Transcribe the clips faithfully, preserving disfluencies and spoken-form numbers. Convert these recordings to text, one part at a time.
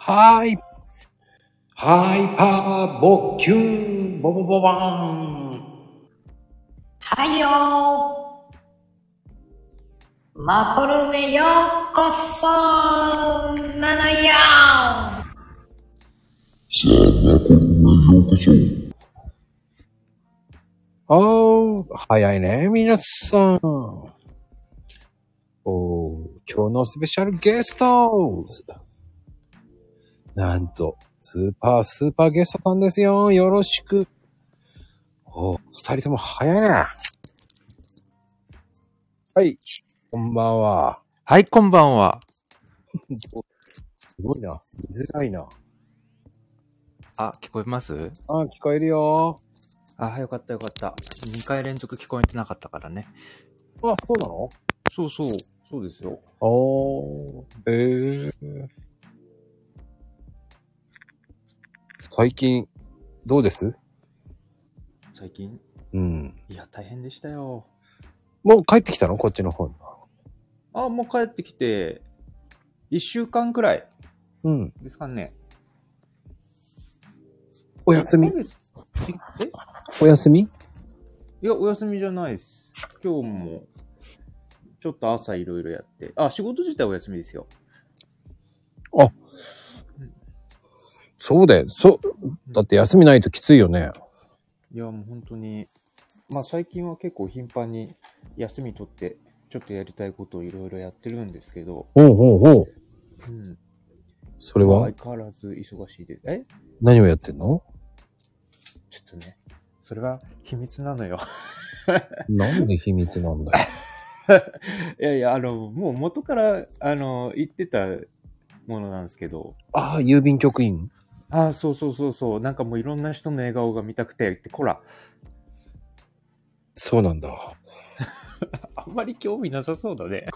はい。ハイパーボキュンボボボバーン。 はいよー。マコルメようこそなのよ。 さあ、マコルメようこそ。 おー、早いね、皆さん。おー、今日のスペシャルゲストなんと、スーパースーパーゲストさんですよ。よろしく。おー、二人とも早いね。はい、こんばんは。 はい、こんばんは。 すごいな。見づらいな。 あ、聞こえます？ あ、聞こえるよ。 あ、よかったよかった。にかい連続聞こえてなかったからね。 あ、そうなの？ そうそう、そうですよ。 おー、えー。最近、どうです？ 最近？ うん。 いや、大変でしたよ。 もう帰ってきたの？こっちの方に。 あ、もう帰ってきて、いっしゅうかんくらいうん。 ですかね。 お休み？ えお休み？ いや、お休みじゃないです。今日も、ちょっと朝いろいろやって。あ、仕事自体お休みですよ。 あ、うん、そうだよ。そう。だって休みないときついよね。 いや、もう本当に、まあ最近は結構頻繁に休み取って、ちょっとやりたいことをいろいろやってるんですけど。 ほうほうほう。 うん。 それは？ 相変わらず忙しいです。え？ 何をやってんの？ ちょっとね、それは秘密なのよ。 なんで秘密なんだよ。 いやいや、あの、もう元から、あの、言ってたものなんですけど。 ああ、郵便局員？ ああ、そうそうそうそう。なんかもういろんな人の笑顔が見たくて、って、こら。 そうなんだ。 あんまり興味なさそうだね。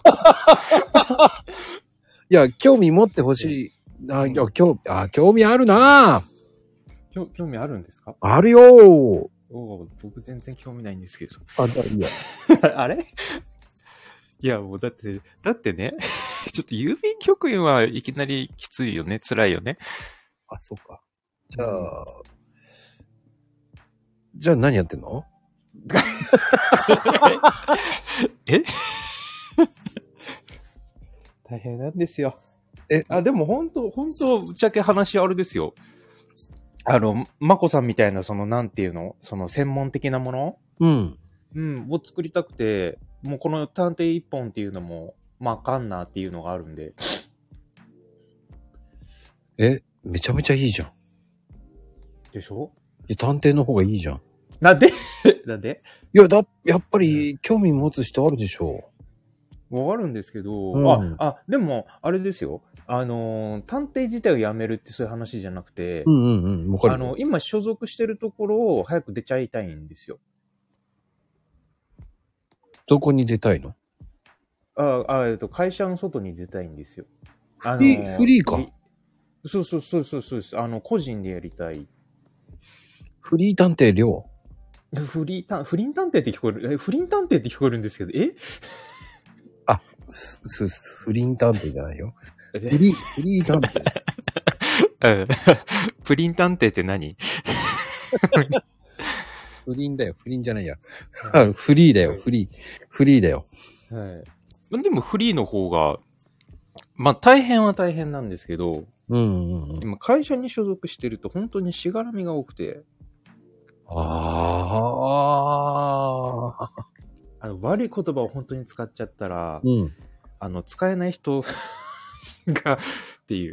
いや、興味持ってほしい。あ、いや、興味、あ、興味あるな。 興興味あるんですか？ あるよー。 お僕全然興味ないんですけど。 あ、だいいや。 あれ？いや、もうだって、だってね、ちょっと郵便局員はいきなりきついよね、辛いよね。 あ、そっか。じゃあ、うん、じゃあ何やってんの？ え大変なんですよ。 え、 あ、でも本当本当ぶっちゃけ話あれですよ。あの、まこさんみたいな、その、なんていうの？その、専門的なもの？ うん。 うん、を作りたくて、もうこの探偵一本っていうのも、まあ、あかんなっていうのがあるんで。 え、めちゃめちゃいいじゃん。 でしょ？ いや、探偵の方がいいじゃん。 なんでなんで？ いや、だ、やっぱり、興味持つ人あるでしょう。わかるんですけど、 うん、 あ、あ、でも、あれですよ。あのー、探偵自体をやめるってそういう話じゃなくて、 うんうんうん、わかる。 あの、今所属してるところを早く出ちゃいたいんですよ。 どこに出たいの？ ああ、えっと、会社の外に出たいんですよ。あのフリー、フリーか。 そうそうそうそうそうです。あの、個人でやりたい。 フリー探偵寮。 フリー探、不倫探偵って聞こえる、え、不倫探偵って聞こえるんですけど、えあ、す、す、不倫探偵じゃないよ。フリー、フリー探偵。 うん。プリン探偵って何？ 不倫だよ、不倫じゃないや。フリーだよ、フリー。フリーだよ。 はい。でもフリーの方が、まあ大変は大変なんですけど、 うんうんうん。 今会社に所属してると本当にしがらみが多くて。 ああ。 あの悪い言葉を本当に使っちゃったら、 うん、 あの使えない人がっていう。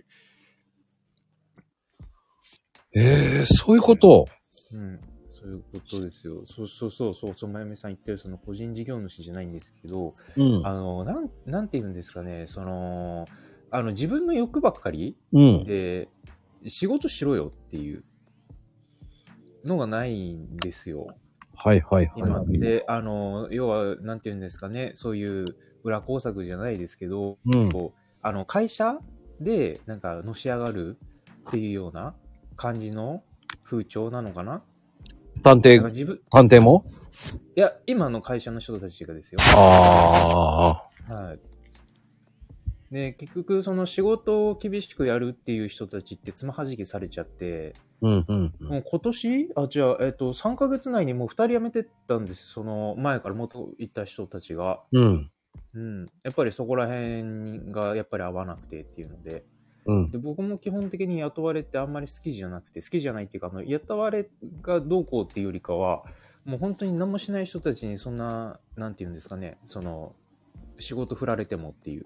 ええー、そういうこと。 うん。そういうことですよ。そうそうそうそう、そう、まゆめさん言ってるその個人事業主じゃないんですけど、 うん、 あの、なん、なんて言うんですかね、その、あの、自分の欲ばっかり、 うん、 で、仕事しろよっていうのがないんですよ。 はいはいはい。 今で、あの、要は、なんて言うんですかね、そういう裏工作じゃないですけど、 うん、 あの、会社で、なんか、のし上がるっていうような感じの風潮なのかな？ 探偵、自分探偵も？ いや、今の会社の人たちがですよ。 ああ。 はい。 で、結局その仕事を厳しくやるっていう人たちってつまはじきされちゃって、 うんうんうん。 もう今年あ、じゃあ、えっと、さんかげつ内にもうふたり辞めてったんです。その前から元いた人たちが。 うん。 うん。やっぱりそこら辺がやっぱり合わなくてっていうので。 うん。 で、僕も基本的に雇われってあんまり好きじゃなくて、好きじゃないっていうか、あの雇われがどうこうっていうよりかは、もう本当に何もしない人たちにそんな、なんていうんですかね、その、仕事振られてもっていう。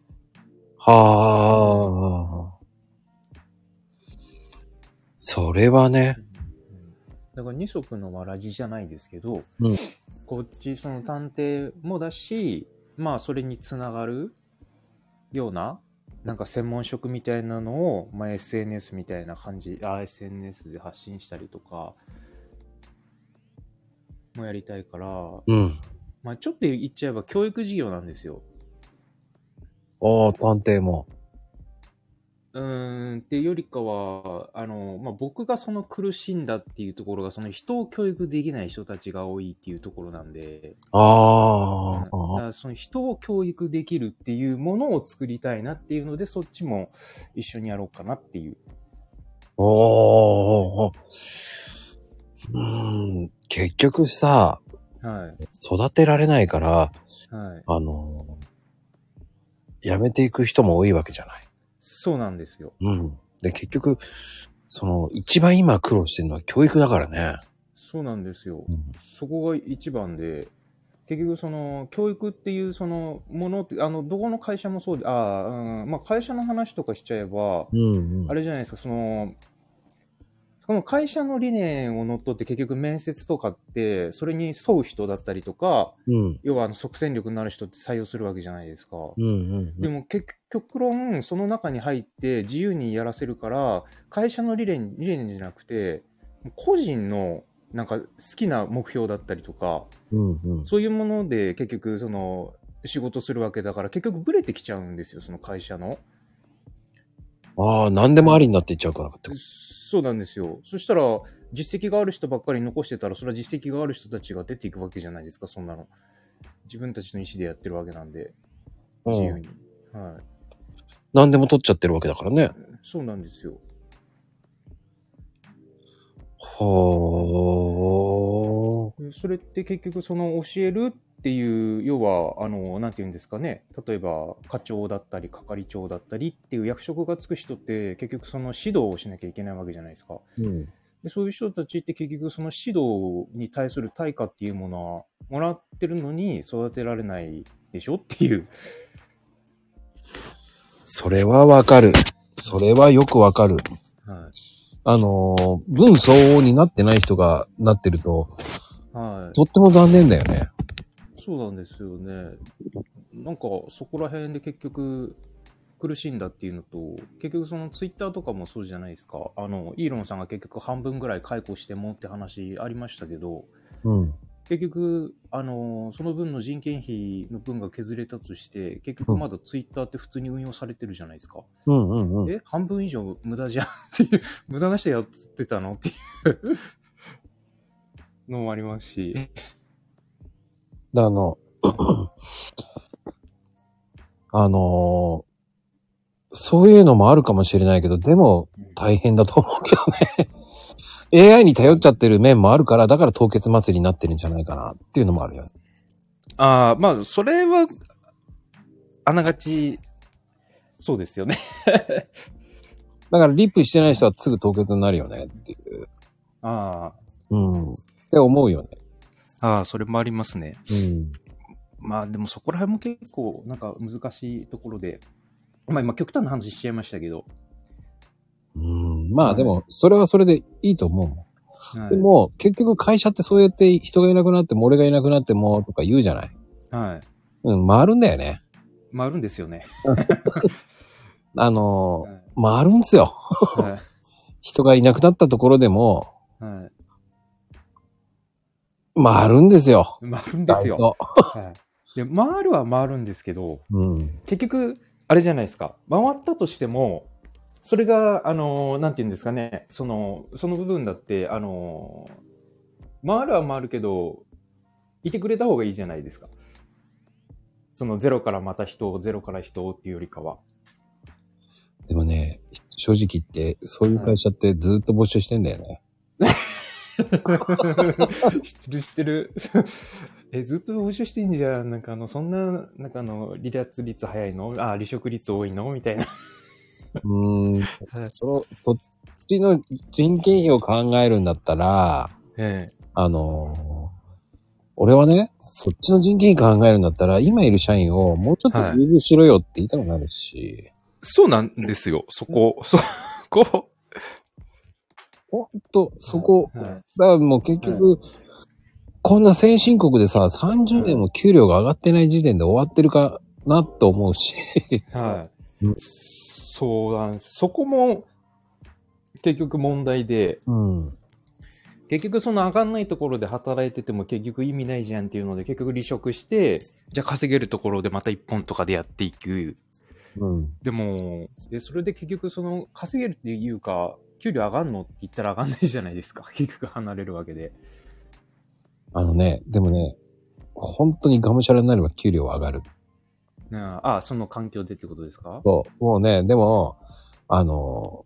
はあ。それはね。 だから二足のわらじじゃないですけど、 うん。 こっちその探偵もだし、まあそれにつながるような、なんか専門職みたいなのを、まあ、エスエヌエス みたいな感じ、あ、エスエヌエス で発信したりとか、もやりたいから、 うん。 まあちょっと言っちゃえば教育事業なんですよ。 ああ、探偵も。 うーん、っていうよりかは、あの、まあ、僕がその苦しんだっていうところが、その人を教育できない人たちが多いっていうところなんで、 ああ、 うん、だからその人を教育できるっていうものを作りたいなっていうので、そっちも一緒にやろうかなっていう。 おー。うーん、結局さ、 はい。 育てられないから、 はい。 あの、辞めていく人も多いわけじゃない。 そうなんですよ。 うん。で、結局、その、一番今苦労してるのは教育だからね。 そうなんですよ。 うん、 そこが一番で、結局その教育っていうそのものって、あの、どこの会社もそうで、ああ、うん、まあ会社の話とかしちゃえば、 うんうん、 あれじゃないですか、その、この会社の理念を乗っ取って結局面接とかって、それに沿う人だったりとか、 うん、 要はあの即戦力になる人って採用するわけじゃないですか。 うんうん、 でも結局論、その中に入って自由にやらせるから、会社の理念、理念じゃなくて、個人のなんか好きな目標だったりとか、 うんうん、 そういうもので結局その仕事するわけだから、結局ブレてきちゃうんですよ、その会社の。 ああ、何でもありになっていっちゃうからって。 そうなんですよ。そしたら、実績がある人ばっかり残してたら、それは実績がある人たちが出ていくわけじゃないですか、そんなの。自分たちの意思でやってるわけなんで、自由に。はい。 何でも取っちゃってるわけだからね。 そうなんですよ。 はあ。 それって結局、その教えるっていう、要は、あの、なんていうんですかね。例えば、課長だったり、係長だったりっていう役職がつく人って、結局その指導をしなきゃいけないわけじゃないですか。 うん。 でそういう人たちって結局その指導に対する対価っていうものはもらってるのに育てられないでしょっていう。 それはわかる。それはよくわかる。 はい。 あのー、分相応になってない人がなってると、 はい。 とっても残念だよね。 そうなんですよね。なんかそこら辺で結局苦しんだっていうのと、結局そのツイッターとかもそうじゃないですか。あの、イーロンさんが結局半分ぐらい解雇してもって話ありましたけど、 うん。 結局、あの、その分の人件費の分が削れたとして、結局まだツイッターって普通に運用されてるじゃないですか。 うんうんうん。 え、半分以上無駄じゃんっていう、無駄なしてやってたのっていうのもありますし。 で、あの、あのー、そういうのもあるかもしれないけど、でも大変だと思うけどね。エーアイ に頼っちゃってる面もあるから、だから凍結祭りになってるんじゃないかなっていうのもあるよね。 ああ、まあ、それは、あながち、そうですよね。 だからリップしてない人はすぐ凍結になるよねっていう。 あうん。って思うよね。 あ、ああ、それもありますね。 うん。 まあ、でもそこら辺も結構、なんか難しいところで、まあ今極端な話しちゃいましたけど。 うん。まあでも、それはそれでいいと思うもん。 はい、 でも、結局会社ってそうやって人がいなくなっても、俺がいなくなっても、とか言うじゃない。 はい。 うん、回るんだよね。 回るんですよね。 あのはい、 ー、回るんですよ。 はい、 人がいなくなったところでも、 はい。 回るんですよ。 回るんですよ。はい、で回るは回るんですけど、 うん、 結局、あれじゃないですか。回ったとしても、それが、あの、なんて言うんですかね。その、その部分だって、あの、回るは回るけど、いてくれた方がいいじゃないですか。 そのゼロからまた人を、ゼロから人をっていうよりかは。 でもね、正直言って、そういう会社ってずっと募集してんだよね。 知ってる知ってる。え、ずっと募集してんじゃん。なんかあの、そんな、なんかあの、離脱率早いの？あ、離職率多いのみたいな。 うーん。その、そっちの人件費を考えるんだったら、 ええ。 あのー、俺はね、そっちの人件費考えるんだったら、今いる社員をもうちょっと優遇しろよって言いたくなるし。 そうなんですよ。そこ、そこ。 ほんと、そこ。 はいはい、 だからもう結局、はい、こんな先進国でさ、さんじゅうねんも給料が上がってない時点で終わってるかなと思うし。 はい、うん。そうなんです。そこも、結局問題で、うん、結局その上がんないところで働いてても結局意味ないじゃんっていうので、結局離職して、じゃあ稼げるところでまた一本とかでやっていく。うん、でもで、それで結局その稼げるっていうか、給料上がんのって言ったら上がんないじゃないですか。結局離れるわけで。 あのね、でもね、本当にがむしゃらになれば給料は上がる。 ああ、その環境でってことですか？ そう。もうね、でも、あの、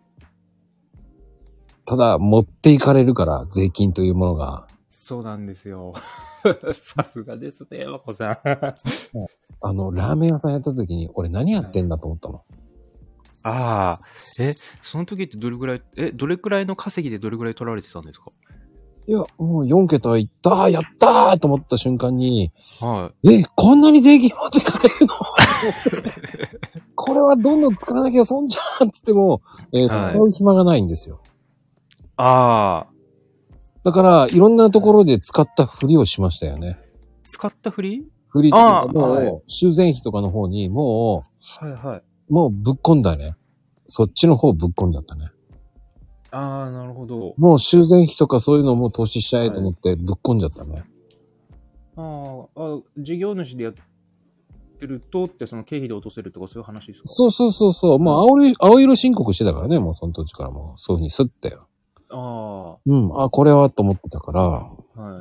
ただ持っていかれるから、税金というものが。 そうなんですよ。さすがですね、まこさん。 あの、ラーメン屋さんやった時に、俺何やってんだと思ったの。 ああ、え、その時ってどれぐらい、え、どれくらいの稼ぎでどれぐらい取られてたんですか？ いや、もうよん桁いったー、やったーと思った瞬間に、 はい。 え、こんなに税金持ってかれるのこれはどんどん使わなきゃ損じゃんっつっても、えーはい、使う暇がないんですよ。 ああ。 だから、いろんなところで使ったふりをしましたよね。 使ったふり？ ふりとかもう、修繕費とかの方に、もう、はいはい。 もうぶっ込んだね。そっちの方ぶっ込んじゃったね。 ああ、なるほど。 もう修繕費とかそういうのも投資しちゃえと思ってぶっ込んじゃったね。 はい、ああ、事業主でやってるとってその経費で落とせるとかそういう話ですか？ そうそうそうそう。もう青色、青色申告してたからね、もうその土地からもうそういう風にすったよ。ああ。うん。あ、これはと思ってたから、はい。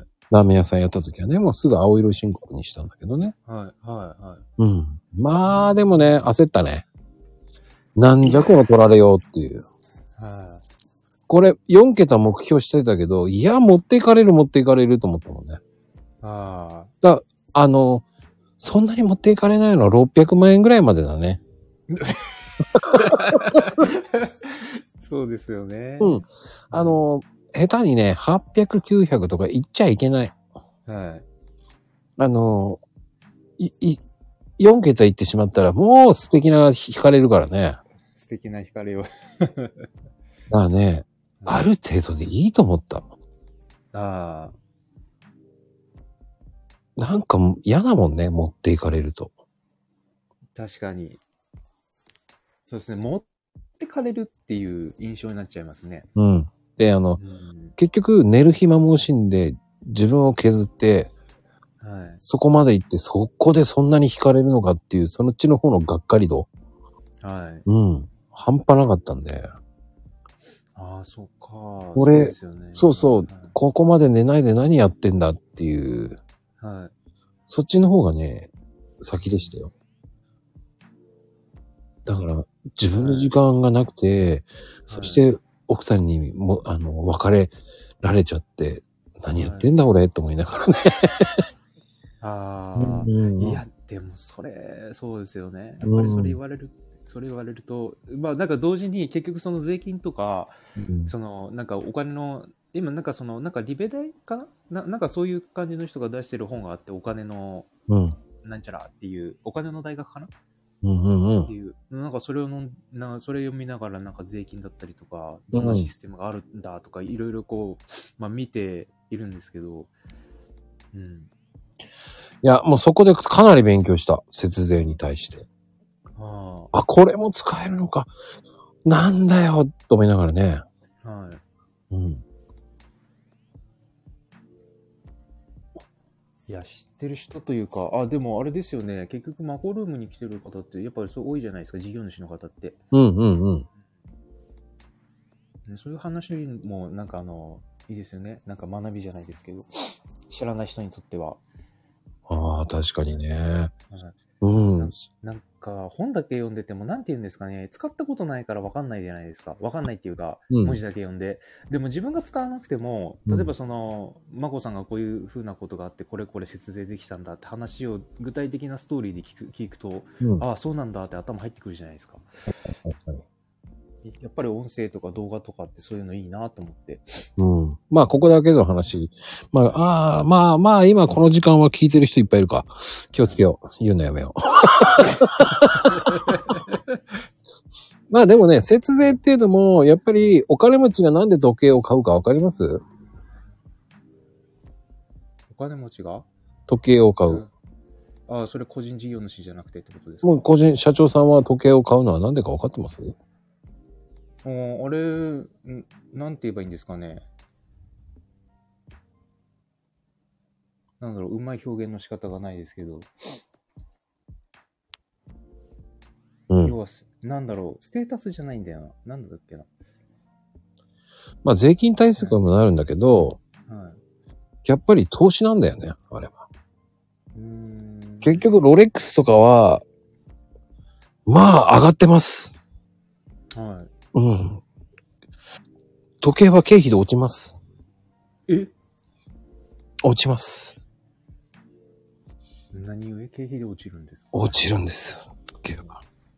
ラーメン屋さんやった時はね、もうすぐ青色申告にしたんだけどね。 はい、はい、はい。 うん。まあ、でもね、焦ったね。なんじゃこの取られようっていう。はい。これ、よん桁目標してたけど、いや、持っていかれる持っていかれると思ったもんね。ああ。だ、あの、そんなに持っていかれないのはろっぴゃくまんえんぐらいまでだね。 そうですよね。 うん。あの、下手にね、はっぴゃく、きゅうひゃくとか言っちゃいけない。はい。あの、い、い、よん桁言ってしまったら、もう素敵な惹かれるからね。 素敵な惹かれを。 だからね、ある程度でいいと思った。ああ。なんか嫌だもんね、持っていかれると。 確かに。そうですね、持ってかれるっていう印象になっちゃいますね。 うん。で、あの、うん、結局寝る暇も惜しんで自分を削って、はい、そこまで行ってそこでそんなに惹かれるのかっていうそのっちの方のがっかり度。はい。うん。半端なかったんで。ああ、そっか。俺、そう、ね、そうそう、はい、ここまで寝ないで何やってんだっていう。はい。そっちの方がね、先でしたよ。だから、自分の時間がなくて、はい、そして奥さんにも、あの、別れられちゃって、何やってんだ俺と思いながらね。 ああ、うんうん、いや、でもそれ、そうですよね。やっぱりそれ言われる、うん、それ言われると、まあなんか同時に結局その税金とか、うん、そのなんかお金の、今なんかその、なんかリベ代かな な, なんかそういう感じの人が出してる本があって、お金の、うん、なんちゃらっていう、お金の大学かなうんうんうん、っていう、なんかそれをのなそれ読みながらなんか税金だったりとか、どんなシステムがあるんだとか、いろいろこう、まあ見ているんですけど、 うん。いや、もうそこでかなり勉強した。節税に対して。ああ、これも使えるのか。なんだよ、と思いながらね。はい。うん。 いや、知ってる人というか、あ、でもあれですよね。結局マコルームに来てる方って、やっぱりそう多いじゃないですか、事業主の方って。 うんうんうん。 そういう話も、なんかあの、いいですよね。なんか学びじゃないですけど、知らない人にとっては。 ああ、確かにね。 ううんなん。なんか、本だけ読んでても、なんて言うんですかね、使ったことないから分かんないじゃないですか。分かんないっていうか、 うん文字だけ読んで。でも自分が使わなくても、例えばその、まこさんがこういう風なことがあって、これこれ節税できたんだって話を具体的なストーリーで聞く聞くと、 うん。 ああ、そうなんだって頭入ってくるじゃないですか。やっぱり音声とか動画とかってそういうのいいなと思って。 うん。まあ、ここだけの話。まあ、ああ、まあまあ、今この時間は聞いてる人いっぱいいるか。気をつけよう。言うのやめよう。まあでもね、節税っていうのも、やっぱりお金持ちがなんで時計を買うかわかります？ お金持ちが時計を買う。 ああ、それ個人事業主じゃなくてってことですか？ もう個人、社長さんは時計を買うのはなんでかわかってます？ おあれ、んなんて言えばいいんですかね。なんだろう、うまい表現の仕方がないですけど。 うん。 要は、なんだろう、ステータスじゃないんだよな。なんだっけな。 まあ税金対策にもなるんだけど、 はい。 やっぱり投資なんだよね、あれは。 うーん。 結局ロレックスとかは、まあ上がってます。 はうん。時計は経費で落ちます。 い。え落ちます。 何故経費で落ちるんですか？ 落ちるんですよ、時計は。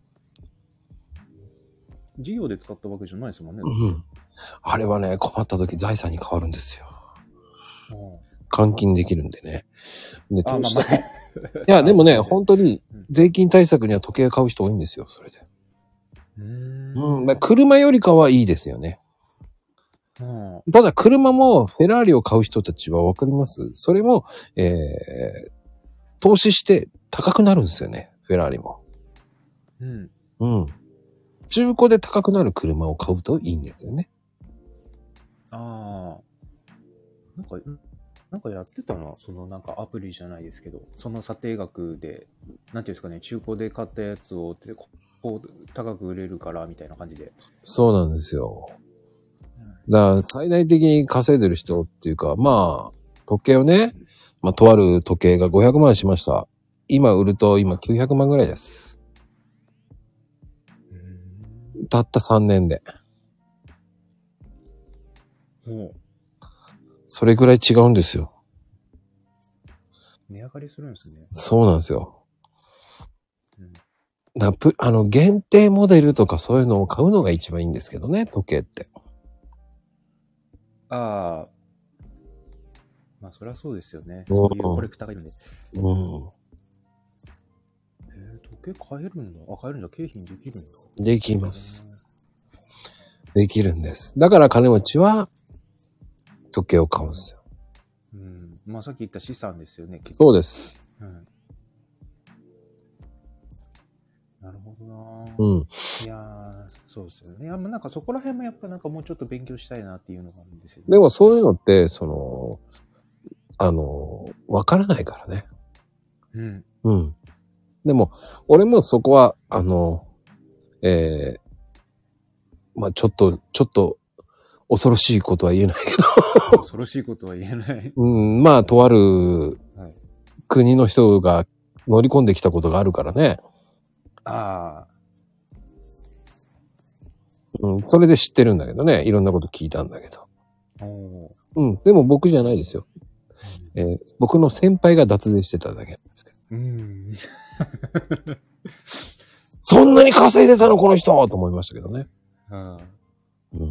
事業で使ったわけじゃないですもんね。 うん。あれはね、困った時財産に変わるんですよ。 あ換金できるんでね。で、 あ、 投資まあまあ。 いや、でもね、本当にうん税金対策には時計買う人多いんですよ、それで。 うーん。 うん。まあ、車よりかはいいですよね。 あただ、車もフェラーリを買う人たちはわかります？それも、えー、投資して高くなるんですよね、フェラーリも。 うん。 うん。中古で高くなる車を買うといいんですよね。 ああ。なんか、なんかやってたな。そのなんかアプリじゃないですけど、その査定額で、なんていうんですかね、中古で買ったやつをでここう高く売れるからみたいな感じで。 そうなんですよ。だから最大的に稼いでる人っていうか、まあ、時計をね、まあ、とある時計がごひゃくまんしました。今売ると今きゅうひゃくまんぐらいです。 うーん。 たったさんねんで。 もそれぐらい違うんですよ。 う、値上がりするんですね。 そうなんですよ。 うん。 だプあの、限定モデルとかそういうのを買うのが一番いいんですけどね、時計って。 ああ。まあ、そりゃそうですよね。 うんそういうコレクターがいるんで。 うん。 えー、時計買えるんだ。あ、買えるんだ。経費にできるんだ。 できます。できるんです。だから金持ちは時計を買うんですよ。 うん。まあ、さっき言った資産ですよね。 そうです。 うん。なるほどな。 うん。 いやー、そうですよね。いや、まあなんかそこら辺もやっぱなんかもうちょっと勉強したいなっていうのがあるんですよね。 でもそういうのって、その、あの、わからないからね。 うん。 うん。でも、俺もそこは、あの、えー、まあちょっと、ちょっと、恐ろしいことは言えないけど。 恐ろしいことは言えない。 うん、まあ、とあるはい。 国の人が乗り込んできたことがあるからね。 ああ。 うん、それで知ってるんだけどね。いろんなこと聞いたんだけど。 おー。 うん、でも僕じゃないですよ。えー僕の先輩が脱税してただけなんですけど。 うん。 そんなに稼いでたのこの人と思いましたけどね。 あうん。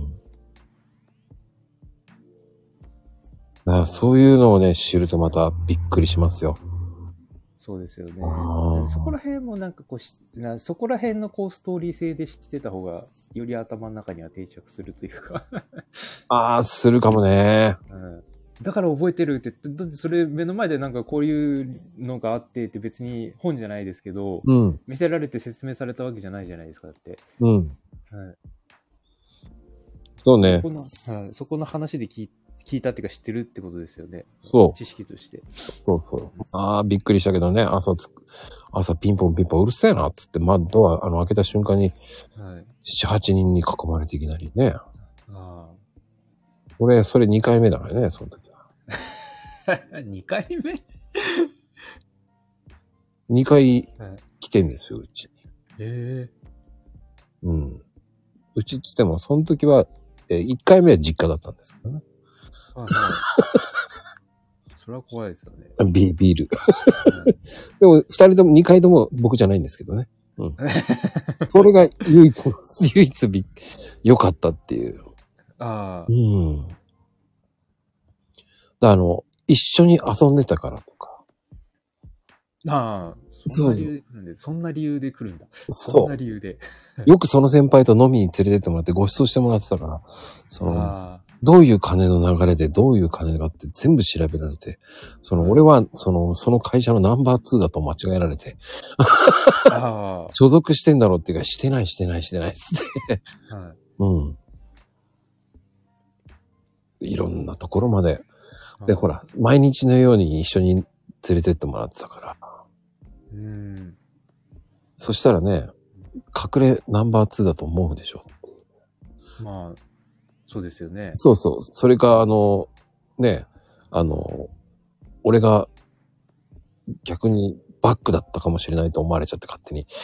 だからそういうのをね、知るとまたびっくりしますよ。 そうですよね。 あーそこら辺もなんかこうしな、そこら辺のこうストーリー性で知ってた方が、より頭の中には定着するというか、 ああ、するかもね。 うん。だから覚えてるって、だってそれ目の前でなんかこういうのがあってって別に本じゃないですけど、 うん。 見せられて説明されたわけじゃないじゃないですか、だって。 うん。 はい。 そうねそ。この、はい、そこの話で聞い聞いたっていうか知ってるってことですよね。 そう。 知識として。 そうそう。ああ、びっくりしたけどね。朝つ、朝ピンポンピンポンうるせえなっつって、まあドア、あの、開けた瞬間に、 はい。 七八人に囲まれていきなりね。 ああ。 俺、それにかいめだからね、その時は。 にかいめにかいはい。 来てんですよ、うち。 ええうん。うちっつっても、その時は、えー、いっかいめは実家だったんですけどね。 ー。はいはい。それは怖いですよね。 ビビール。 はい、 でも、二人とも、二回とも僕じゃないんですけどね。うん。それが唯一、唯一び、良かったっていう。 ああ。 うん。だあの、一緒に遊んでたからとか。 ああ。そんな理由なんで、そんな理由で来るんだ。そんな理由で。 よくその先輩と飲みに連れてってもらってご馳走してもらってたから、その、 あどういう金の流れでどういう金があって全部調べられて、その、 はい俺は、その、その会社のナンバーツーだと間違えられて、 あ。あ所属してんだろうっていうか、してないしてないしてないっつって。 あ。はい。 うん。いろんなところまで。で、ほら、毎日のように一緒に連れてってもらってたから。 うん。 そしたらね、隠れナンバーツーだと思うでしょ。 まあ、そうですよね。 そうそう。それか、あの、ね、あの、俺が逆にバックだったかもしれないと思われちゃって勝手に。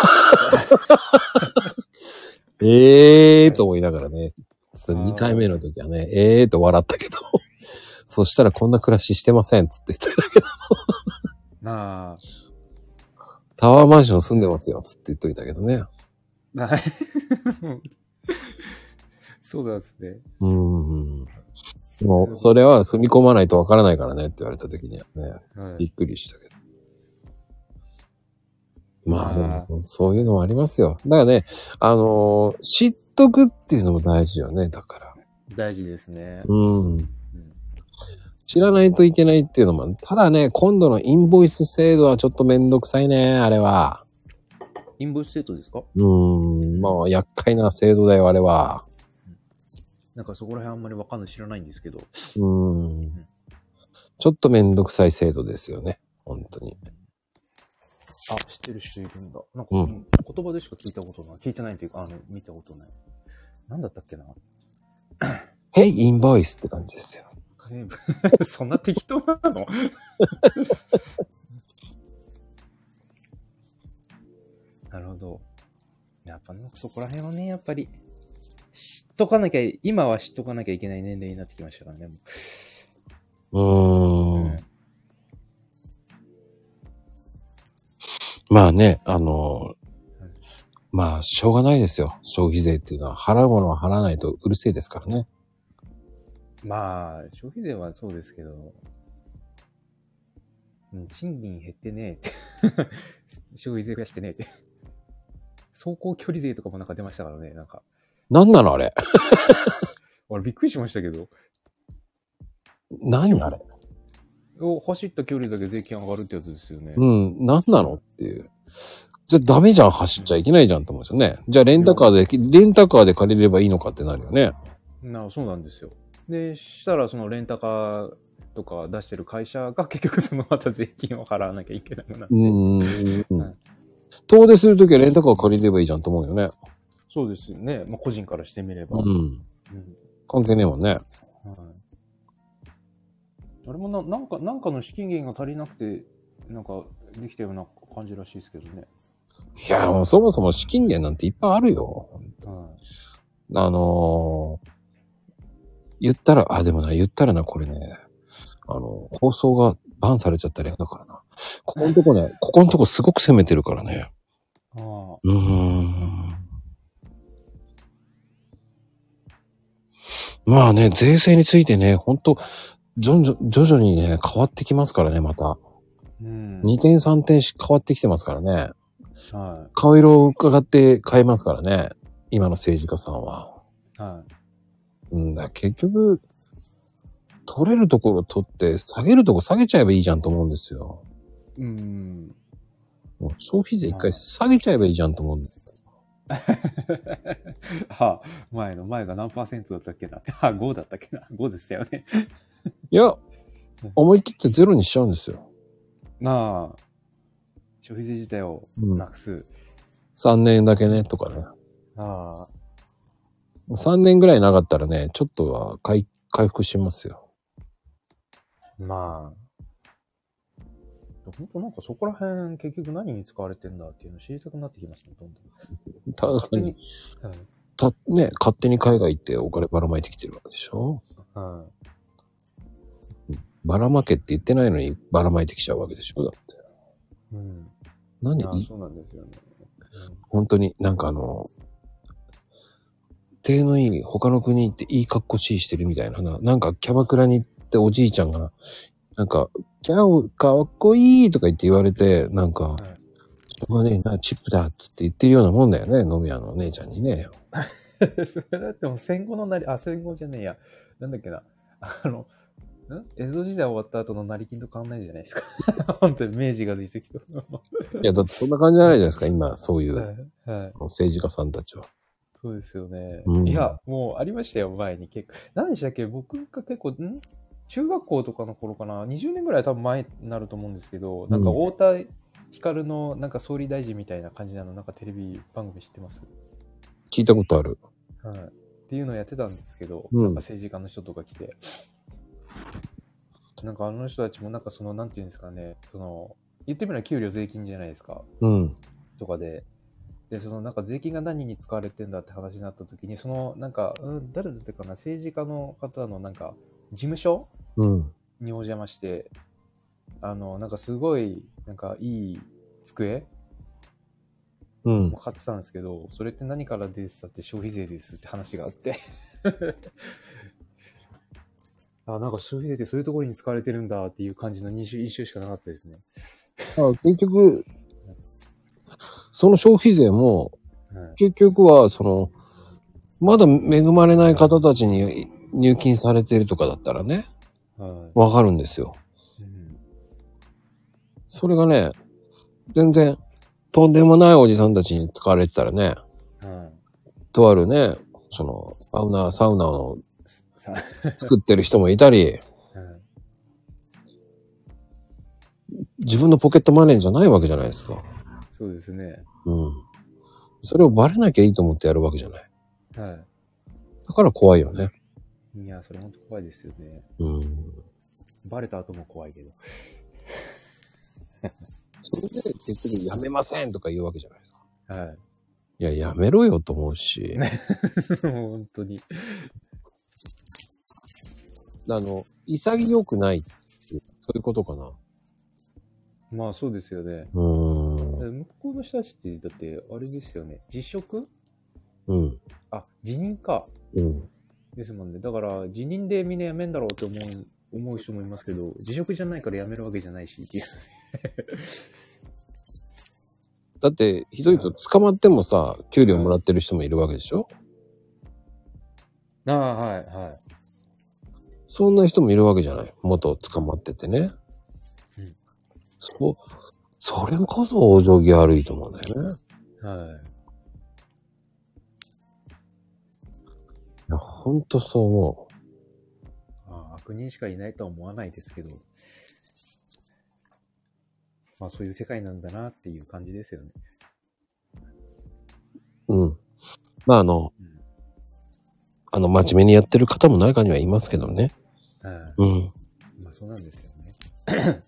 ええーと思いながらね。にかいめの時はね、ええーと笑ったけど。そしたらこんな暮らししてませんっつって言ってたけど。 なあ。 タワーマンション住んでますよっつって言っといたけどね。 はい。そうなんですね。 うーん。もう、それは踏み込まないとわからないからねって言われた時にはね、 はい、 びっくりしたけど。まあ、 あでもそういうのもありますよ。だからね、あのー、知っとくっていうのも大事よね、だから。 大事ですね。 うん。 うん、 知らないといけないっていうのも、ただね、今度のインボイス制度はちょっとめんどくさいね、あれは。 インボイス制度ですか？ うーん、まあ、厄介な制度だよ、あれは。 なんかそこら辺あんまりわかんない、知らないんですけど。 うーん。ちょっとめんどくさい制度ですよね、本当に。 あ、知ってる人いるんだ。なんか、 うんうん、言葉でしか聞いたことない。聞いてないっていうか、あの、見たことない。なんだったっけな。 ヘイ、インボイスって感じですよ。 ねそんな適当なのなるほど。やっぱね、そこら辺はね、やっぱり、知っとかなきゃ、今は知っとかなきゃいけない年齢になってきましたからね。 うーん。うん、まあね、あのー、まあ、しょうがないですよ。消費税っていうのは。払うものは払わないとうるせえですからね。 まあ、消費税はそうですけど、うん、賃金減ってねえって。消費税増やしてねえって。走行距離税とかもなんか出ましたからね、なんか。 なんなのあれ。 俺びっくりしましたけど。 何あれ。 走った距離だけ税金上がるってやつですよね。 うん、何なのっていう。じゃあダメじゃん、走っちゃいけないじゃんと思うんですよね。じゃあレンタカーで、レンタカーで借りればいいのかってなるよね。 なそうなんですよ。で、したらそのレンタカーとか出してる会社が結局そのまた税金を払わなきゃいけなくなって。 うーん。 はい、 遠出するときはレンタカー借りればいいじゃんと思うよね。 そうですよね。まあ個人からしてみれば。 うん。 うん、 関係ねえもんね。 はい。あれもな、なんか、なんかの資金源が足りなくて、なんかできたような感じらしいですけどね。 いや、もうそもそも資金源なんていっぱいあるよ。 はい、 あのー、言ったら、あ、でもな、言ったらな、これね、あの、放送がバンされちゃったら嫌だからな。ここのとこね、ここのとこすごく攻めてるからね。 ああ。 うーん。まあね、税制についてね、ほんと、徐々徐々にね、変わってきますからね、また。 うん、 にてんさんてん変わってきてますからね。 はい、 顔色を伺って変えますからね。今の政治家さんは。 はい。 うんだ、結局、取れるところ取って、下げるところ下げちゃえばいいじゃんと思うんですよ。 うん。 もう消費税一回下げちゃえばいいじゃんと思うんですよ。 あ、前の、前が何パーセントだったっけな。あ、ごだったっけな。ごでしたよね。 いや、思い切ってゼロにしちゃうんですよ。 なあ。消費税自体をなくす。うん、 さんねんだけね、とかね。 ああ。さんねんぐらいなかったらね、ちょっとは回回復しますよ。 まあ。 本当なんかそこら辺結局何に使われてんだっていうのを知りたくなってきますね、どんどん。 確かに。 はい。 た、ね、勝手に海外行ってお金ばらまいてきてるわけでしょ。 はばらまけって言ってないのにばらまいてきちゃうわけでしょだって。 い。うん。 なんでいいそうなんですよね。うん、 本当になんかあの、手のいい他の国行っていい格好しいしてるみたいなな。なんかキャバクラに行っておじいちゃんが、なんか、キャオかっこいいとか言って言われて、なんか、はい、まあね、なチップだって言ってるようなもんだよね、飲み屋のお姉ちゃんにね。 それだってもう戦後のなり、あ、戦後じゃねえや。なんだっけな。あの、ん江戸時代終わった後の成金と変わんないじゃないですか。本当に明治が出てきた。いや、だってそんな感じじゃないじゃないですか、今、そういう、 はいはい、 政治家さんたちは。 そうですよね。 うん、 いや、もうありましたよ、前に結構。何でしたっけ僕が結構、ん中学校とかの頃かな、にじゅうねんぐらい多分前になると思うんですけど、なんか太田光のなんか総理大臣みたいな感じなの、なんかテレビ番組知ってます？ 聞いたことある。 はい。っていうのをやってたんですけど、 うん、 なんか政治家の人とか来て、なんかあの人たちもなんかその、なんていうんですかね、その、言ってみれば給料税金じゃないですか。 うん。 とかで、で、そのなんか税金が何に使われてんだって話になった時に、そのなんか、うん、誰だったかな、政治家の方のなんか、事務所、 うん、 にお邪魔して、あの、なんかすごい、なんかいい机うん。 買ってたんですけど、それって何からですかって消費税ですって話があって。あ、なんか消費税ってそういうところに使われてるんだっていう感じの印象印象しかなかったですね。 あ、結局、その消費税も、 はい、 結局は、その、まだ恵まれない方たちに入金されてるとかだったらね、わ、はい、かるんですよ、うん。それがね、全然、とんでもないおじさんたちに使われてたらね、はい、とあるね、その、サウナ、サウナを作ってる人もいたり、はい、自分のポケットマネーじゃないわけじゃないですか。 そうですね。 うん。それをバレなきゃいいと思ってやるわけじゃない。はい。だから怖いよね。 いや、それ本当怖いですよね。 うん。 バレた後も怖いけど。 それで結局やめませんとか言うわけじゃないですか。 はい。 いや、やめろよと思うし。 本当に。 あの、潔くないっていう、そういうことかな。 まあそうですよね。 うーん。 向こうの人たちって、だって、あれですよね。辞職？ うん。 あ、辞任か。 うん。ですもんね。だから、辞任でみんな辞めんだろうって思う、思う人もいますけど、辞職じゃないから辞めるわけじゃないし、っていう。 だって、ひどいと捕まってもさ、給料もらってる人もいるわけでしょ？ ああ、はい、はい。 そんな人もいるわけじゃない。元捕まっててね。うん。そう、それこそ往生際悪いと思うんだよね。はい。いや、ほんとそう思う。ああ、悪人しかいないとは思わないですけど。まあそういう世界なんだなっていう感じですよね。 うん。まああの、うん、あの、真面目にやってる方も中にはいますけどね。はい。うん。 まあそうなんですよね。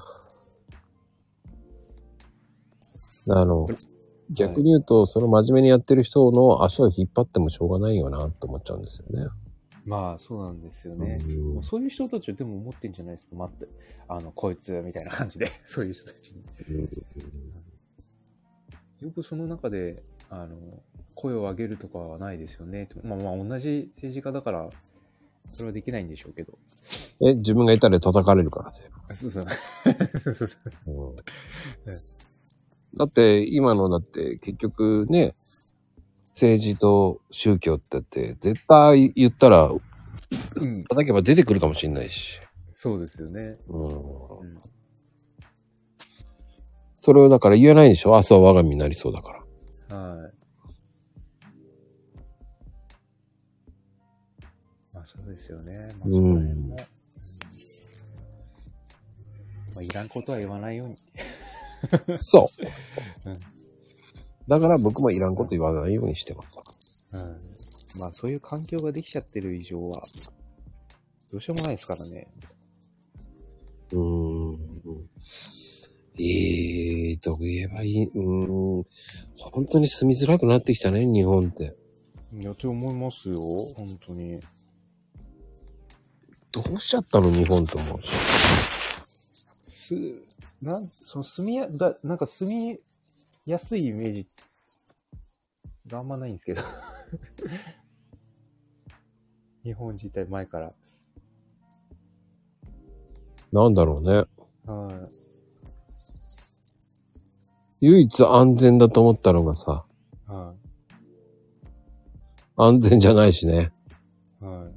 あの、逆に言うと、はい、その真面目にやってる人の足を引っ張ってもしょうがないよなって思っちゃうんですよね。 まあそうなんですよね。うん、そういう人たちはでも思ってんじゃないですか。待って、あの、こいつみたいな感じで、そういう人たちに。うん、よくその中で、あの、声を上げるとかはないですよね。まあまあ同じ政治家だから、それはできないんでしょうけど。 え、自分がいたら叩かれるからだよ。 そうそう。そうそうそう。うんだって、今のだって、結局ね、政治と宗教ってって、絶対言ったら、うん、叩けば出てくるかもしれないし。 そうですよね。うん。うん、 それをだから言えないでしょ？明日は我が身になりそうだから。はい。 まあそうですよね。まあ、その辺も、うん。まあ、いらんことは言わないように。 そう、うん。だから僕もいらんこと言わないようにしてます。 うん。まあそういう環境ができちゃってる以上は、どうしようもないですからね。 うーん。 ええー、と言えばいい。うーん。本当に住みづらくなってきたね、日本って。 いや、って思いますよ、本当に。 どうしちゃったの、日本と思う。 す、なん、その住みや、だ、なんか住みやすいイメージがあんまないんですけど。日本自体前から。 なんだろうね。 はい。 唯一安全だと思ったのがさ、 は安全じゃないしね。 い。はい。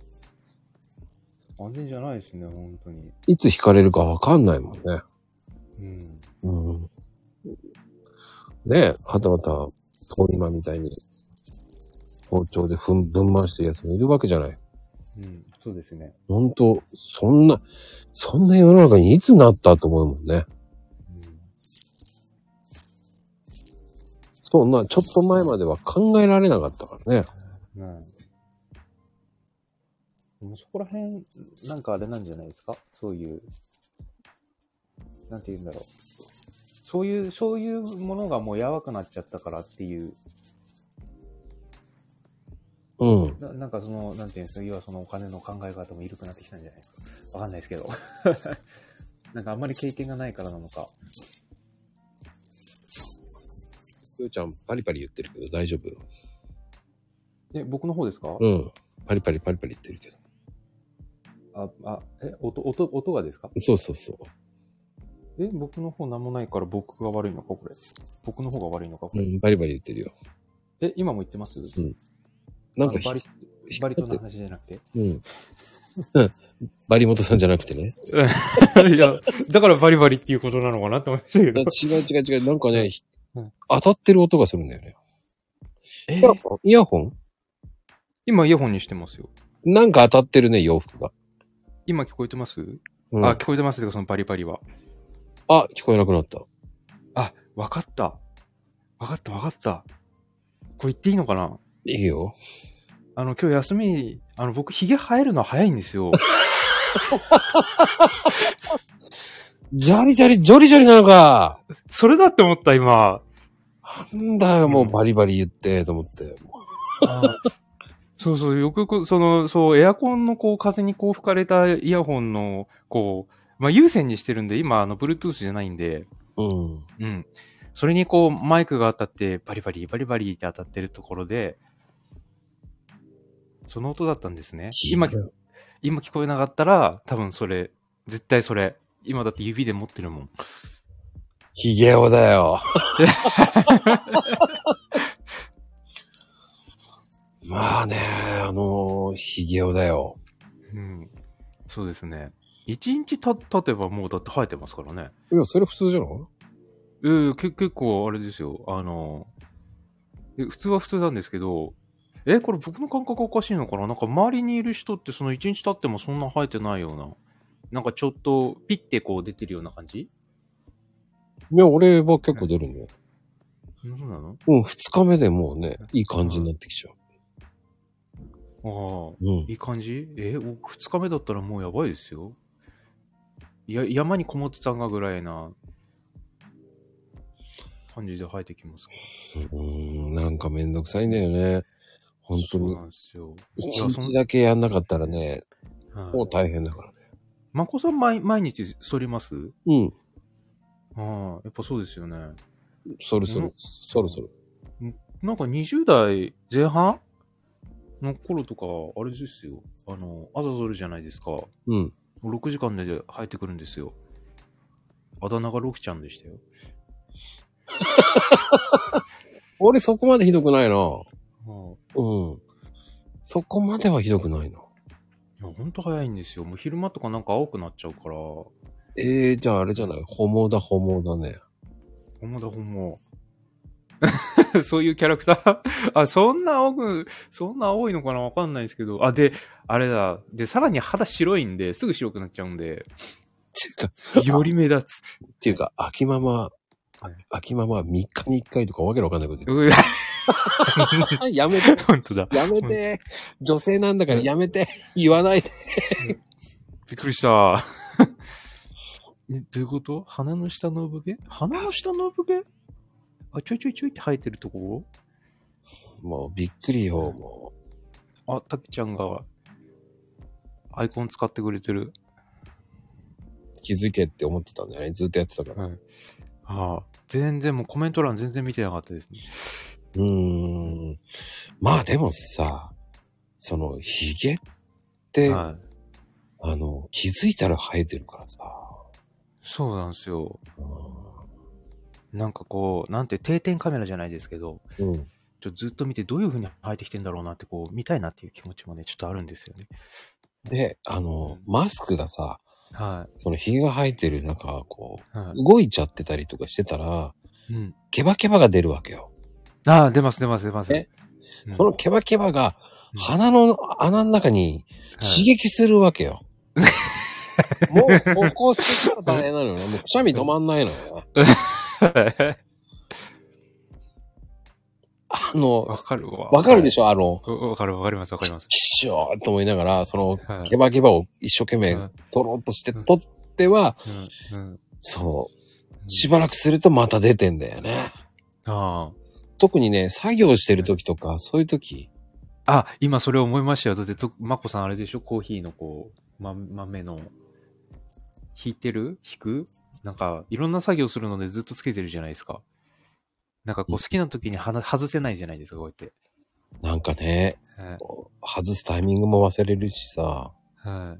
安全じゃないですね、本当に。 いつ引かれるかわかんないもんね。 うん。 うん。ねえ、はたまた、通り魔みたいに、包丁でふん、ぶん回してるやつもいるわけじゃない。 うん、そうですね。 ほんと、そんな、そんな世の中にいつなったと思うもんね。 うん。 そんな、ちょっと前までは考えられなかったからね。 うん。でもそこら辺、なんかあれなんじゃないですか？そういう、なんて言うんだろう。そういう、そういうものがもうやばくなっちゃったからっていう。 うん。 な, なんかその、なんていうんですか、要はそのお金の考え方も緩くなってきたんじゃないですか。わかんないですけど。なんかあんまり経験がないからなのか。 ようちゃんパリパリ言ってるけど大丈夫？ え、僕の方ですか？ うん。パリパリパリパリ言ってるけど。 あ、あ、え、音、音、音がですか？ そうそうそう。 え、僕の方なんもないから僕が悪いのかこれ。僕の方が悪いのかこれ。 うん、バリバリ言ってるよ。 え、今も言ってます？ うん。なんかバリ、バリトンの話じゃなくて。 うん。バリモトさんじゃなくてね。 いや、だからバリバリっていうことなのかなって思いましたけど。 違う違う違う。なんかね、 うん、 当たってる音がするんだよね。 えー、イヤホン？ 今イヤホンにしてますよ。 なんか当たってるね、洋服が。 今聞こえてます？ うん、 あ、聞こえてますけど、そのバリバリは。 あ、聞こえなくなった。 あ、わかった。わかったわかった。これ言っていいのかな？ いいよ。 あの、今日休み、あの、僕、髭生えるの早いんですよ。 ジャリジャリ、ジョリジョリなのか。 それだって思った、今。 なんだよ、もうバリバリ言って、と思って。 あそうそう、よくよく、その、そう、エアコンのこう、風にこう吹かれたイヤホンの、こう、まあ、有線にしてるんで、今、あの、Bluetooth じゃないんで、 うん。 うん。それにこう、マイクが当たって、バリバリ、バリバリって当たってるところで、その音だったんですね。今、今聞こえなかったら、多分それ、絶対それ。今だって指で持ってるもん。 ヒゲオだよ。まあね、あのー、ヒゲオだよ。 うん。そうですね。一日た経てばもうだって生えてますからね。 いや、それ普通じゃない？ えー、け結構あれですよ。あのえ、普通は普通なんですけど、え、これ僕の感覚おかしいのかな？なんか周りにいる人ってその一日経ってもそんな生えてないような。なんかちょっとピッてこう出てるような感じ？ いや、俺は結構出るんだよ。 そうなの？ うん、二日目でもうね、いい感じになってきちゃう。 ああ、 うん。 いい感じ？えー、二日目だったらもうやばいですよ。や、山にこもってたんがぐらいな感じで生えてきます。 うーん、なんかめんどくさいんだよね。本当に。 そうなんですよ。 一日だけやんなかったらね、 はい、 もう大変だからね。 まこさん毎、毎日剃ります？ うん。 ああ、やっぱそうですよね。 それそれ、そろそろ。 なんかにじゅう代前半の頃とか、あれですよ。あの、朝剃るじゃないですか。 うん。 ろくじかんで生えてくるんですよ。あだ名がロキちゃんでしたよ。 俺そこまでひどくないな。 はあ、うん。そこまではひどくないな。いや、ほんと早いんですよ。もう昼間とかなんか青くなっちゃうから。 ええー、じゃああれじゃない。ホモだ、ホモだね。 ほんまだほんま。そういうキャラクターあ、そんな青く、そんな青いのかなわかんないですけど。あ、で、あれだ。で、さらに肌白いんで、すぐ白くなっちゃうんで。 っていうか、 より目立つ。 っていうか、秋ママ、 はい、 秋ママはみっかにいっかいとかわけのわかんないこと言ってやめて。 本当だ。 やめて。女性なんだからやめて。言わないで。 びっくりした。 え、どういうこと？鼻の下の産毛？鼻の下の産毛？あ、ちょいちょいちょいって生えてるところもうびっくりよ、もう。あ、たけちゃんがアイコン使ってくれてる。 気づけって思ってたんだよね。ずっとやってたから。 はい。ああ、全然もうコメント欄全然見てなかったですね。 うーん。まあでもさ、そのヒゲって、はい、あの、気づいたら生えてるからさ。 そうなんですよ。なんかこう、なんて定点カメラじゃないですけど、うん、ちょずっと見てどういう風に生えてきてんだろうなってこう見たいなっていう気持ちもね、ちょっとあるんですよね。 で、あの、うん、マスクがさ、 はい。 そのヒゲが生えてる中、こう、はい、動いちゃってたりとかしてたら、うん、ケバケバが出るわけよ。 ああ、出ます出ます出ます。 ね、うん、そのケバケバが鼻の穴の中に刺激するわけよ。はい、もう、ここしてたら大変なのよね。もうくしゃみ止まんないのよね。あの、 わかるわ。 わかるでしょ、はい、あの、 わかるわかりますわかります。 きしょーと思いながら、その、はい、ケバケバを一生懸命取ろうとして取っては、うんうんうん、そう、しばらくするとまた出てんだよね。ああ。特にね、作業してる時とか、そういう時。 あ、今それ思いましたよ。だってと、まこさんあれでしょ、コーヒーのこう、ま、豆の、引いてる引くなんか、いろんな作業するのでずっとつけてるじゃないですか。なんかこう好きな時に外せないじゃないですか、こうやって。 なんかね、はい、外すタイミングも忘れるしさ。はい。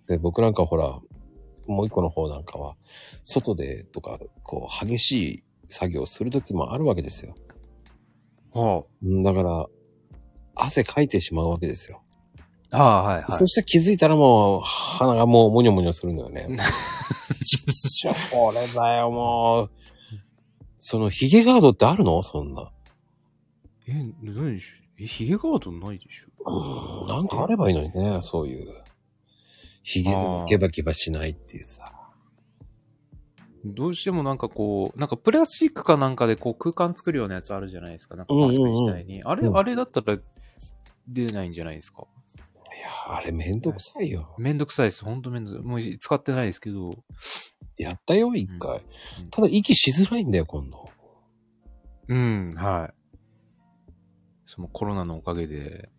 で、僕なんかほら、もう一個の方なんかは、外でとか、こう、激しい作業する時もあるわけですよ。はあ。だから、汗かいてしまうわけですよ。 ああ、はいはい。 そして気づいたらもう、鼻がもうモニョモニョするんだよね。ちょ、これだよ、もう。その、ヒゲガードってあるの？そんな。 え、何でしょう？え、ヒゲガードないでしょ？うん、なんかあればいいのにね、そういう。ヒゲでもケバケバしないっていうさ。 どうしてもなんかこう、なんかプラスチックかなんかでこう空間作るようなやつあるじゃないですか。なんかマスク自体に。うんうんうん、あれ、うん、あれだったら出ないんじゃないですか。 いや、あれめんどくさいよ。 めんどくさいです。ほんとめんどくさい。もう使ってないですけど。 やったよ、一回、うん。ただ息しづらいんだよ、今度。 うん、はい。そのコロナのおかげで。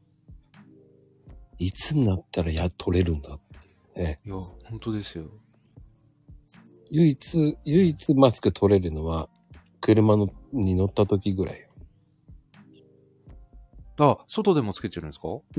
いつになったらやっと取れるんだって、ね。 いや、本当ですよ。 唯一、唯一マスク取れるのは、車のに乗った時ぐらい。 あ、外でもつけてるんですか？ うん。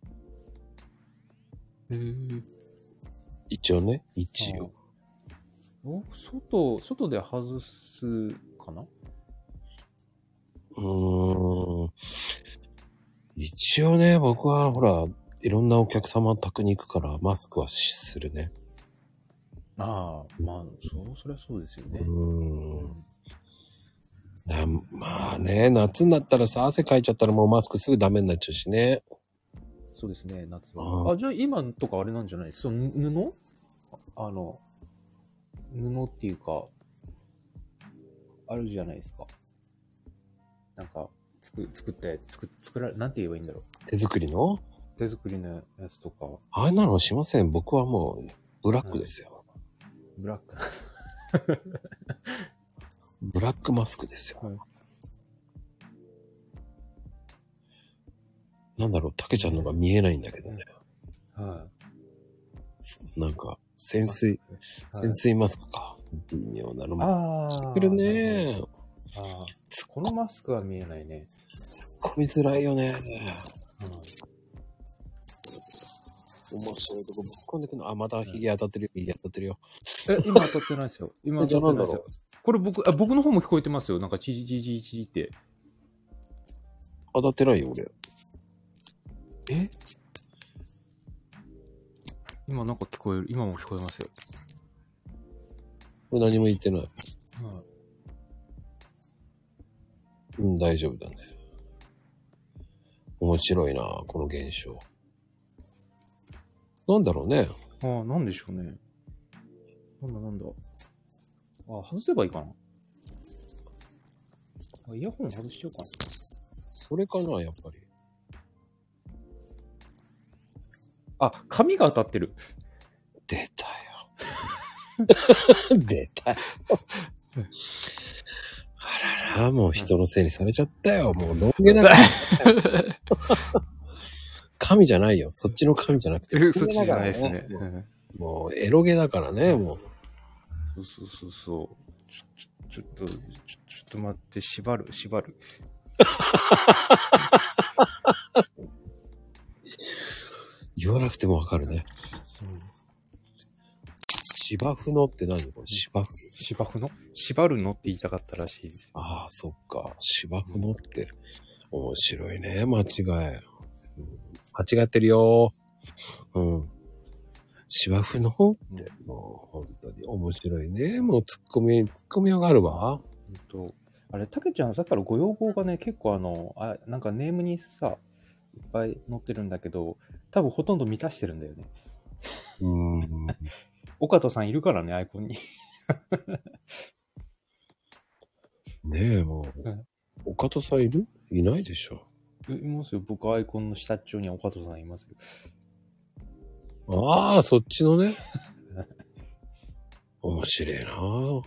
へー。 一応ね、一応。 お、外、外で外すかな？ うーん。一応ね、僕はほら、いろんなお客様宅に行くからマスクはするね。 ああ、まあ、そう、そりゃそうですよね。 うーん。まあね、夏になったらさ、汗かいちゃったらもうマスクすぐダメになっちゃうしね。 そうですね、夏は。あ、じゃあ今とかあれなんじゃないですか？布？あの、布っていうか、あるじゃないですか。なんか、つく、作って、つく、作られ、なんて言えばいいんだろう。 手作りの？ 手作りのやつとか。 あれなのしません。僕はもう、ブラックですよ。 うん、ブラックブラックマスクですよ。はい、なんだろう、たけちゃんのが見えないんだけどね。はい。なんか、潜水、潜水マスクか。微妙なのも。 ああ。 してるね。 ああ。このマスクは見えないね。 突っ込みづらいよね。うん。面白いとこぶっ込んでくの。あ、またヒゲ当たってるよ。ヒゲ当たってるよ。 え、今当たってないですよ。今当たってないですよ。これ僕、あ、僕の方も聞こえてますよ。なんかチリチリチリチリって。 当たってないよ、俺。 え？今なんか聞こえる。今も聞こえますよ。 これ何も言ってない。うん、うん、大丈夫だね。面白いな、この現象。なんだろうね。 ああ、なんでしょうね。なんだなんだ。あ、外せばいいかな。あ、イヤホン外しようかな。 それかな、やっぱり。 あ、髪が当たってる。 出たよ。 出た。あらら、もう人のせいにされちゃったよ。もうロン毛だから。神じゃないよ。そっちの神じゃなくて。 そっちじゃないですね。 もうエロ毛だからね、もう。 そうそうそうそう。ちょ、ちょ、ちょっと、ちょ、ちょっと待って、縛る、縛る。 言わなくてもわかるね。うん、芝生のって何？これ芝生？ 芝生の？縛るのって言いたかったらしいです。 ああ、そっか。芝生のって面白いね。間違い。うん、間違ってるよ。うん。芝生のって、もう本当に面白いね。もうツッコミ、ツッコミよがあるわ。 本当。あれ、たけちゃんさっきからご要望がね、結構あの、あ、なんかネームにさ、いっぱい載ってるんだけど、多分ほとんど満たしてるんだよね。 うーん。 岡戸さんいるからね、アイコンに。 ねえ、もう。うん、岡戸さんいる？いないでしょ。 いますよ。僕アイコンの下っちょに岡戸さんいますよ。 ああ、そっちのね。面白いなぁ。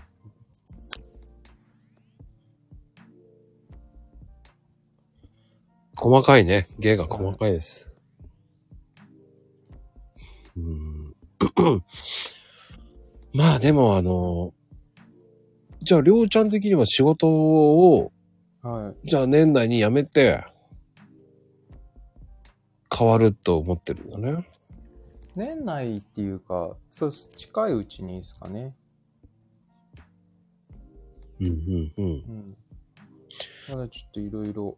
細かいね。芸が細かいです。うーんまあでもあの、じゃありょうちゃん的には仕事を、はい、じゃあ年内に辞めて、変わると思ってるんだね。 年内っていうか、そう、近いうちにですかね。 うんうんうん。うん、 まだちょっといろいろ、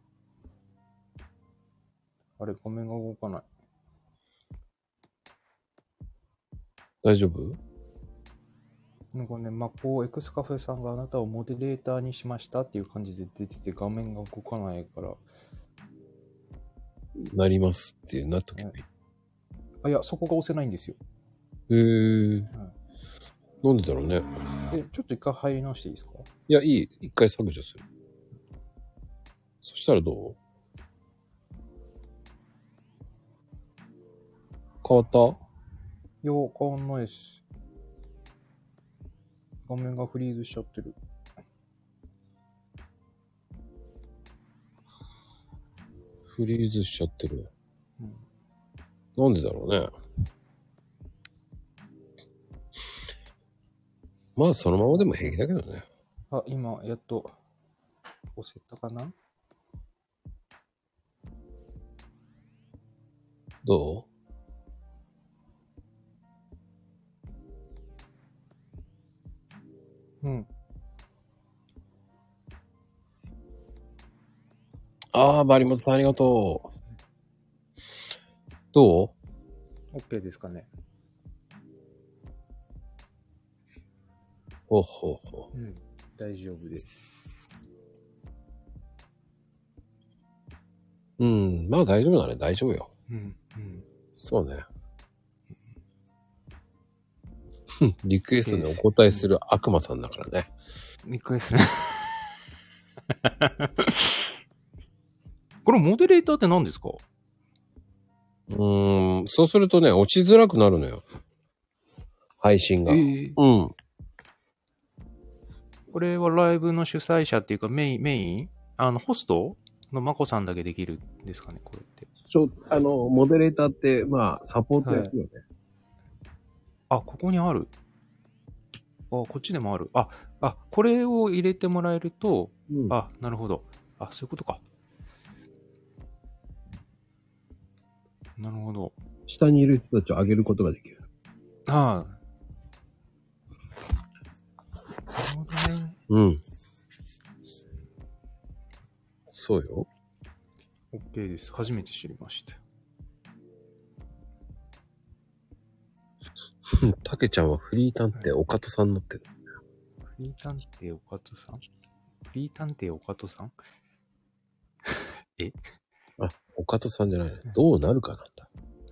あれ、画面が動かない。 大丈夫？ なんかね、マコエクスカフェさんがあなたをモデレーターにしましたっていう感じで出てて、画面が動かないから。 なりますってなっとけばいい。 あ、いや、そこが押せないんですよ。 へー。はい、なんでだろうね。 え、ちょっと一回入り直していいですか？ いや、いい。一回削除する。そしたらどう？変わった？ いや、変わんないです。画面がフリーズしちゃってる。 フリーズしちゃってる。うん、なんでだろうね。まあ、そのままでも平気だけどね。 あ、今、やっと、押せたかな？ どう？ うん。 ああ、バリモトさんありがとう。どう？ OK ですかね。 ほうほうほう。うん。大丈夫です。 うん。まあ大丈夫だね。大丈夫よ。 うん。うん。 そうね。リクエストにお答えする悪魔さんだからね。 リクエストね。これモデレーターって何ですか？ うーん、そうするとね、落ちづらくなるのよ。配信が。えー、うん。 これはライブの主催者っていうかメイン、メインあの、ホストのマコさんだけできるんですかね、これって。 ちょ、あの、モデレーターって、まあ、サポートやるよね。はい、 あ、ここにある。あ、こっちでもある。あ、あ、これを入れてもらえると、うん、あ、なるほど。あ、そういうことか。なるほど。 下にいる人たちを上げることができる。 ああ。なるほどね。 うん。そうよ。 OK です。初めて知りました。 たけちゃんはフリー探偵岡戸さんになってる。 フリー探偵岡戸さん？フリー探偵岡戸さんえあ、岡戸さんじゃないね。どうなるかなんだ。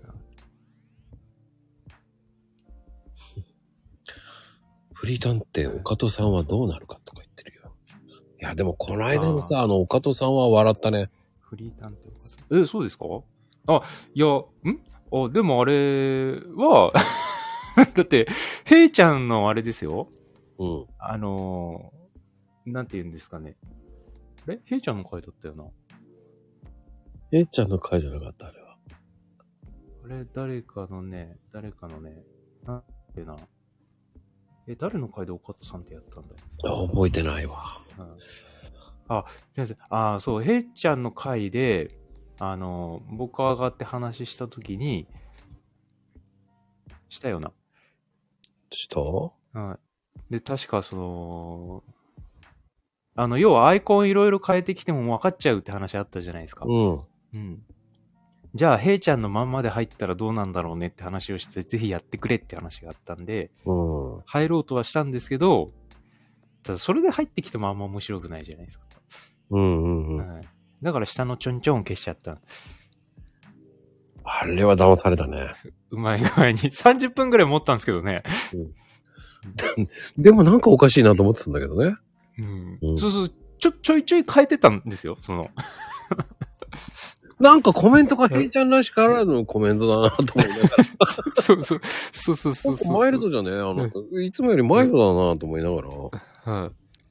フリー探偵岡戸さんはどうなるかとか言ってるよ。いや、でもこの間のさ、あ, あの岡戸さんは笑ったね。 フリー探偵岡戸さん。え、そうですか？あ、いや、んあ、でもあれは、 だって、ヘイちゃんのあれですよ。 うん。 あのー、なんて言うんですかね。あれヘイちゃんの回だったよな。 えいちゃんの回じゃなかった、あれは。 あれ、誰かのね、誰かのね、なんていうな。え、誰の回で岡田さんってやったんだよ。 覚えてないわ。 うん、あ、すみません。あ、そう、ヘイちゃんの回で、あの、僕が上がって話したときに、したよな。 したはい。で、確かその、あの、要はアイコンいろいろ変えてきても分かっちゃうって話あったじゃないですか。 うん。 うん。じゃあ、ヘイちゃんのまんまで入ったらどうなんだろうねって話をして、ぜひやってくれって話があったんで、 うん。 入ろうとはしたんですけど、ただそれで入ってきてもあんま面白くないじゃないですか。 うんうんうん。 はい。だから下のちょんちょん消しちゃった。 あれは騙されたね。 うまい具合に。さんじゅっぷんぐらい持ったんですけどね。 うん、でもなんかおかしいなと思ってたんだけどね。 うん。 うん、 そうそう、ちょ、ちょいちょい変えてたんですよ、その。 なんかコメントがヘイちゃんらしからのコメントだなと思いながら。 そうそう、そうそうそうそう。 マイルドじゃねあの、うん、いつもよりマイルドだなと思いながら。 はい。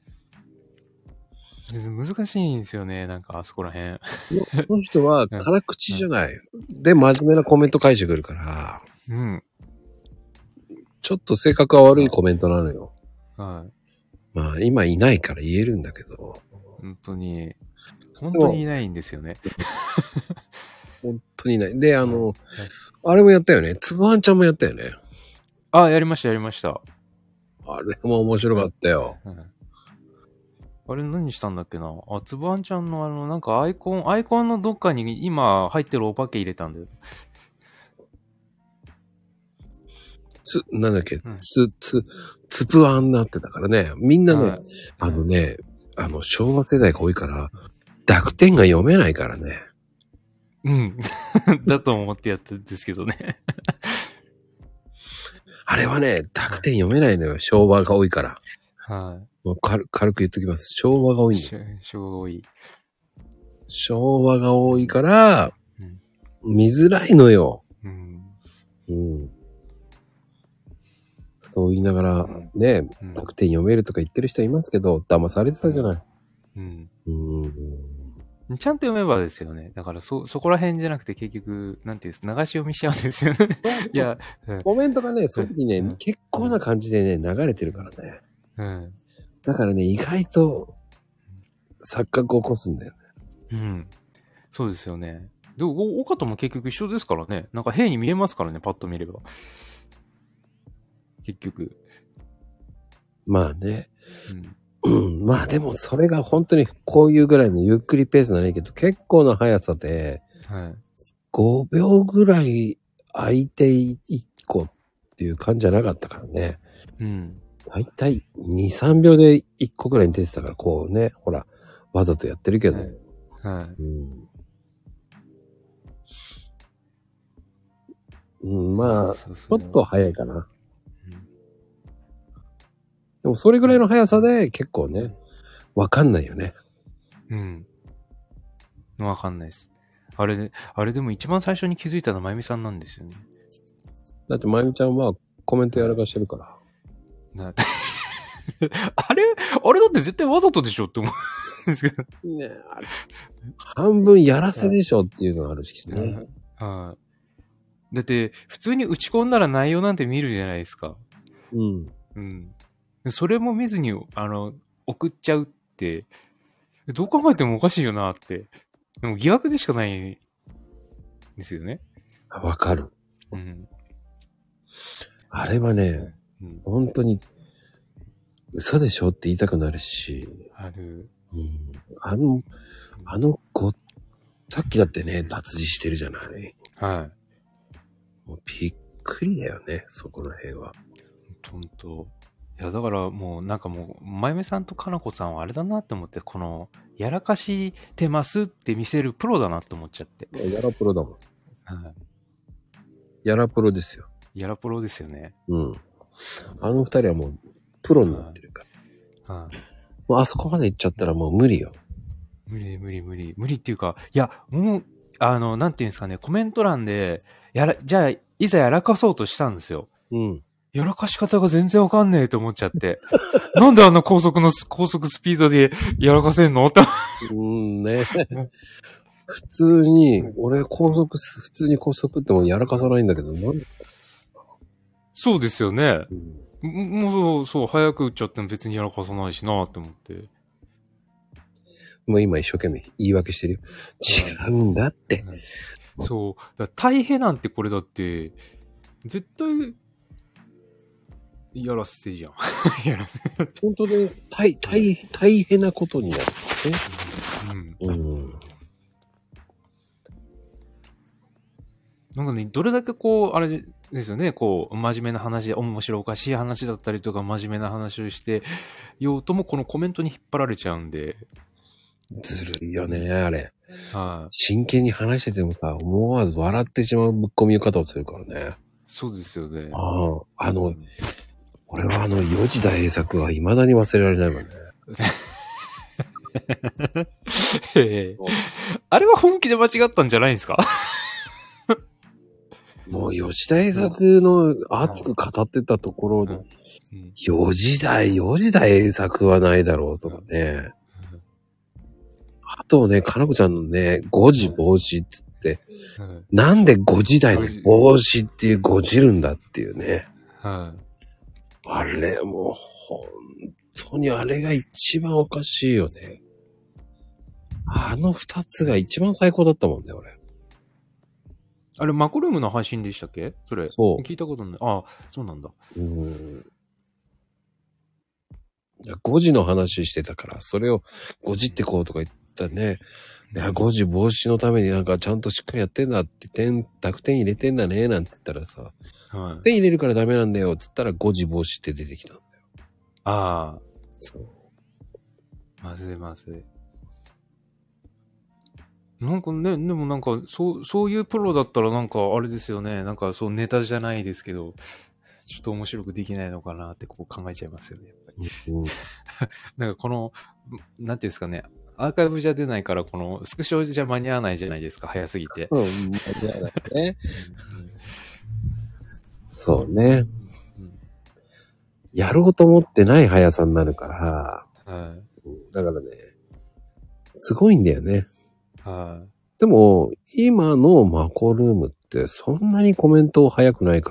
難しいんですよね、なんかあそこら辺。 この人は辛口じゃない。で、真面目なコメント返してくるから。 うん。 ちょっと性格が悪いコメントなのよ。 はい。 まあ、今いないから言えるんだけど。 本当に、本当にいないんですよね。 本当にいない。で、あの、はい、あれもやったよね。つぶあんちゃんもやったよね。 あ、やりました、やりました。 あれも面白かったよ。 うん、あれ何したんだっけなあ、つぶあんちゃんのあの、なんかアイコン、アイコンのどっかに今入ってるお化け入れたんだよ。 つ、なんだっけ、うん、つ、つ、つぶあんになってたからね。みんなね、はい、あのね、あの、昭和世代が多いから、濁点が読めないからね。 うん。だと思ってやってるんですけどね。 あれはね、濁点読めないのよ。昭和が多いから。 はい。 もう軽軽く言っときます。昭和が多いんだよ。 昭和が多い。 昭和が多いから、うん、見づらいのよ。うん。うん。そう言いながら、ね、うん、濁点読めるとか言ってる人いますけど、騙されてたじゃない。うん。 うん。ちゃんと読めばですよね。だからそ、そこら辺じゃなくて結局、なんていうんです、流し読みしちゃうんですよね。いや、 コメントがね、その時ね、うん、結構な感じでね、流れてるからね。うん。だからね、意外と錯覚を起こすんだよね。 うん。そうですよね。でも、岡とも結局一緒ですからね。なんか変に見えますからね、パッと見れば。結局。 まあね。うん。うん、まあでもそれが本当にこういうぐらいのゆっくりペースならいいけど、結構な速さで、はい、ごびょうぐらい空いていっこっていう感じじゃなかったからね。うん。だいたいに、さんびょうでいっこぐらいに出てたから、こうね、ほら、わざとやってるけど。はい。はい、うん。うん、まあ、そうそうそう、ちょっと早いかな。でもそれぐらいの速さで結構ね、わかんないよね。 うん。わかんないです。あれ、あれでも一番最初に気づいたのはまゆみさんなんですよね。 だってまゆみちゃんはコメントやらかしてるから。 なあれあれだって絶対わざとでしょって思うんですけど。ねえ、 あれ。半分やらせでしょっていうのがあるしね。 はい。だって普通に打ち込んだら内容なんて見るじゃないですか。うん。うん。それも見ずに、あの、送っちゃうって、どう考えてもおかしいよなって。でも疑惑でしかないんですよね。 わかる。うん。あれはね、うん、本当に、嘘でしょって言いたくなるし。ある。うん。あの、あの子、さっきだってね、脱字してるじゃない。はい。もうびっくりだよね、そこら辺は。 ほんと。いや、だからもうなんかもう、まゆめさんとかなこさんはあれだなって思って、この、やらかしてますって見せるプロだなって思っちゃって。 やらプロだもん。はい。やらプロですよ。 やらプロですよね。 うん。あの二人はもう、プロになってるから。はい。もうあそこまで行っちゃったらもう無理よ。 無理無理無理。無理っていうか、いや、もう、あの、なんていうんですかね、コメント欄で、やら、じゃあ、いざやらかそうとしたんですよ。うん。 やらかし方が全然わかんねえと思っちゃって。なんであんな高速の、高速スピードでやらかせんのって。 うんね。普通に、俺高速、普通に高速ってもやらかさないんだけど、なんでそうですよね。 うん、 もうそう、そう、早く打っちゃっても別にやらかさないしなって思って。 もう今一生懸命言い訳してるよ。違うんだって。 そう。だ大変なんてこれだって、絶対、やらせじゃん。やらせ。 本当に大、大、大変なことになるね。うん。うん。 なんかね、どれだけこう、あれですよね、こう、真面目な話、面白おかしい話だったりとか、真面目な話をしてようとも、このコメントに引っ張られちゃうんで。 ずるいよね、あれ。 はい。 真剣に話しててもさ、思わず笑ってしまうぶっ込み方をするからね。 そうですよね。 ああ、あの、うん、俺はあの、よじだ栄作は未だに忘れられないもんね。 あれは本気で間違ったんじゃないんですか？ もう吉田栄作の熱く語ってたところに、よじだ、よじだ栄作はないだろうとかね。あとね、かなこちゃんのね、ごじ帽子って言って、なんでごじ台に帽子っていうごじるんだっていうね。あれ、もう本当にあれが一番おかしいよね。あの二つが一番最高だったもんね、俺。 あれ、マコルームの配信でしたっけ？それ。 そう。 聞いたことない。ああ、そうなんだ。 うん。ごじの話してたから、それをごじってこうとか言ったね。いや、ごじ防止のためになんかちゃんとしっかりやってんだって、点、濁点入れてんだね、なんて言ったらさ、はい、点入れるからダメなんだよ、つったらごじ防止って出てきたんだよ。 ああ。 そう。 まずいまずい。なんかね、でもなんか、そう、そういうプロだったらなんかあれですよね。なんかそうネタじゃないですけど、ちょっと面白くできないのかなってこう考えちゃいますよね、やっぱり。うん、なんかこの、なんていうんですかね、アーカイブじゃ出ないから、このスクショじゃ間に合わないじゃないですか、早すぎて。 うん、間に合わないね。そうね、うん。やろうと思ってない速さになるから、はい、だからね、すごいんだよね。はい。でも、今のマコルームってそんなにコメント早くないから。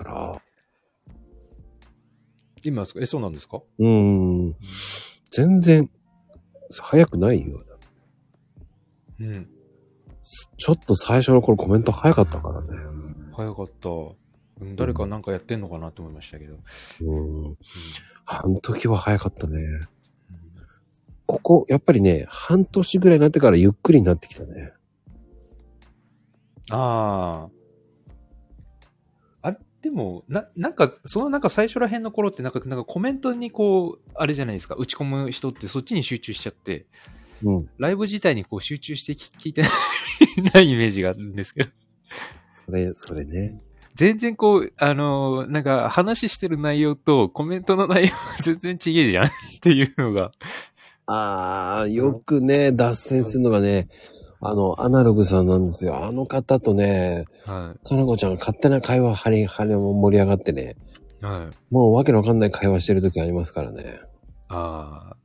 今ですか？え、そうなんですか？ うーん。全然、早くないよ。うん。ちょっと最初の頃コメント早かったからね。 早かった。うん、誰かなんかやってんのかなと思いましたけど。 うん。うん、あの時は早かったね。ここ、やっぱりね、半年ぐらいになってからゆっくりになってきたね。 ああ。あれ、でも、な、なんか、そのなんか最初ら辺の頃ってなんか、なんかコメントにこう、あれじゃないですか、打ち込む人ってそっちに集中しちゃって、うん。ライブ自体にこう集中して聞いてないイメージがあるんですけど。 それ、それね。 全然こう、あのー、なんか話してる内容とコメントの内容が全然違えじゃんっていうのが。 ああ、よくね、脱線するのがね、あの、アナログさんなんですよ。あの方とね、はい。かなこちゃんが勝手な会話、はり、はりも盛り上がってね、はい。もうわけのわかんない会話してる時ありますからね。ああ。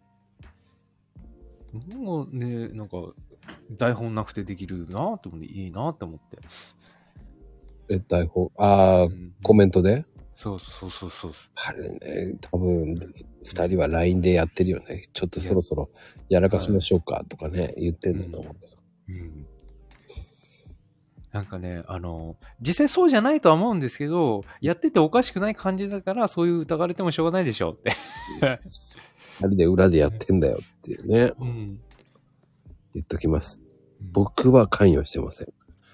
もうね、なんか、台本なくてできるなと思って、いいなと思って。 え、台本、ああ、うん、コメントで？ そうそうそうそう。 あれね、多分、二人は ライン でやってるよね。ちょっとそろそろやらかしましょうかとかね、はい、言ってんだと思うけど、うんうん。なんかね、あの、実際そうじゃないとは思うんですけど、やってておかしくない感じだから、そういう疑われてもしょうがないでしょうって。 あれで裏でやってんだよっていうね。うん、言っときます。僕は関与してません。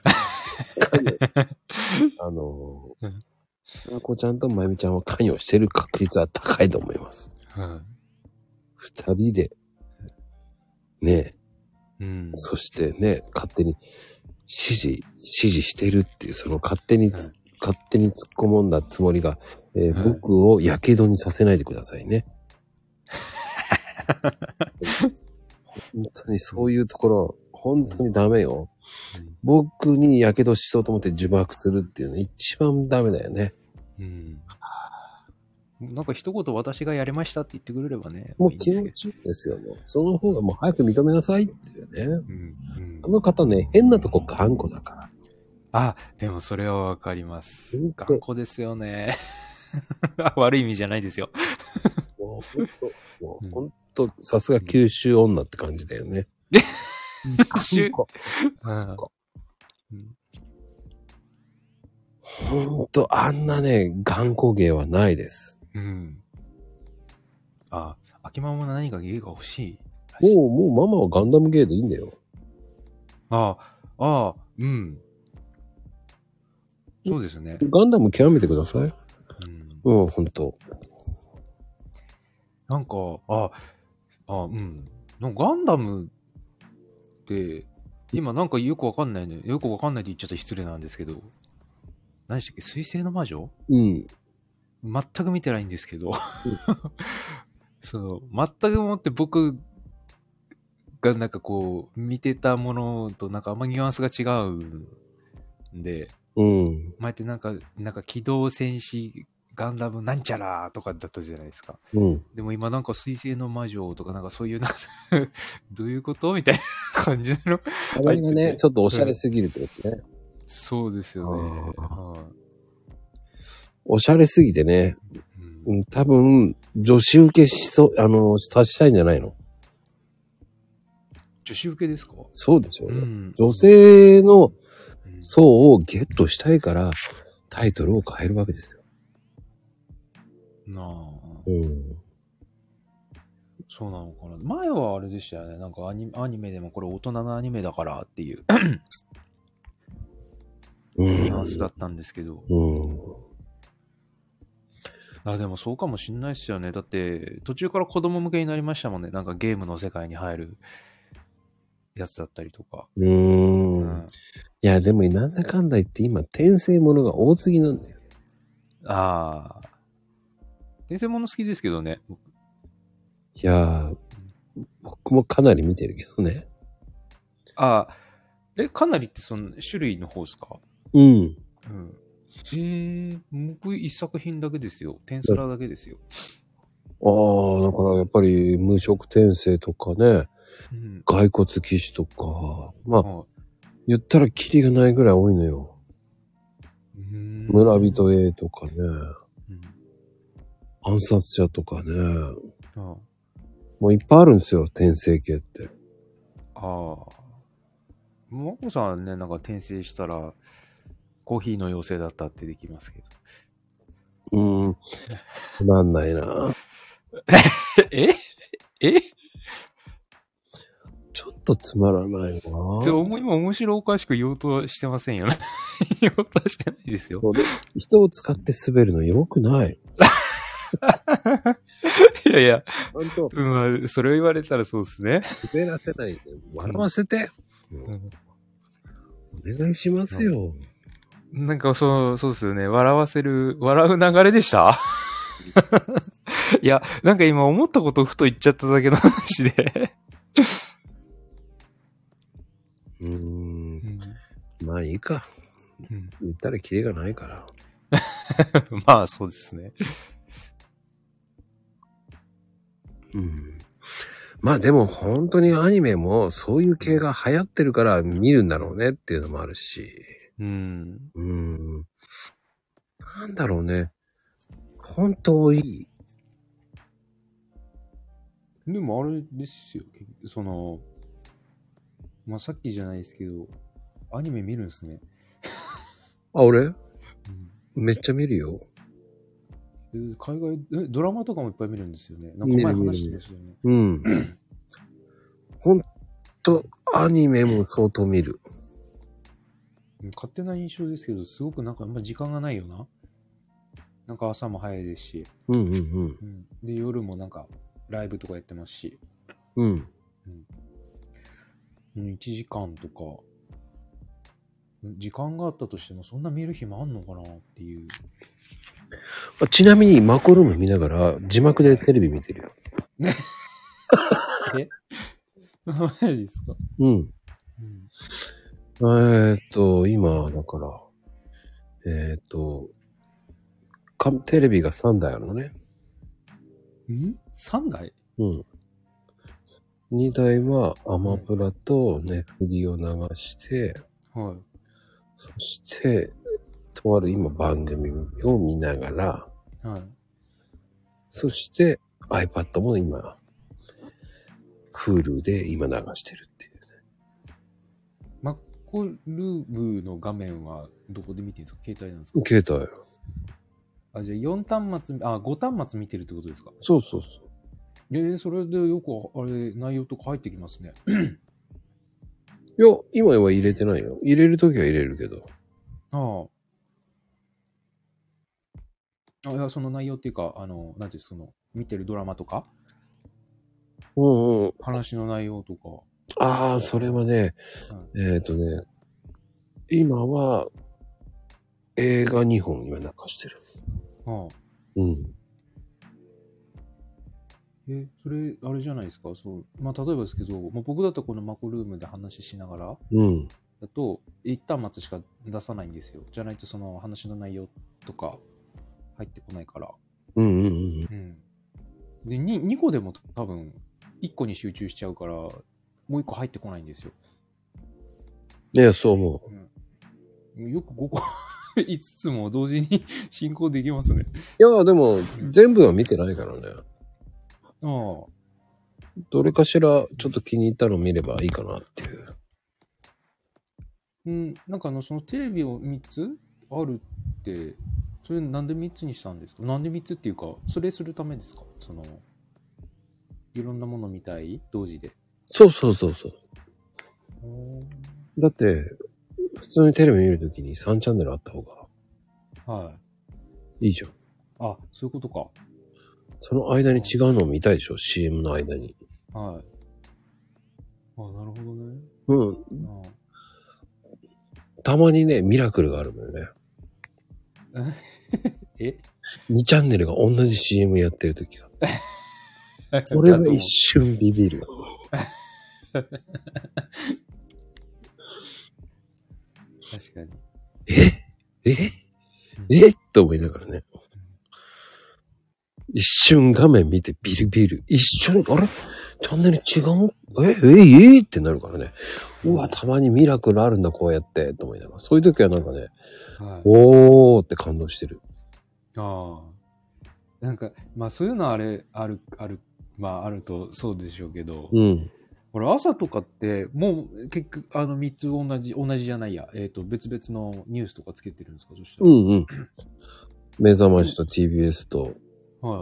あのー、かなこちゃんとまゆみちゃんは関与してる確率は高いと思います。はい。二人で、ねえ、うん。そしてね、勝手に指示、指示してるっていう、その勝手に、はい、勝手に突っ込もんだつもりが、えーはい、僕をやけどにさせないでくださいね。本当にそういうところ、本当にダメよ。うん、僕にやけどしそうと思って呪縛するっていうの一番ダメだよね。うん。 なんか一言私がやりましたって言ってくれればね。 もう気いいんですけど持ちいいですよ、もう。その方がもう早く認めなさいっていうね。 うんうんあの方ね、変なとこ頑固だから。 あ、でもそれはわかります。 ほんと頑固ですよね。悪い意味じゃないですよ。 もうほんと、もううんほんと、さすが九州女って感じだよね。 しゅ頑うん固うんほんと、あんなね、頑固芸はないです。 うん。あ、秋ママも何か芸が欲しい。 もう、もうママはガンダム芸でいいんだよ。 ああ、ああ、うん。そうですね。 ガンダム極めてください。 うん、 うん、ほんと。 なんか、あ、あ、うん。なんかガンダムって、今なんかよくわかんないね。よくわかんないって言っちゃったら失礼なんですけど。何でしたっけ水星の魔女うん。 全く見てないんですけど。その、全くもって僕がなんかこう、見てたものとなんかあんまニュアンスが違うんで、 うん。 前ってなんか、なんか機動戦士ガンダムなんちゃらとかだったじゃないですか。 うん。 でも今なんか水星の魔女とかなんかそういうなんかどういうことみたいな感じの。 あれがね、ちょっとおしゃれすぎるってことね。 そうですよね。 あーはいおしゃれすぎてね。 うんうん、多分、女子受けしそう、あの、達したいんじゃないの？ 女子受けですか？ そうですよね。 うん。 女性のうん層をゲットしたいから、タイトルを変えるわけですよ。 なあ。 うん。 そうなのかな。前はあれでしたよね。なんかアニアニメでもこれ大人のアニメだからっていううん。 ニュアンスだったんですけど。 うん。 あ、でもそうかもしんないっすよね。だって途中から子供向けになりましたもんね。なんかゲームの世界に入るやつだったりとか。 うーん。 うんいや、でもなんだかんだ言って今、転生ものが多すぎなんだよ。 ああ。転生もの好きですけどね。 いやー、僕もかなり見てるけどね。 ああ。え、かなりってその種類の方ですか？ うん。 うん。えー、僕一作品だけですよ。テンスラだけですよ。 ああ、だからやっぱり無色転生とかね、 うん。 骸骨騎士とか、まあ、 は言ったらキリがないぐらい多いのよ。 い、うーん村人 A とかね、 うん。 暗殺者とかね、 あもういっぱいあるんですよ、転生系って。 あ。ああ。マコさんはね、なんか転生したら、コーヒーの妖精だったってできますけど。 うーん、つまんないな。 ええちょっとつまらないな。 って思い今面白おかしく言おうとしてませんよね。言おうとしてないですよ。 そうで人を使って滑るの良くない。 いやいや、 ちゃんとまあ、それを言われたらそうですね。 滑らせないで、笑わせて。うんお願いしますよ。 なんかそう、そうですよね。笑わせる、笑う流れでしたいや、なんか今思ったことをふと言っちゃっただけの話で。 うーん。 うんまあいいか。 うん言ったらキリがないから。 まあそうですね。 うん。まあでも本当にアニメもそういう系が流行ってるから見るんだろうねっていうのもあるし。 うん。 うーん。なんだろうね。本当いい。 でもあれですよ。その、まあさっきじゃないですけど、アニメ見るんですね。 あ、俺うんめっちゃ見るよ。 で海外え、ドラマとかもいっぱい見るんですよね。なんか前話してですよね。 うん。ほんと、アニメも相当見る。 勝手な印象ですけど、すごくなんかあんま時間がないよな。なんか朝も早いですし、 うんうんうん、で夜もなんかライブとかやってますし、 うん。うん。 うん、いちじかんとか、時間があったとしてもそんな見る暇あんのかなっていう。 ちなみにマコルーム見ながら字幕でテレビ見てるよ。 ね。えマジですか？ うん。 うんえーっと、今、だから、えーっと、かテレビがさんだいあるのね。 ん ?さん 台うん。にだいはアマプラとネフリを流して、 はい。 そして、とある今番組を見ながら、 はい。 そして iPad も今、Hulu で今流してるっていうね。 マッコルームの画面はどこで見てるんですか？携帯なんですか？ 携帯。 あ、じゃあよん端末、あ、ご端末見てるってことですか？ そうそうそう。 えー、それでよく、あれ、内容とか入ってきますね。 いや、今は入れてないよ。入れるときは入れるけど。 ああ。あ、いや、その内容っていうか、あの、なんていうその、見てるドラマとかうんうん。 話の内容とか。 ああ、それはね、 うん、 えっとね、今は映画にほん今流してる。 ああ。 うん。 え、それ、あれじゃないですか。そう。まあ、例えばですけど、まあ、僕だとこのマコルームで話しながら、 うん。 だと、一端末しか出さないんですよ。じゃないとその話の内容とか入ってこないから。 うんうんうん。 うん。で、ににこでも多分、いっこに集中しちゃうから、もういっこ入ってこないんですよ。 いや、そう思うん。よくごこ、いつつも同時に進行できますね。 う。いや、でも、全部は見てないからね。 ああ。 どれかしら、ちょっと気に入ったの見ればいいかなっていう。 うん、なんかあの、そのテレビをみっつあるって、それなんでみっつにしたんですか？なんでみっつっていうか、それするためですか？その、いろんなもの見たい同時で。 そうそうそうそう。 おだって、普通にテレビ見るときにさんチャンネルあった方がはい。 いいじゃん。 あ、そういうことか。 その間に違うのを見たいでしょ？ シーエム の間に。 はい。あ、なるほどね。 うん。 あたまにね、ミラクルがあるのよね。 えにチャンネルが同じ シーエム やってるときが。それは一瞬ビビるよ。 確かに。 えええと思いながらね。一瞬画面見てビルビル。一瞬、あれチャンネル違うえええってなるからね。うわ、たまにミラクルあるんだ、こうやって。と思いながら。そういう時はなんかね、はい、おーって感動してる。 ああ。なんか、まあそういうのはあれ、ある、ある、まああるとそうでしょうけど。 うん。 これ朝とかって、もう結局、あのみっつ同じ、同じじゃないや。えっと、別々のニュースとかつけてるんですか？そしたら。 うんうん。目覚ましと ティービーエス と、 はい。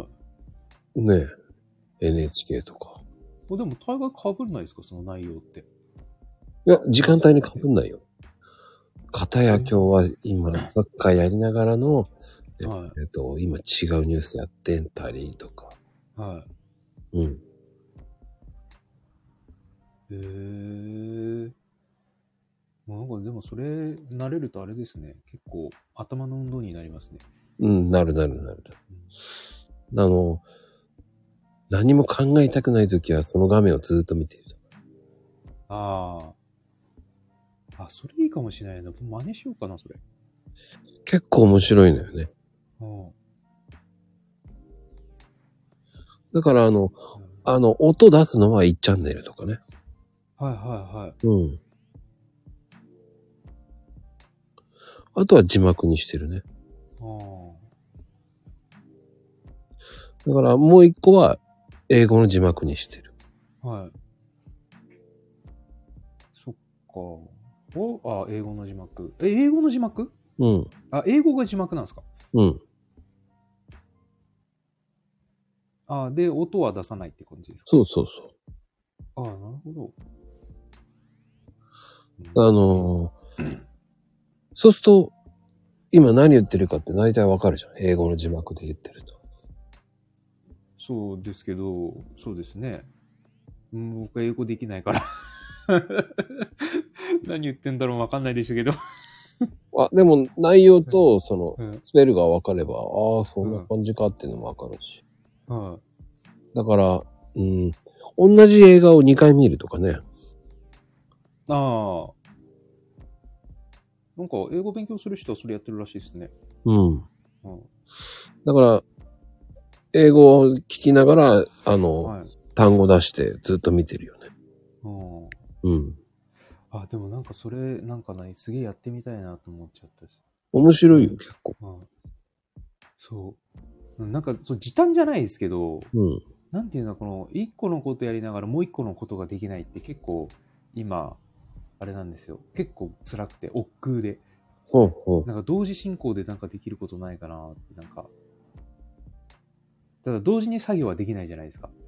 ねえ、エヌエイチケー とか。 でも大概被んないですか？その内容って。 いや、時間帯に被んないよ。片や今日は今、サッカーやりながらの、はい、えっと、今違うニュースやってんたりとか。 はい。 うん。 へー。なんかでもそれ、慣れるとあれですね。結構頭の運動になりますね。 うん、なるなるなる。うん、あの、何も考えたくないときはその画面をずっと見ている。 ああ。あ、それいいかもしれないな。真似しようかな、それ。 結構面白いのよね。 うん、 だからあの、うん、あの、音出すのはいちチャンネルとかね。 はいはいはい。 うん。あとは字幕にしてるね。ああ。だからもう一個は英語の字幕にしてる。 はい。そっか。お、あ、英語の字幕。え、英語の字幕？ うん。 あ、英語が字幕なんですか？ うん。 あ、で、音は出さないって感じですか？ そうそうそう。ああ、なるほど。 あのー、そうすると、今何言ってるかって大体わかるじゃん。英語の字幕で言ってると。 そうですけど、そうですね。うん、僕は英語できないから。何言ってんだろうわかんないでしょうけど。 あ、でも内容と、その、うん、スペルがわかれば、ああ、そんな感じかっていうのもわかるし。うん。だから、うん、同じ映画をにかい見るとかね。 ああ。なんか、英語勉強する人はそれやってるらしいですね。 うん。うん、だから、 英語を聞きながら、あの、 はい。 単語出してずっと見てるよね。 うん。 うん。 あ、でもなんかそれ、なんかない、すげえやってみたいなと思っちゃったし。 面白いよ、結構。 うん。そう。なんか、そう、時短じゃないですけど、 うん。 なんていうの、この、一個のことやりながらもう一個のことができないって結構、今、あれなんですよ。結構辛くて、億劫で。 ほうほう。 なんか同時進行でなんかできることないかなって、なんか。ただ同時に作業はできないじゃないですか。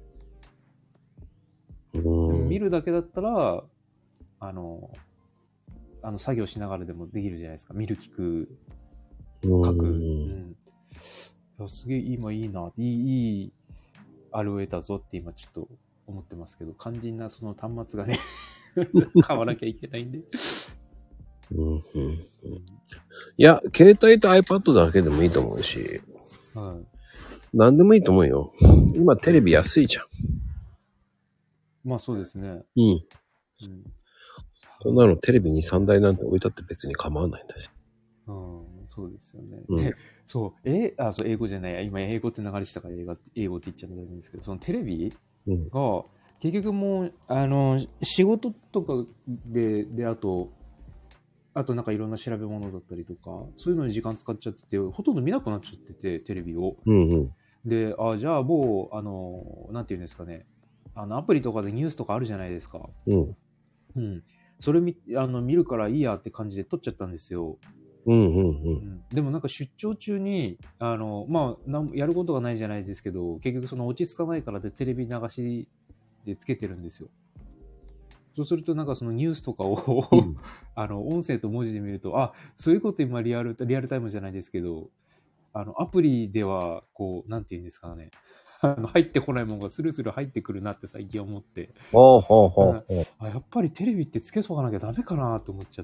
うん。 見るだけだったら、あの、あの作業しながらでもできるじゃないですか。見る、聞く、書く。 う。 うんん。いや、すげえ今いいな、いい、いい、あれを得たぞって今ちょっと思ってますけど、肝心なその端末がね、買わなきゃいけないんで。 うんうんうん、いや、携帯と iPad だけでもいいと思うし、 はい。 何でもいいと思うよ。今テレビ安いじゃん。 まあそうですね。 うん。 うん。 そんなのテレビにさんだいなんて置いたって別に構わないんだし。 うん、そうですよね。 うんで、そう、え、あ、そう、英語じゃないや。今、英語って流れしたから英語って英語って言っちゃうんですけど、そのテレビうん。 が、結局もう、あの、仕事とかで、で、あと、あとなんかいろんな調べ物だったりとか、そういうのに時間使っちゃってて、ほとんど見なくなっちゃってて、テレビを。 うんうん。 で、あ、じゃあもう、あの、なんていうんですかね。あの、アプリとかでニュースとかあるじゃないですか。 うん。 うん。それ見、あの、見るからいいやって感じで撮っちゃったんですよ。 うんうんう。 うんん。でもなんか出張中に、あの、まあ、なんやることがないじゃないですけど、結局その落ち着かないからでテレビ流しでつけてるんですよ。そうするとなんかそのニュースとかを、 うんあの、音声と文字で見ると、あ、そういうこと今リアル、リアルタイムじゃないですけど、あの、アプリでは、こう、なんて言うんですかね。あの入ってこないものがスルスル入ってくるなって最近思って。 ほうほうほうほう。 あ、やっぱりテレビってつけとかなきゃダメかなと思っちゃって。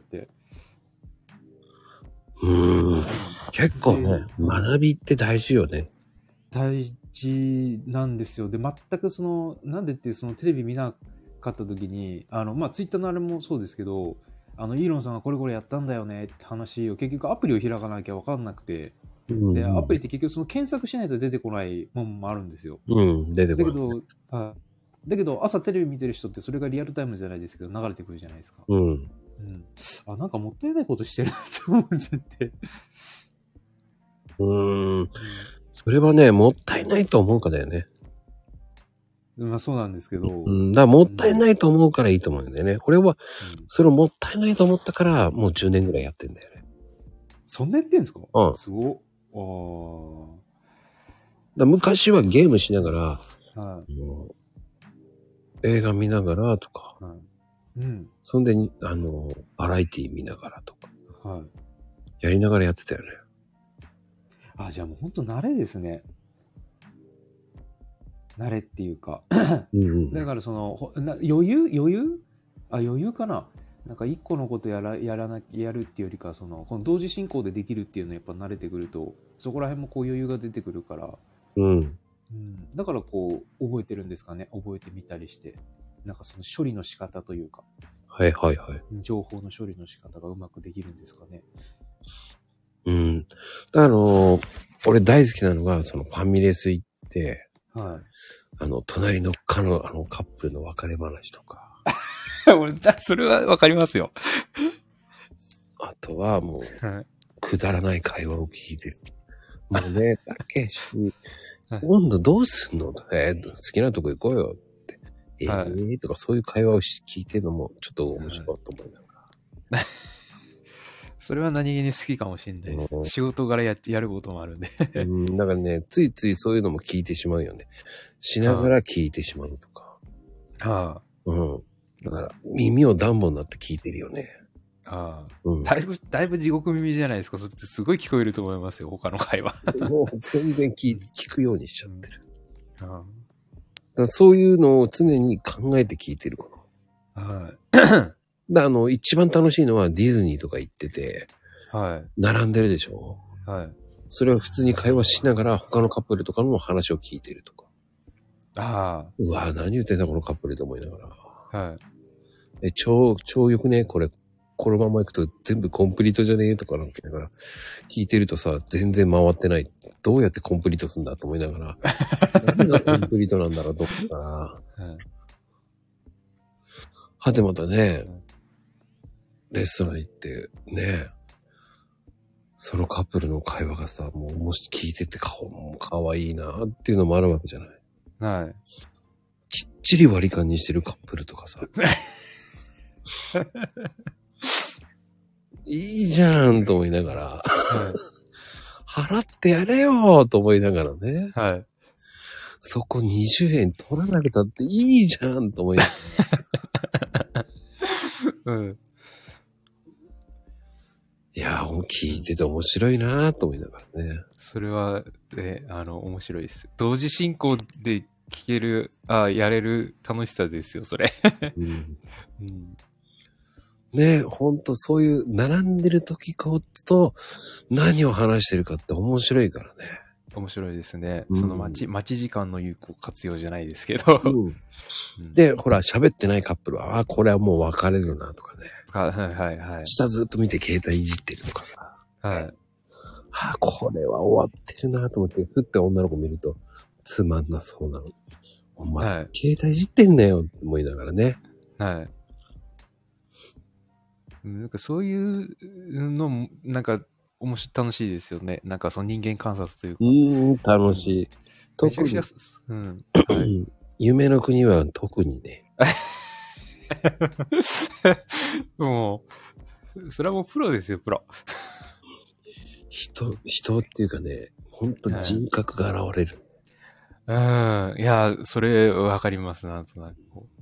うーん。結構ね、 で学びって大事よね。 大事なんですよ。で、全くその、なんでってそのテレビ見なかった時に、あの、まあ、ツイッターのあれもそうですけど、あの、イーロンさんがこれこれやったんだよねって話を結局アプリを開かなきゃ分かんなくて、 うん、 で、アプリって結局その検索しないと出てこないもんもあるんですよ。 うん、出てこない。 だけど、あだけど朝テレビ見てる人ってそれがリアルタイムじゃないですけど流れてくるじゃないですか。 うん。 うん。あ、なんかもったいないことしてるなと思っちゃって。 うーん。それはね、もったいないと思うかだよね。 まあそうなんですけど。 うん。だからもったいないと思うからいいと思うんだよね。俺は、それをもったいないと思ったから、もうじゅうねんぐらいやってんだよね。 そんなやってんですか？ うん。 すごっ。ああ。 だ昔はゲームしながら、 はい。 もう映画見ながらとか、 はい。うん。 そんで、あの、バラエティ見ながらとか、 はい。 やりながらやってたよね。 あ、じゃあもうほんと慣れですね。慣れっていうか。 うんうん。 だからその、ほな余裕余裕あ、余裕かな。なんか一個のことやら、やらな、やるっていうよりか、その、この同時進行でできるっていうのやっぱ慣れてくると、そこら辺もこう余裕が出てくるから、 うん。 うん、だからこう、覚えてるんですかね。覚えてみたりして。なんかその処理の仕方というか、 はいはいはい。 情報の処理の仕方がうまくできるんですかね。 うん。だからあの、俺大好きなのが、そのファミレス行って、 はい。 あの、隣のかの、あの、カップルの別れ話とか。 俺、それはわかりますよ。 あとはもう、 はい。 くだらない会話を聞いてる。もうね、だけし、 はい今度どうすんのえー、好きなとこ行こうよって。えはいーとかそういう会話をし聞いてるのもちょっと面白いと思いながら。 それは何気に好きかもしれないです。仕事柄ややることもあるんで。 うん、だからね、ついついそういうのも聞いてしまうよね。しながら聞いてしまうとか。 あうん。だから、耳を暖房になって聞いてるよね。 あ、ああ。 うん。 だいぶ、だいぶ地獄耳じゃないですか。それってすごい聞こえると思いますよ。他の会話。 もう全然聞いて、聞くようにしちゃってる。 あだからそういうのを常に考えて聞いてるかあ、はい。 ら。だあの、一番楽しいのはディズニーとか行ってて、 はい。 並んでるでしょ？ はい。 それを普通に会話しながら他のカップルとかの話を聞いてるとか。 あうわぁ、何言ってんだこのカップルと思いながら。 あ、はい。 え、超、超よくねこれ。 このまま行くと全部コンプリートじゃねえとかなんかだから、聞いてるとさ、全然回ってない。どうやってコンプリートするんだと思いながら、何がコンプリートなんだろうと思ったら、 うん、 はてまたね、レストラン行って、ね、そのカップルの会話がさ、もうもし聞いてて顔も可愛いなっていうのもあるわけじゃない。 はい。 きっちり割り勘にしてるカップルとかさ。いいじゃんと思いながら、はい、払ってやれよと思いながらね。 はい。 そこにじゅうえん取らなくたっていいじゃんと思いながら。うん。いやー、聞いてて面白いなーと思いながらね。 それは、ね、あの、面白いです。同時進行で聞ける、あ、やれる楽しさですよ、それ。うんうん、ね、ほんとそういう並んでる時こと何を話してるかって面白いからね。 面白いですね。うん、その待ち、待ち時間の有効活用じゃないですけど。 うんうん、で、ほら、喋ってないカップルは、あ、これはもう別れるなとかね。 はいはいはい。 下ずっと見て携帯いじってるとかさ。 はい。 あ、これは終わってるなと思って、ふって女の子見ると、つまんなそうなの。お前、はい、携帯いじってんなよって思いながらね。 はい。なんかそういうのも、なんか、面白い、楽しいですよね。なんかその人間観察というか。 うーん、楽しい。 めちゃくちゃ、うん。はい、 夢の国は特にね。 もう、それはもうプロですよ、プロ。 人、人っていうかね、ほんと人格が現れる。 はい、うん。いや、それわかります、なんとなく。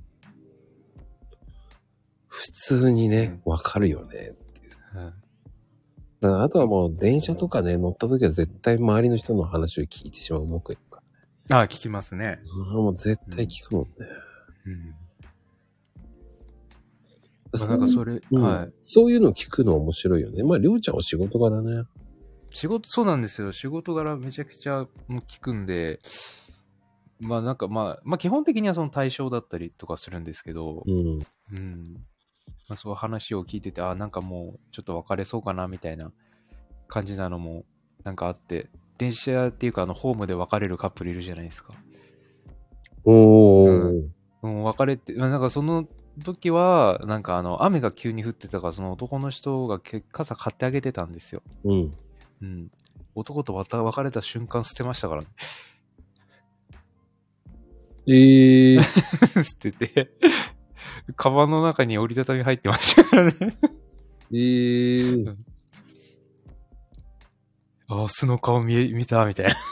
普通にね、わ、うん、かるよねっていう。うん、だからあとはもう電車とかね、乗った時は絶対周りの人の話を聞いてしまうもんから。 ああ、聞きますね。 ああ、もう絶対聞くもんね。うん。うんまあ、なんかそれ、 うん、 はい。 そういうの聞くの面白いよね。まあ、りょうちゃんは仕事柄ね。 仕事、そうなんですよ。仕事柄めちゃくちゃもう聞くんで、まあなんかまあ、まあ基本的にはその対象だったりとかするんですけど、 うん。うん。 まあそういう話を聞いてて、あ、なんかもうちょっと別れそうかなみたいな感じなのもなんかあって、電車っていうかあのホームで別れるカップルいるじゃないですか。 おー。 うん。別れて、まあなんかその、時は、なんかあの、雨が急に降ってたから、その男の人が傘買ってあげてたんですよ。 うん。 うん。男と別れた瞬間捨てましたからね。 えー。 捨てて、カバンの中に折りたたみ入ってましたからね。 えー。 ああ、素の顔見え、見たみたいな。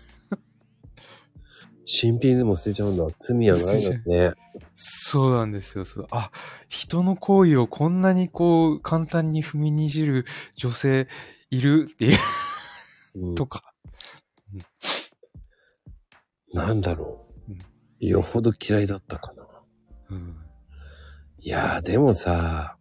新品でも捨てちゃうんだ。罪はないのね。 そうなんですよ。そう。あ、人の行為をこんなにこう、簡単に踏みにじる女性いるっていう、うん、とか、 うん。なんだろう、うん。よほど嫌いだったかな。うん、いやー、でもさ、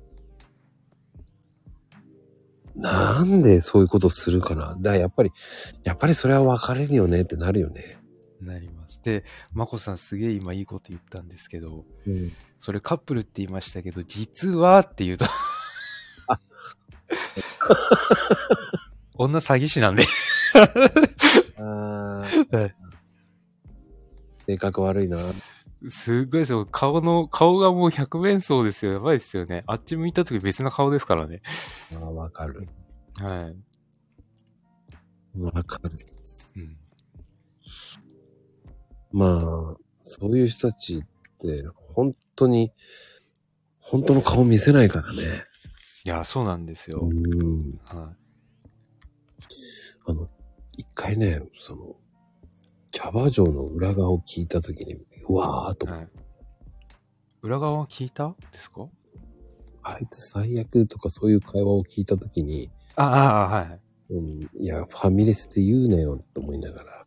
うん、なんでそういうことするかな。だからやっぱり、やっぱりそれは別れるよねってなるよね。 なります。で、まこさんすげえ今いいこと言ったんですけど、 うん、それカップルって言いましたけど、実はって言うと女詐欺師なんであ性格悪いな。 すごいですよ。顔の、顔がもう百面相ですよ。やばいですよね。あっち向いた時別な顔ですからね。 ああ、わかる。 はい。 わかる。うん。まあ、そういう人たちって本当に、本当の顔見せないからね。 いや、そうなんですよ。 うん。はい。あの、一回ね、その、キャバ嬢の裏側を聞いたときに、うわーっと、はい。 裏側を聞いたですか？ あいつ最悪とかそういう会話を聞いたときに、 ああ、はい。 うん、いや、ファミレスって言うなよと思いながら。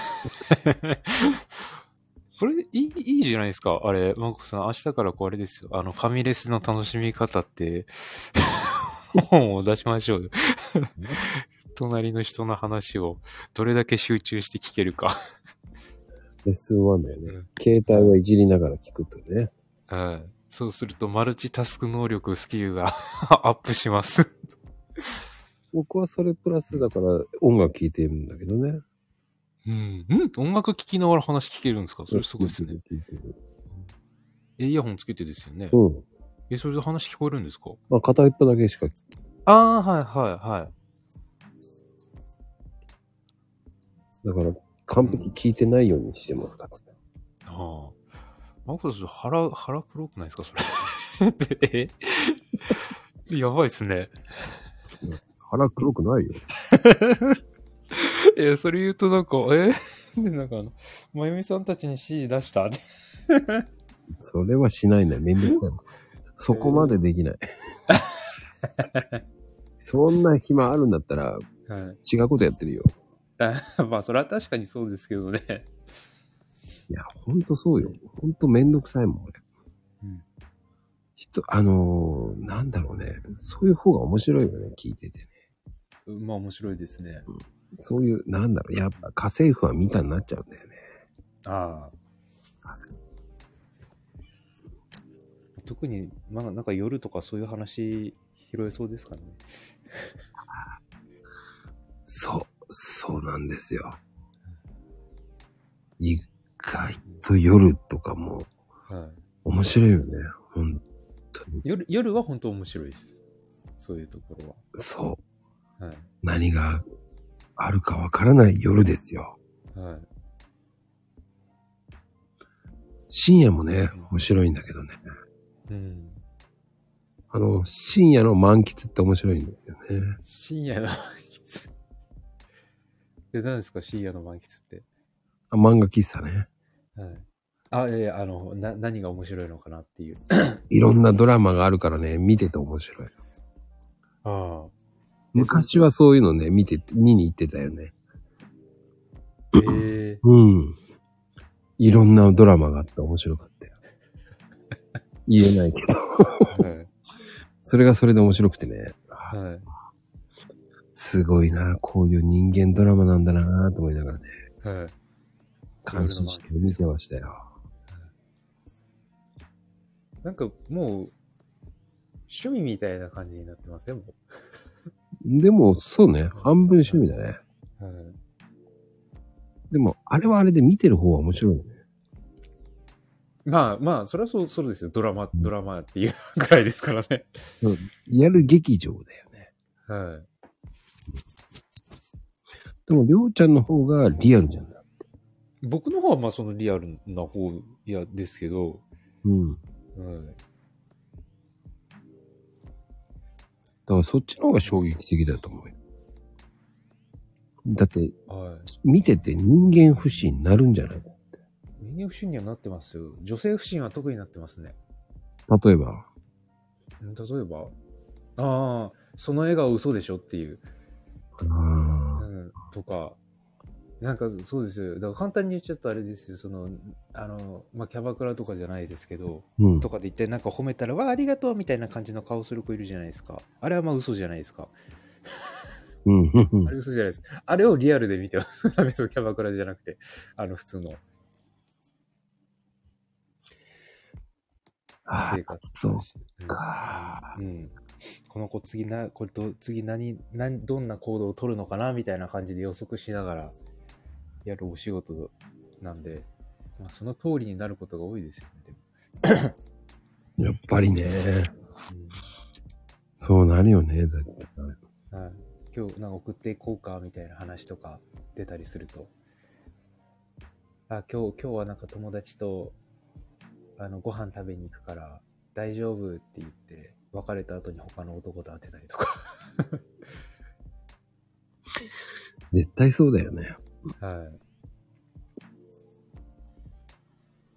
これいい、いいじゃないですか。あれ、マコさん、明日からこれですよ。あの、ファミレスの楽しみ方って、本を出しましょうよ。隣の人の話をどれだけ集中して聞けるか。 レッスンワンだよね、うん。携帯はいじりながら聞くとね。 はい。 そうするとマルチタスク能力スキルがアップします。 僕はそれプラスだから音楽聴いてるんだけどね。 うん。ん音楽聴きながら話聞けるんですか？それすごいですね。 聞いてる。 え、イヤホンつけてですよね。 うん。 え、それで話聞こえるんですか？ まあ、片一方だけしか。 ああ、はいはいはい。 だから、完璧聞いてないようにしてますからね。 ああ。マコさん、腹、腹黒くないですかそれ。えやばいっすね。 腹黒くないよ。 え、それ言うとなんか、えで、なんかあの、まゆみさんたちに指示出したって。 それはしないね。めんどくさいもん。そこまでできない。そんな暇あるんだったら、はい、違うことやってるよ。 まあ、それは確かにそうですけどね。 いや、ほんとそうよ。ほんとめんどくさいもん、俺。うん。人、あのー、なんだろうね。そういう方が面白いよね、聞いててね。 まあ、面白いですね。 うん、そういう、なんだろう、やっぱ家政婦は見たになっちゃうんだよね。 ああ。特に、まあ、なんか夜とかそういう話拾えそうですかね。 そう、そうなんですよ。意外と夜とかも、はい、面白いよね。本当に。 夜、夜は本当面白いです。そういうところは。 そう。はい、何があるかわからない夜ですよ。はい。深夜もね、面白いんだけどね。うん。あの、深夜の満喫って面白いんですよね。 深夜の満喫で、何ですか深夜の満喫って。 あ、漫画喫茶ね。 はい。あ、いやいや、あの、な、何が面白いのかなっていう。 いろんなドラマがあるからね、見てて面白い。ああ。昔はそういうのね、見て、見に行ってたよね。 へえー。 うん。いろんなドラマがあって面白かったよ。言えないけど。はい、それがそれで面白くてね。はい。すごいな、こういう人間ドラマなんだなぁと思いながらね。はい。感心して見てましたよ。 なんかもう、趣味みたいな感じになってますね、もう。 でも、そうね。半分趣味だね。はい。でも、あれはあれで見てる方は面白いよね。 まあまあ、それはそう、そうですよ。ドラマ、ドラマっていうぐらいですからね。 うん。やる劇場だよね。 はい。 でも、りょうちゃんの方がリアルじゃん。 僕の方はまあそのリアルな方いやですけど。うん。はい。 だからそっちの方が衝撃的だと思うよ。だって、はい、見てて人間不信になるんじゃないかって。 人間不信にはなってますよ。女性不信は特になってますね。 例えば例えばああ、その笑顔嘘でしょっていう。ああ、うん。とか。なんかそうですよ。だから簡単に言っちゃうとあれですよ。その、あの、まあ、キャバクラとかじゃないですけど、うん、とかで言ってなんか褒めたら、わあ、ありがとうみたいな感じの顔する子いるじゃないですか。あれはまあ嘘じゃないですか。うん、あれ嘘じゃないです。あれをリアルで見てます。キャバクラじゃなくて、あの普通の。生活。 そうか、 うん。うん。この子次な、これと次何、何、どんな行動を取るのかなみたいな感じで予測しながらやるお仕事なんで、まあ、その通りになることが多いですよね。やっぱりね、うん、そうなるよね、だって。 はい。今日なんか送っていこうかみたいな話とか出たりすると、あ、今日、今日はなんか友達とあのご飯食べに行くから大丈夫って言って別れた後に他の男と会ってたりとか絶対そうだよね。 はい。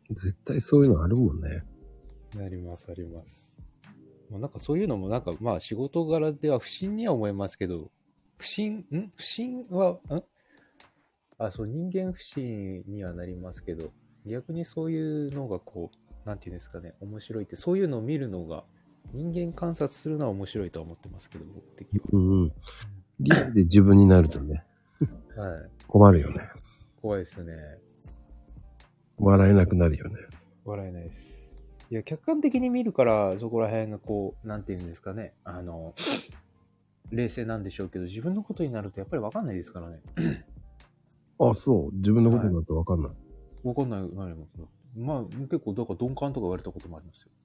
絶対そういうのあるもんね。 ありますあります。もうなんかそういうのもなんかまあ仕事柄では不審には思いますけど、不審ん不審はんあそう人間不信にはなりますけど、逆にそういうのがこうなんていうんですかね、面白いって、そういうのを見るのが人間観察するのは面白いとは思ってますけど、僕的には。うんうん。 リアルで自分になるとね。はい。困るよね。 怖いですね。 笑えなくなるよね。 笑えないです。 いや、客観的に見るから、そこら辺がこう、なんていうんですかね。あの、冷静なんでしょうけど、自分のことになるとやっぱりわかんないですからね。 あ、そう。自分のことになるとわかんない。 わかんない、なりますよ。まあ、結構、だから鈍感とか言われたこともありますよ。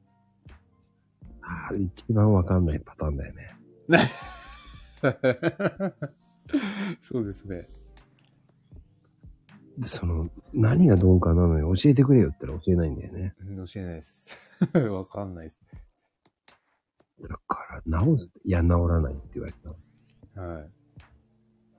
ああ、一番わかんないパターンだよね。 そうですね。 その、何が鈍感なのに教えてくれよって言ったら教えないんだよね。 うん、教えないです。わかんないです。 だから、直すいや、直らないって言われた。 はい。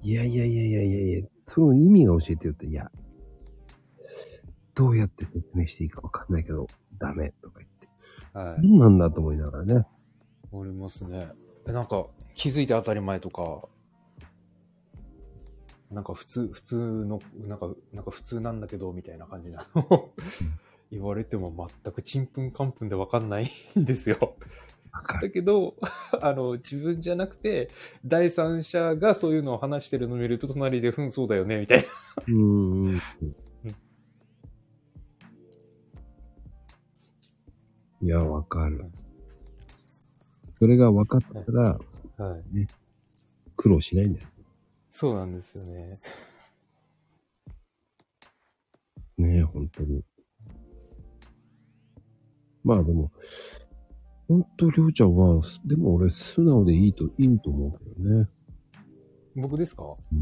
いやいやいやいやいやいや、その意味が教えてよって、いや、どうやって説明していいかわかんないけど、ダメとか言って。 はい。 何なんだと思いながらね。 おりますね。なんか、気づいて当たり前とか、なんか普通、普通の、なんか、なんか普通なんだけど、みたいな感じなのを言われても全くちんぷんかんぷんでわかんないんですよ。だけど、あの、自分じゃなくて、第三者がそういうのを話してるのを見ると、隣で、ふん、そうだよね、みたいな。 うーん。いや、わかる。それが分かったら、 はい。 ね、苦労しないんだよ。 そうなんですよね。 ねえ、本当に。まあでも、本当、りょうちゃんは、でも俺、素直でいいと、いいと思うけどね。 僕ですか？ うん。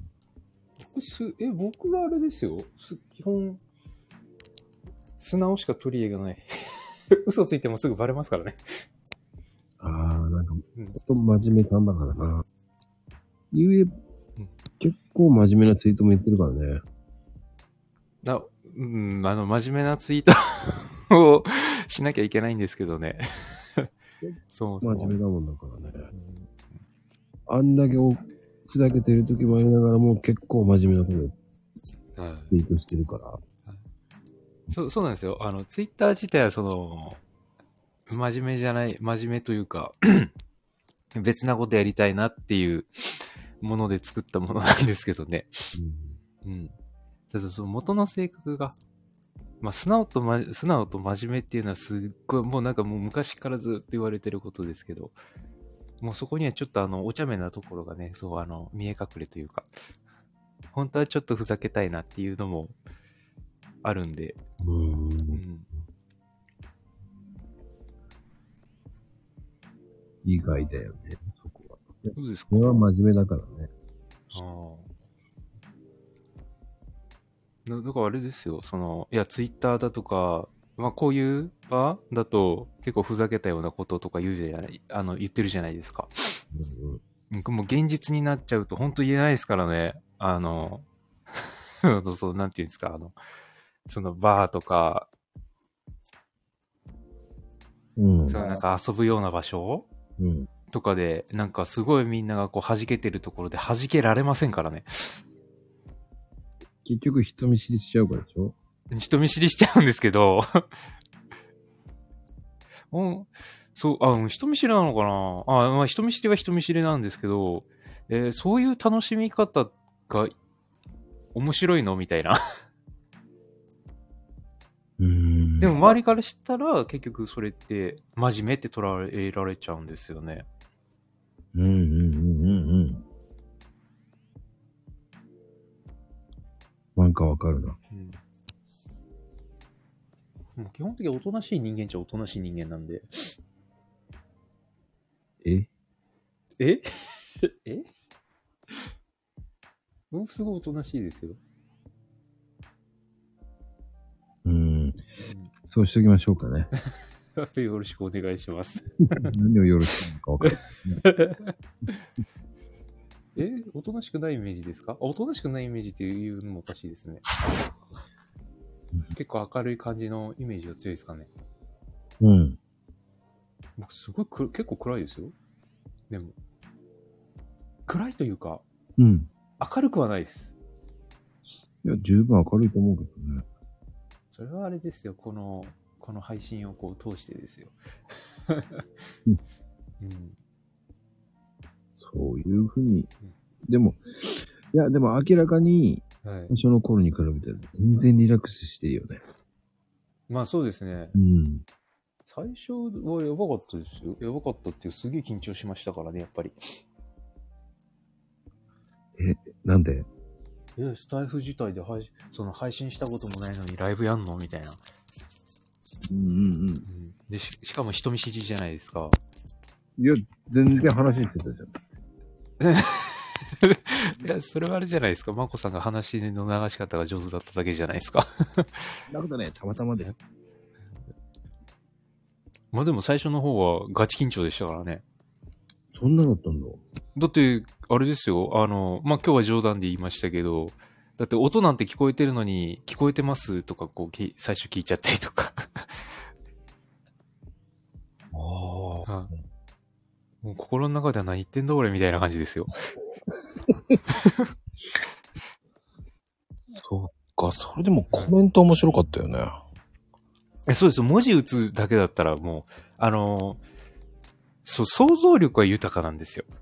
僕す、え、僕はあれですよ。す基本、素直しか取り柄がない。嘘ついてもすぐバレますからね。 ああ、なんか、 うん、 ほんと真面目さんだからな。言え、 うん、 結構真面目なツイートも言ってるからね。 あ、うん、あの、真面目なツイートをしなきゃいけないんですけどね。そうそう。 真面目だもんだからね。うん、あんだけふざけてる時もありながらも結構真面目なことをツイートしてるから。はい、 そう、そうなんですよ。あの、ツイッター自体はその、真面目じゃない、真面目というか、別なことやりたいなっていうもので作ったものなんですけどね。うん。うん。ただその元の性格が、まあ、素直とま、素直と真面目っていうのはすっごい、もうなんかもう昔からずっと言われてることですけど、もうそこにはちょっとあの、お茶目なところがね、そうあの、見え隠れというか、本当はちょっとふざけたいなっていうのもあるんで、 うーん。うん、意外だよね、そこは。 そうですか？ これは真面目だからね。 ああ。だからあれですよ、その、いや、ツイッターだとか、まあこういう場だと結構ふざけたようなこととか言うじゃない、あの、言ってるじゃないですか。うんうん、もう現実になっちゃうと本当言えないですからね。あの、そう、なんていうんですか、あの、そのバーとか、うん、そのなんか遊ぶような場所、うん、とかで、なんかすごいみんながこう弾けてるところで弾けられませんからね。 結局人見知りしちゃうからでしょ？ 人見知りしちゃうんですけど、うん、そう、あ、人見知りなのかなあ、まあ、人見知りは人見知りなんですけど、えー、そういう楽しみ方が面白いのみたいな。 うーん、 でも周りからしたら結局それって真面目って捉えられちゃうんですよね。 うんうんうんうんうん。なんかわかるな。うん、 もう基本的におとなしい人間っちゃおとなしい人間なんで。 えええ僕すごいおとなしいですよ。 うん。そうしときましょうかね。 よろしくお願いします。 何をよろしくかわかんない。 えおとなしくないイメージですか？おとなしくないイメージっていうのもおかしいですね。結構明るい感じのイメージが強いですかね。 うん。 僕すごいく結構暗いですよ。でも。暗いというか、 うん。 明るくはないです。 いや、十分明るいと思うけどね。 それはあれですよ。この、この配信をこう通してですよ。 うんうん、 そういうふうに、うん、でも、いや、でも明らかに、最初の頃に比べたら全然リラックスしていいよね。 まあそうですね。 うん。 最初はやばかったですよ。やばかったっていう、すげえ緊張しましたからね、やっぱり。 え、なんで？ え、スタイフ自体で配その配信したこともないのにライブやんのみたいな。 うんうんうん。 うん、でし、しかも人見知りじゃないですか。 いや、全然話してたじゃん。 いや、それはあれじゃないですか。マコさんが話の流し方が上手だっただけじゃないですか。 なるほどね、たまたまで。 まあでも最初の方はガチ緊張でしたからね。 そんなだったんだ。 だって、あれですよ。あの、まあ今日は冗談で言いましたけど、だって音なんて聞こえてるのに、聞こえてますとか、こう、最初聞いちゃったりとか。 ああ。 はあ、もう心の中では何言ってんだ俺みたいな感じですよ。 そっか、それでもコメント面白かったよね。 え、そうです。文字打つだけだったらもう、あの、そう、想像力は豊かなんですよ。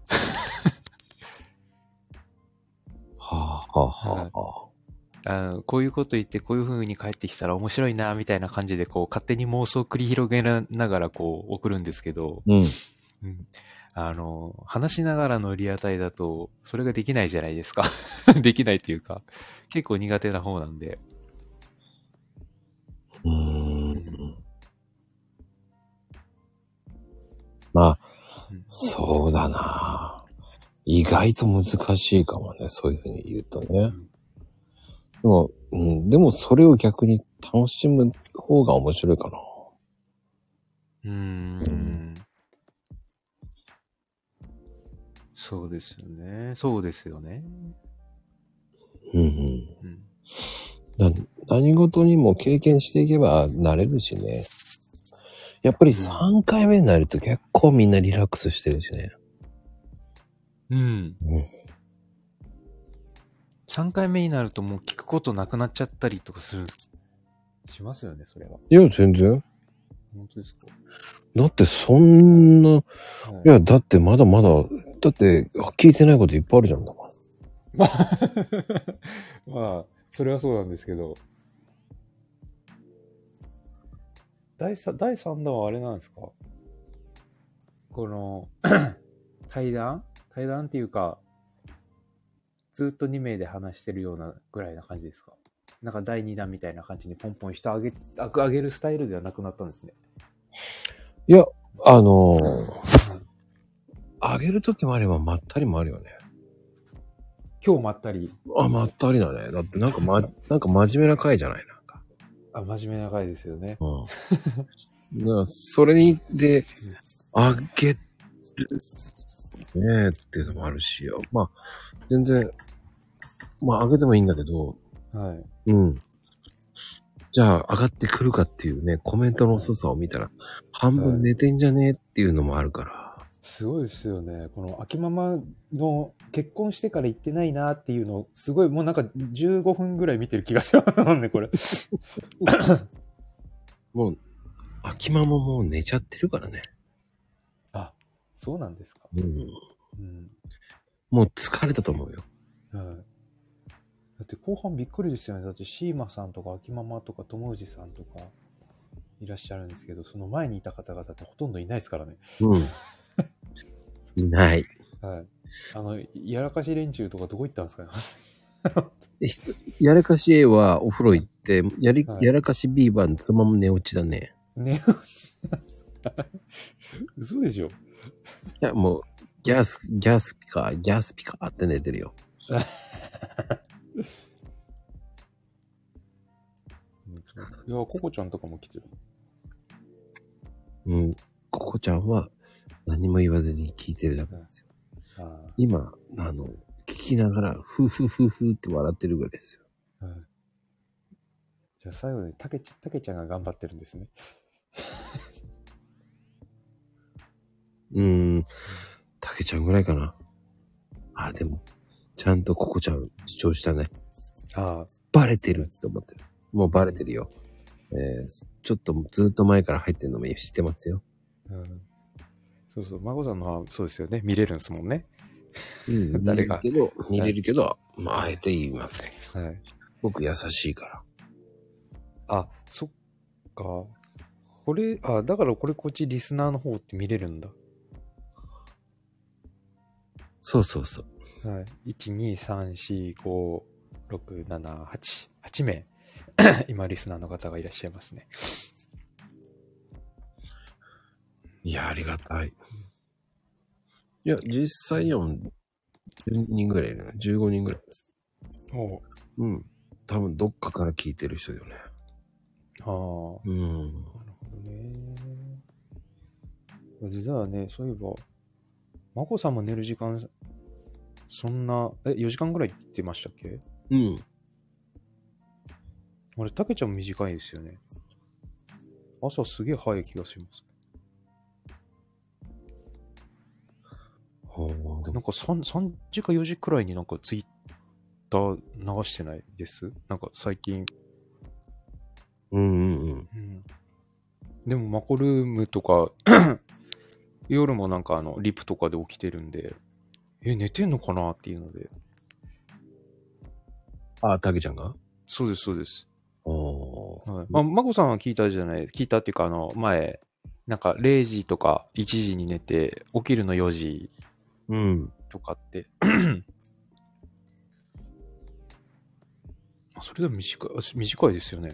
はあ、はあ、はあ、はあの。こういうこと言ってこういう風に帰ってきたら面白いな、みたいな感じで、こう、勝手に妄想を繰り広げながら、こう、送るんですけど、 うん。 うん、あの、話しながらのリアタイだと、それができないじゃないですか。できないっていうか、結構苦手な方なんで。 うーん。まあ、うん、そうだな。意外と難しいかもね、そういうふうに言うとね。うん、でも、うん、でもそれを逆に楽しむ方が面白いかな。 うーん。うんそうですよね。そうですよね。 うんうん。うん、何事にも経験していけば慣れるしね。やっぱりさんかいめになると結構みんなリラックスしてるしね。 うん。うん、さんかいめになるともう聞くことなくなっちゃったりとかする、しますよね、それは。 いや、全然。 本当ですか？だってそんな、はい、いや、だってまだまだ、だって聞いてないこといっぱいあるじゃんだもん。 まあ、まあ、それはそうなんですけど。第三、第三弾はあれなんですか？この、対談対談っていうか、ずっとに名で話してるようなぐらいな感じですか？なんか第二弾みたいな感じにポンポン人上げ、上げるスタイルではなくなったんですね。 いや、あのー、上げるときもあればまったりもあるよね。 今日まったり。 あ、まったりだね。だってなんかま、なんか真面目な回じゃないなんか。 あ、真面目な回ですよね。 うん。だからそれに、で、上げる、ねえっていうのもあるしよ。まあ、全然、まあ上げてもいいんだけど、 はい。 うん。じゃあ上がってくるかっていうね、コメントの遅さを見たら、半分寝てんじゃねえっていうのもあるから。はい、 すごいですよね。この秋ママの結婚してから行ってないなっていうの、すごいもうなんかじゅうごふんぐらい見てる気がしますもんね、これ。 もう、秋ママもう寝ちゃってるからね。 あ、そうなんですか。 うん。うん、もう疲れたと思うよ。 はい。だって後半びっくりですよね。だってシーマさんとか秋ママとか友氏さんとかいらっしゃるんですけど、その前にいた方々ってほとんどいないですからね。 うん。いない。 はい。あの、やらかし連中とかどこ行ったんですかね。 やらかし A はお風呂行って、やり、はい、やらかし B はそのまま寝落ちだね。 寝落ちなんですか？嘘でしょ？いや、もう、ギャス、ギャスピカー、ギャスピカーって寝てるよ。 いや、ココちゃんとかも来てる。 うん。ココちゃんは何も言わずに聞いてるだけなんですよ。あ今、あの、聞きながら、ふーふーふーふーって笑ってるぐらいですよ。 はい。じゃあ最後にたけち、たけちゃんが頑張ってるんですね。 うーん。たけちゃんぐらいかな。あ、でも、ちゃんとココちゃん主張したね。ああ。バレてるって思ってる。もうバレてるよ。えー、ちょっとずっと前から入ってるのも知ってますよ。うん。 そうそう、孫さんのはそうですよね。見れるんですもんね。 うん、誰が。見れるけど、見れるけど、はい、まあ、あえて言いません。はい。僕優しいから。 あ、そっか。これ、あ、だからこれこっちリスナーの方って見れるんだ。 そうそうそう。 はい。いち、に、さん、よん、ご、ろく、なな、はち。はち名。今リスナーの方がいらっしゃいますね。 いや、ありがたい。いや、実際よん、じゅうにんぐらいいるね。じゅうごにんぐらい。 おうん。多分どっかから聞いてる人よね。 ああ。 うん。 なるほどね。実はね、そういえば、まこさんも寝る時間、そんな、え、よじかんぐらいって言ってましたっけ？ うん。 あれ、たけちゃん短いですよね。朝すげえ早い気がします。 はあ、 なんか 3, 3時かよじくらいになんかツイッター流してないですなんか最近。 うんうんうん。 うん、でもマコルームとか、夜もなんかあの、リプとかで起きてるんで、え、寝てんのかなっていうので。 ああ、たけちゃんが？ そうです、そうです。 おー。 はい。まあ、まこさんは聞いたじゃない、聞いたっていうか、あの、前、なんかれいじとかいちじに寝て、起きるのよじうん。 とかって。それでも短い、短いですよね。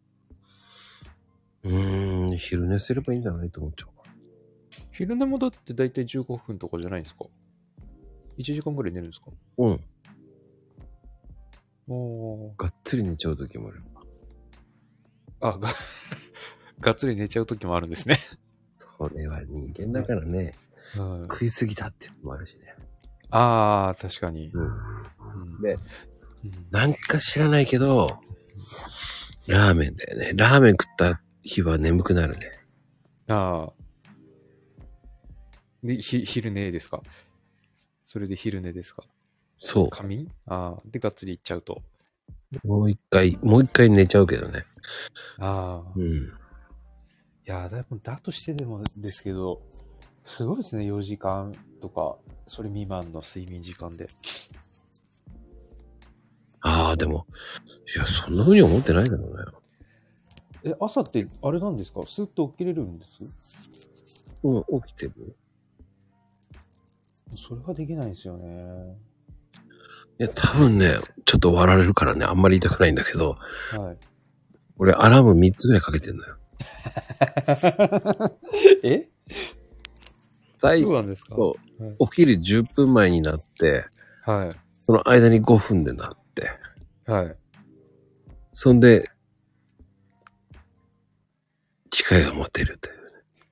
うーん、昼寝すればいいんじゃないと思っちゃう。 昼寝もだってだいたいじゅうごふんとかじゃないんですか？ いち 時間ぐらい寝るんですか？ うん。 おー。 がっつり寝ちゃう時もある。 あ、が、がっつり寝ちゃう時もあるんですね。 それは人間だからね、 はい、 食いすぎたっていうのもあるしね。 ああ、確かに。 うん。 うん、 で、 うん、 なんか知らないけど、ラーメンだよね。ラーメン食った日は眠くなるね。 ああ。で、ひ、昼寝ですか？それで昼寝ですか？ そう。 仮眠？ああ。で、がっつりいっちゃうと。 もう一回、もう一回寝ちゃうけどね。 ああ。 うん。 いや、だ、だとしてでもですけど、すごいですね、よじかんとか、それ未満の睡眠時間で。 ああ、でも、いや、そんな風に思ってないだろうね。 え、朝って、あれなんですか？スッと起きれるんです？ うん、起きてる。 それができないんですよね。 いや、多分ね、ちょっと笑われるからね、あんまり言いたくないんだけど、 はい。 俺、アラームみっつぐらいかけてんのよ。 え？ 最そうなんですか？ 後、 はい、 起きるじゅっぷんまえになって、 はい。 その間にごふんでなって、 はい。 そんで、機会が持てるという。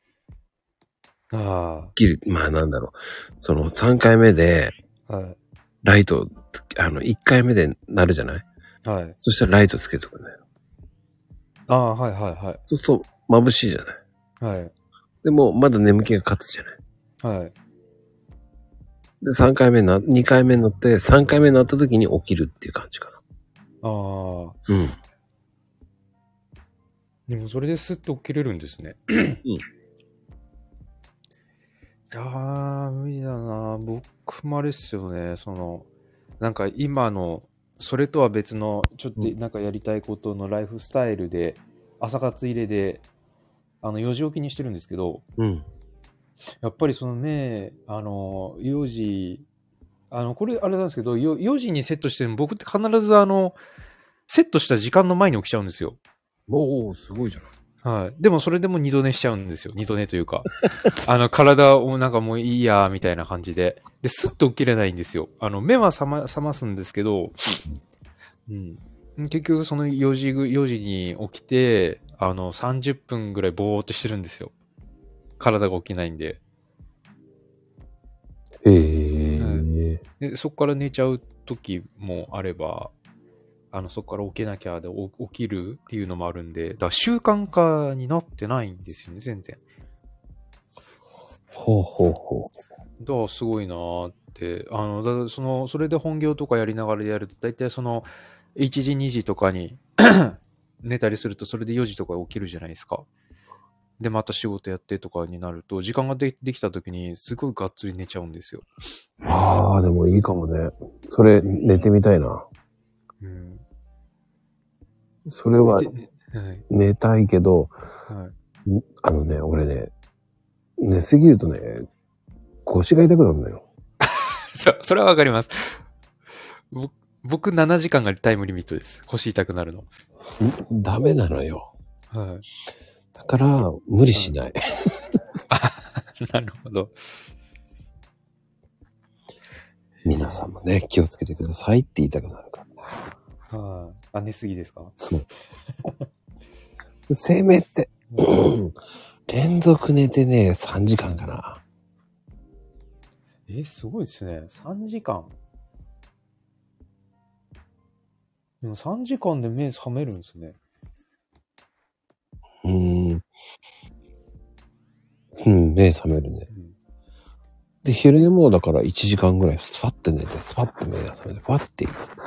あ起きる、まあなんだろう。そのさんかいめで、 あ。はい。 ライト、あの、いっかいめでなるじゃない？ はい。 そしたらライトつけとくんだよ。 ああ、はいはいはい。 そうすると、眩しいじゃない？ はい。 でも、まだ眠気が勝つじゃない？ はい。 で、さんかいめな、にかいめに乗って、さんかいめになった時に起きるっていう感じかな。 ああ。 うん。 でもそれでスッと起きれるんですね。うん。いやー、無理だな。僕もあれっすよね。その、なんか今の、それとは別の、ちょっとなんかやりたいことのライフスタイルで、朝活入れで、あの、よじ起きにしてるんですけど、 うん。 やっぱりそのね、あの、よじ、あの、これあれなんですけど、よよじにセットしても僕って必ずあの、セットした時間の前に起きちゃうんですよ。 おー、すごいじゃない。 はい。でもそれでも二度寝しちゃうんですよ。二度寝というか。あの、体をなんかもういいや、みたいな感じで。で、スッと起きれないんですよ。あの、目は覚ま、覚ますんですけど、うん。結局そのよじ、よじに起きて、あの、さんじゅっぷんぐらいぼーっとしてるんですよ。体が起きないんで。 へー。はい、 で、そこから寝ちゃう時もあれば、あの、そこから起きなきゃで起きるっていうのもあるんで、だから習慣化になってないんですよね、全然。 ほうほうほう。だからすごいなーって、あの、だからその、それで本業とかやりながらやると、だいたいその、いちじ、にじとかに寝たりすると、それでよじとか起きるじゃないですか。で、また仕事やってとかになると、時間がで、できた時に、すごいがっつり寝ちゃうんですよ。 ああ、でもいいかもね。それ、寝てみたいな。 うん。 それは、 はい。 寝たいけど、 はい。 んあのね、俺ね、寝すぎるとね、腰が痛くなるのよ。 そ、それはわかります。ぼ僕ななじかんがタイムリミットです。腰痛くなるの。 んダメなのよ。 はい。 だから、無理しない。 あ、なるほど。 皆さんもね、気をつけてくださいって言いたくなるから。 はい。あ、寝すぎですか？ そう。せめて、連続寝てね、さんじかんかな。 え、すごいですね。さんじかん。でもさんじかんで目覚めるんですね。 うーん。うん、目覚めるね。 うん、 で、昼寝もだからいちじかんぐらいスパッて寝て、スパッて目が覚めて、パッて。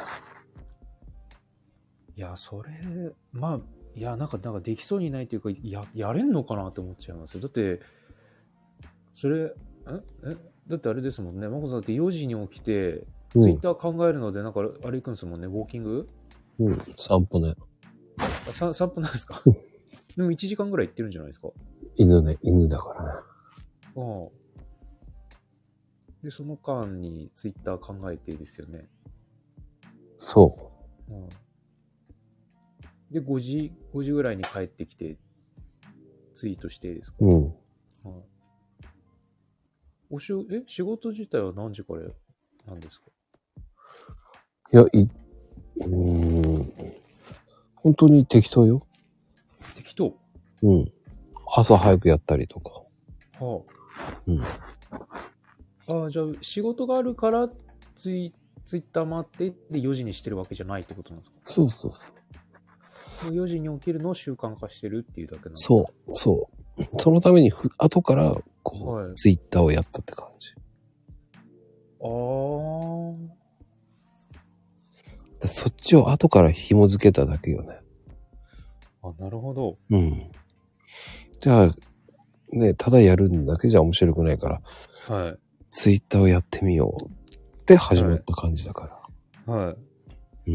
いや、それ、まあ、いや、なんか、なんかできそうにないというか、や、やれんのかなって思っちゃいますよ。だって、それ、ええだってあれですもんね。まこさんだってよじに起きて、 うん、 ツイッター考えるので、なんか、あれ行くんですもんね。ウォーキングうん、散歩ね。 あ、さ散歩なんですかでもいちじかんぐらい行ってるんじゃないですか。 犬ね、犬だからね。 ああ。で、その間にツイッター考えてですよね。 そうん、で、ごじ、ごじぐらいに帰ってきて、ツイートしてですか。 う。うん。 はい、おしゅ、え、仕事自体は何時からなんですか？ いや、い、うーん。本当に適当よ。 適当。 うん。朝早くやったりとか。 はあ、うん。 あ。ああ、じゃあ、仕事があるからツイ、ツイッター回ってでよじにしてるわけじゃないってことなんですか？ そうそうそう。 もうよじに起きるのを習慣化してるっていうだけなんですか？ そう、そう。そのためにふ、後から、こう、 はい、 ツイッターをやったって感じ。 ああ。 そっちを後から紐付けただけよね。 あ、なるほど。 うん。じゃあ、ね、ただやるだけじゃ面白くないから、 はい。 ツイッターをやってみようって始まった感じだから。 はい。 うん。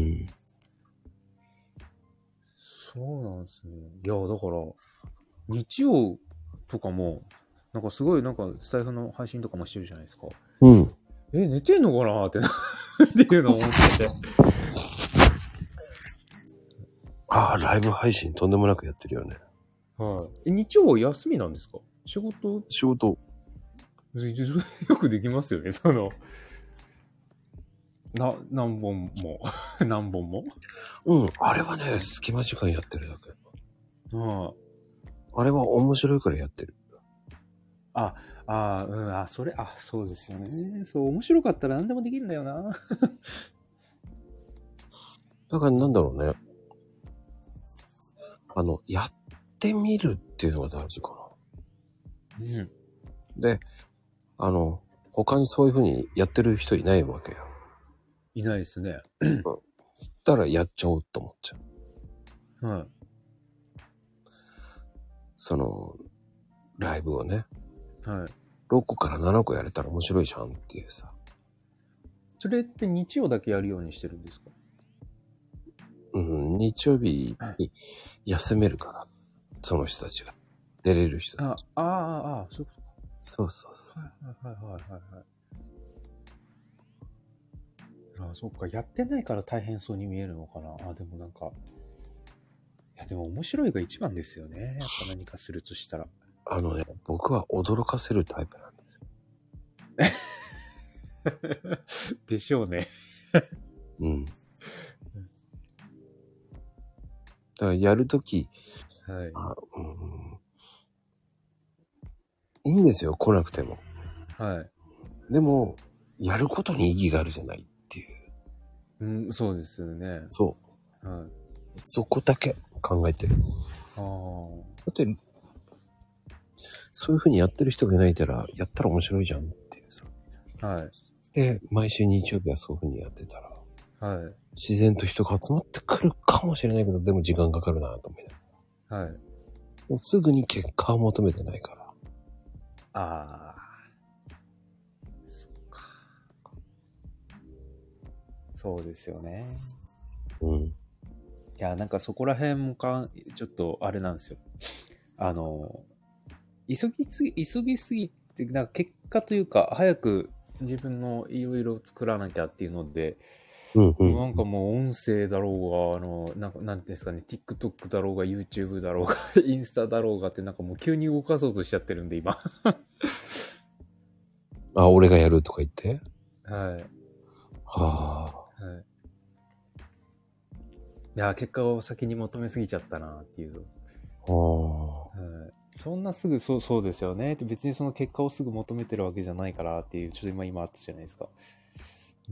そうなんですね。いや、だから、日曜とかも、なんかすごいなんかスタイフの配信とかもしてるじゃないですか。 うん。 え、寝てんのかなってっていうのを思ってて。 ああ、ライブ配信とんでもなくやってるよね。 はい。え、日曜は休みなんですか？仕事、 仕事。 よくできますよね、その。な、何本も。何本も。 うん。あれはね、隙間時間やってるだけ。 ああれは面白いからやってる。 あ。あ、あ、うん、あ、それ、あ、そうですよね。そう、面白かったら何でもできるんだよな。 だからなんだろうね。あの、やってみるっていうのが大事かな。 うん。 で、あの、他にそういう風にやってる人いないわけよ。 いないですね。 うん。だからやっちゃおうと思っちゃう。 はい。 その、ライブをね。 はい。 ろっこからななこやれたら面白いじゃんっていうさ。 それって日曜だけやるようにしてるんですか？ うん、日曜日に休めるから、その人たちが。出れる人たち。 あ、ああ、ああ、そういうことか。 そうそうそう。 はいはいはいはいはいはい。ああ、そっか。やってないから大変そうに見えるのかな。あ、でもなんか。いや、でも面白いが一番ですよね。やっぱ何かするとしたら。 あのね、僕は驚かせるタイプなんですよ。 でしょうね。 うん。だからやるとき、 はい。 あ、うん、いいんですよ、来なくても。 はい。 でも、やることに意義があるじゃないっていう。 うん、そうですよね。 そう。 はい。 そこだけ考えてる。 ああ。 だって、そういう風にやってる人がいないから、やったら面白いじゃんっていうさ。 はい。 で、毎週日曜日はそういう風にやってたら、 はい。 自然と人が集まってくるかもしれないけど、でも時間かかるなと思いながら。 はい。 もうすぐに結果を求めてないから。 ああ。そっか。そうですよね。 うん。 いや、なんかそこら辺もかん、ちょっとあれなんですよ。あの、急ぎすぎ、急ぎすぎて、なんか結果というか、早く自分のいろいろ作らなきゃっていうので、 うんうん。 なんかもう音声だろうが、あの、なんか、なんていうんですかね、TikTok だろうが、YouTube だろうが、インスタだろうがって、なんかもう急に動かそうとしちゃってるんで、今。 あ、俺がやるとか言って。 はい。 はあ。 はい。いや、結果を先に求めすぎちゃったなっていう。 ああ。 はい。そんなすぐ、そう、そうですよね。別にその結果をすぐ求めてるわけじゃないからっていう、ちょっと今、今あったじゃないですか。うん。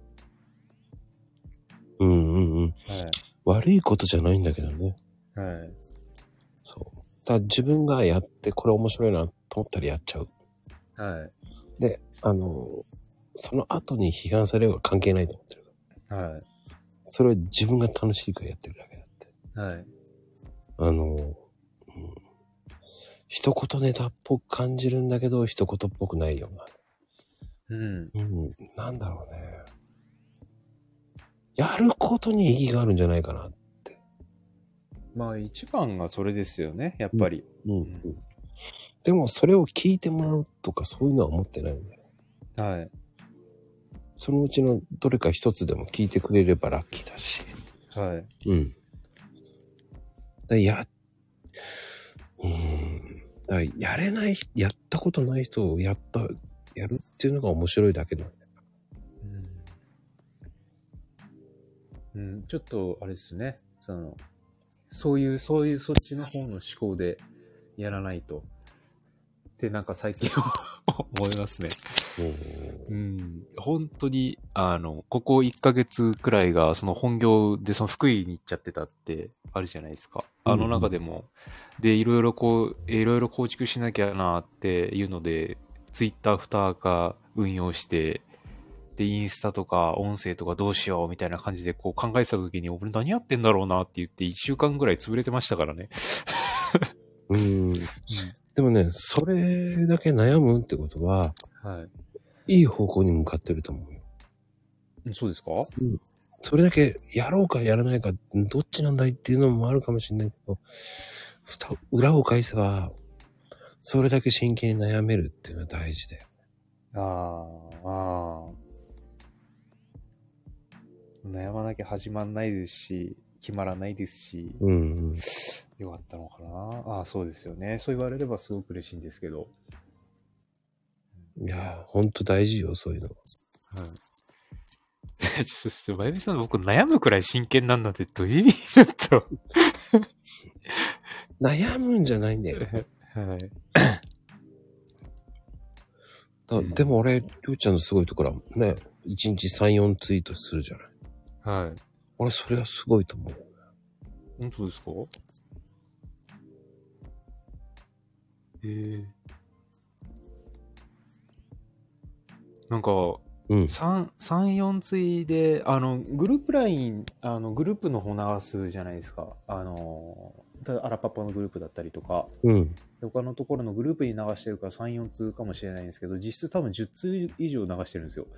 うんうんうん。 はい。 悪いことじゃないんだけどね。 はい。 そう。だから自分がやってこれ面白いなと思ったらやっちゃう。 はい。 で、あの、その後に批判されようが関係ないと思ってる。 はい。 それは自分が楽しいからやってるだけだって。 はい。 あの、うん、一言ネタっぽく感じるんだけど、一言っぽくないような。 うん。 うん、なんだろうね。やることに意義があるんじゃないかなって。 まあ一番がそれですよね、やっぱり。 うん。うん、でもそれを聞いてもらうとかそういうのは思ってないんだよ。 はい。 そのうちのどれか一つでも聞いてくれればラッキーだし。 はい。 うん。でや、うーん。だからやれない、やったことない人をやった、やるっていうのが面白いだけなんだよ。 うん、ちょっと、あれですね。その、そういう、そういう、そっちの方の思考でやらないと。ってなんか最近思いますね。うん。本当に、あの、ここいっかげつくらいが、その本業でその福井に行っちゃってたってあるじゃないですか。あの中でも。で、いろいろこう、いろいろ構築しなきゃなっていうので、ツイッターにアカ運用して、で、インスタとか音声とかどうしようみたいな感じでこう考えてた時に、俺何やってんだろうなって言っていっしゅうかんぐらい潰れてましたからね。 うーん。でもね、それだけ悩むってことは、 はい。 いい方向に向かってると思うよ。 そうですか？ うん。それだけやろうかやらないか、どっちなんだいっていうのもあるかもしれないけど、ふた裏を返せば、それだけ真剣に悩めるっていうのは大事だよ。 ああ、ああ。悩まなきゃ始まんないですし、決まらないですし、 うんうん、 よかったのかな。ああ、そうですよね。そう言われればすごく嬉しいんですけど。 いや、ほんと大事よ、そういうの。はい。 ちょっと、まゆみさん、僕悩むくらい真剣なんだってどういう意味？ちょっと。 悩むんじゃないんだよ。 はい。 だでも俺、りょうちゃんのすごいところはね、いちにちさん、よんツイートするじゃない。 はい。 俺、それはすごいと思う。 本当ですか？へえ。なんか、うん、さん、よんツイで、あの、グループライン、あの、グループの方流すじゃないですか。あの、アラパパのグループだったりとか、 うん、 他のところのグループに流してるからさん、よん通かもしれないんですけど、実質多分じゅっ通以上流してるんですよ。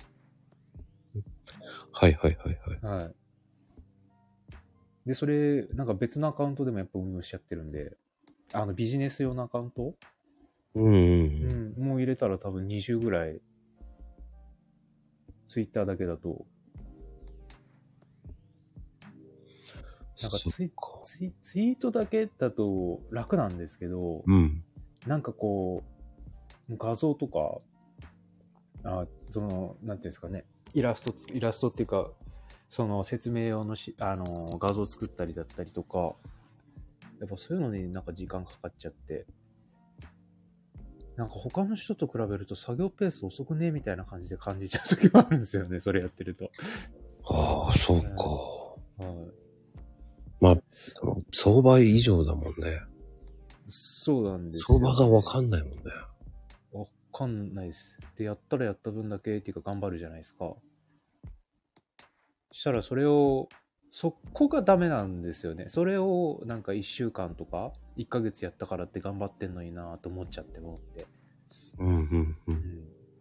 はいはいはいはい。 はい。で、それ、なんか別のアカウントでもやっぱ運用しちゃってるんで、あの、ビジネス用のアカウントうん、うん、 うん。もう入れたら多分にじゅうぐらい、ツイッターだけだと、なんかツイツイツイートだけだと楽なんですけど、 うん、 なんかこう、画像とか、あその、なんていうんですかね、イラスト、イラストっていうか、その説明用のし、あの、画像作ったりだったりとか、やっぱそういうのになんか時間かかっちゃって、なんか他の人と比べると作業ペース遅くねみたいな感じで感じちゃう時もあるんですよね、それやってると。 ああ、そうか。 はい。 まあ、その相場以上だもんね。 そうなんですよ、ね。相場がわかんないもんね。 わかんないです。で、やったらやった分だけっていうか頑張るじゃないですか。そしたらそれを、そこがダメなんですよね。それをなんかいっしゅうかんとかいっかげつやったからって頑張ってんのになと思っちゃって思って。 うんうんうん。うん、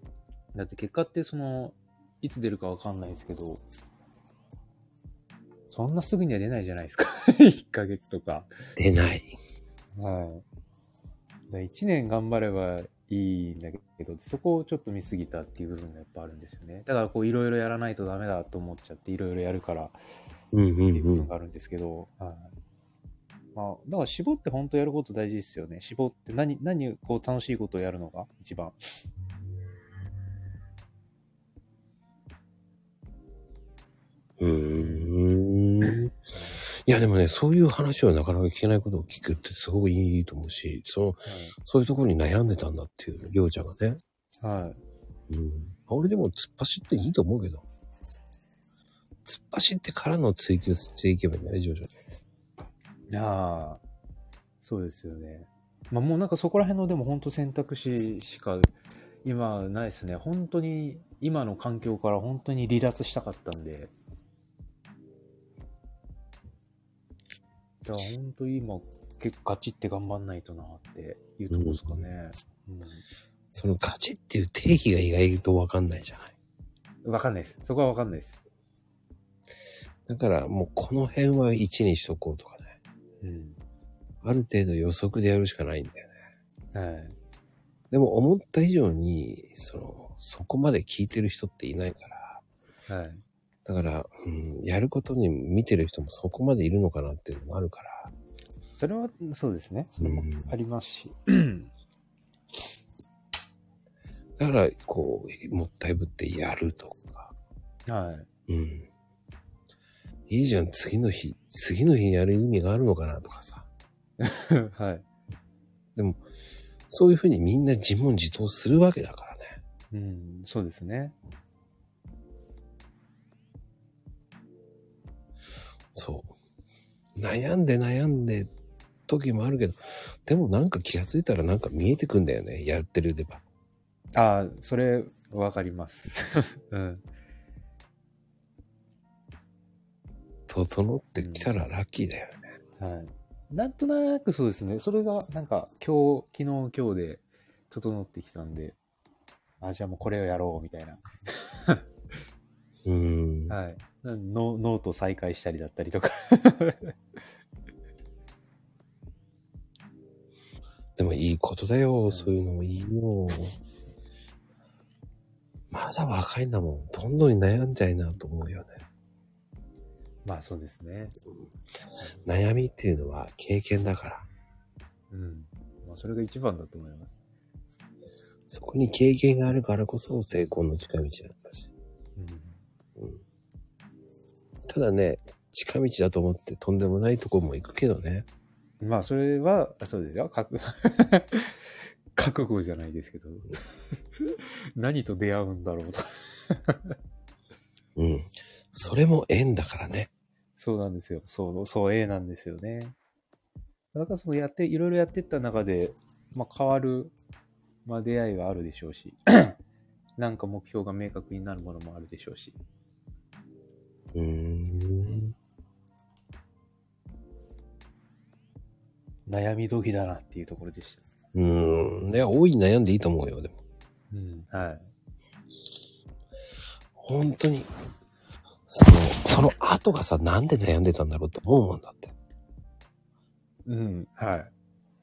だって結果ってその、いつ出るかわかんないですけど、 そんなすぐには出ないじゃないですか。いっかげつとか。 出ない。 はい。いちねん頑張ればいいんだけど、そこをちょっと見すぎたっていう部分がやっぱあるんですよね。だからこういろいろやらないとダメだと思っちゃっていろいろやるからってうんうんいう部うん。 分があるんですけど、はい。まあ、だから絞って本当やること大事ですよね。絞って何、何こう楽しいことをやるのが一番。 うーん。いやでもね、そういう話はなかなか聞けないことを聞くってすごくいいと思うし、その、 はい、 そういうところに悩んでたんだっていう、りょうちゃんがね。 はい。 うん。俺でも突っ走っていいと思うけど。突っ走ってからの追求していけばいいんだね、徐々に。 ああ、そうですよね。まあもうなんかそこら辺のでも本当選択肢しか今ないですね。本当に今の環境から本当に離脱したかったんで。だから本当に今結構ガチって頑張んないとなっていうとこですかね。うんうん、 そのガチっていう定義が意外とわかんないじゃない。 わかんないです。そこはわかんないです。 だからもうこの辺はいちにしとこうとかね。 うん。 ある程度予測でやるしかないんだよね。 はい。 でも思った以上に、その、そこまで聞いてる人っていないから。 はい。 だから、うん、やることに見てる人もそこまでいるのかなっていうのもあるから。 それはそうですね。それもありますし。 うん、だから、こう、もったいぶってやるとか。 はい。 うん。いいじゃん、次の日、次の日にやる意味があるのかなとかさ。 はい。 でも、そういうふうにみんな自問自答するわけだからね。 うん、そうですね。 そう。悩んで悩んで時もあるけど、でもなんか気がついたらなんか見えてくんだよね。やってるでば。 ああ、それわかります。うん。 整ってきたらラッキーだよね。 うん、はい。なんとなくそうですね。それがなんか今日、昨日今日で整ってきたんで、あ、じゃあもうこれをやろうみたいな。 うーん。 はい。ノノート再開したりだったりとか。 でもいいことだよ。そういうのもいいよ。まだ若いんだもん。どんどん悩んじゃいなと思うよね。 まあそうですね。 悩みっていうのは経験だから。 うん。まあそれが一番だと思います。 そこに経験があるからこそ成功の近道なんだし。うん。うん、ただね、近道だと思ってとんでもないとこも行くけどね。 まあそれは、そうですよ。覚覚悟じゃないですけど。何と出会うんだろうと。 うん。それも縁だからね。 そうなんですよ。そう、そう、A なんですよね。だからそのやって、いろいろやっていった中で、まあ変わる、まあ出会いがあるでしょうし、なんか目標が明確になるものもあるでしょうし。 うーん。 悩み時だなっていうところでした。 うーん。ね、大いに悩んでいいと思うよ、でも。 うん、はい。 本当に、その、その後がさ、なんで悩んでたんだろうって思うもんだって。 うん、はい。 だ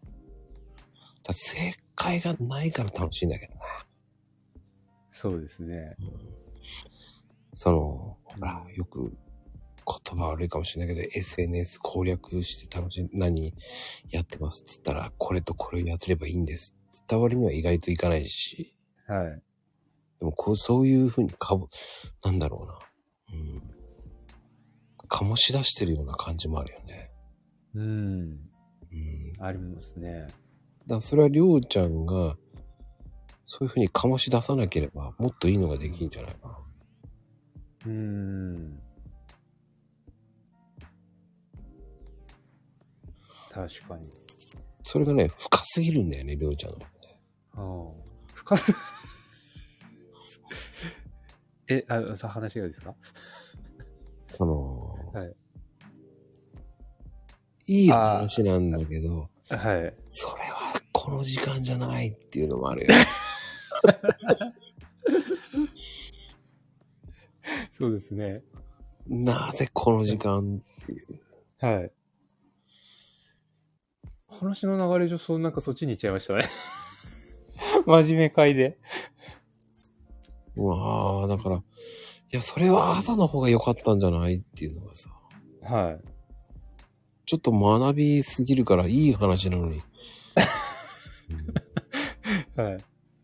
正解がないから楽しいんだけどな。 そうですね。 うん、その、ほら、よく言葉悪いかもしれないけど、エスエヌエス 攻略して楽しい、何やってますっつったら、これとこれやってればいいんです。伝わりには意外といかないし。 はい。 でもこう、そういうふうにかぶ、なんだろうな。うん。醸し出してるような感じもあるよね。 うん。 うん。 ありますね。 だからそれはりょうちゃんが、そういうふうに醸し出さなければ、もっといいのができるんじゃないかな。 うーん。確かに。 それがね、深すぎるんだよね、りょうちゃんのね。 ああ。深す、え、あ、さ、話がですか？ その、 はい。 いい話なんだけど、 はい。 それはこの時間じゃないっていうのもあるよ。 そうですね。 なぜこの時間っていう。 はい。話の流れ上、そう、なんかそっちに行っちゃいましたね。真面目会で。 うわー、だから、いや、それは朝の方が良かったんじゃないっていうのがさ。 はい。 ちょっと学びすぎるからいい話なのに。 うん、はい。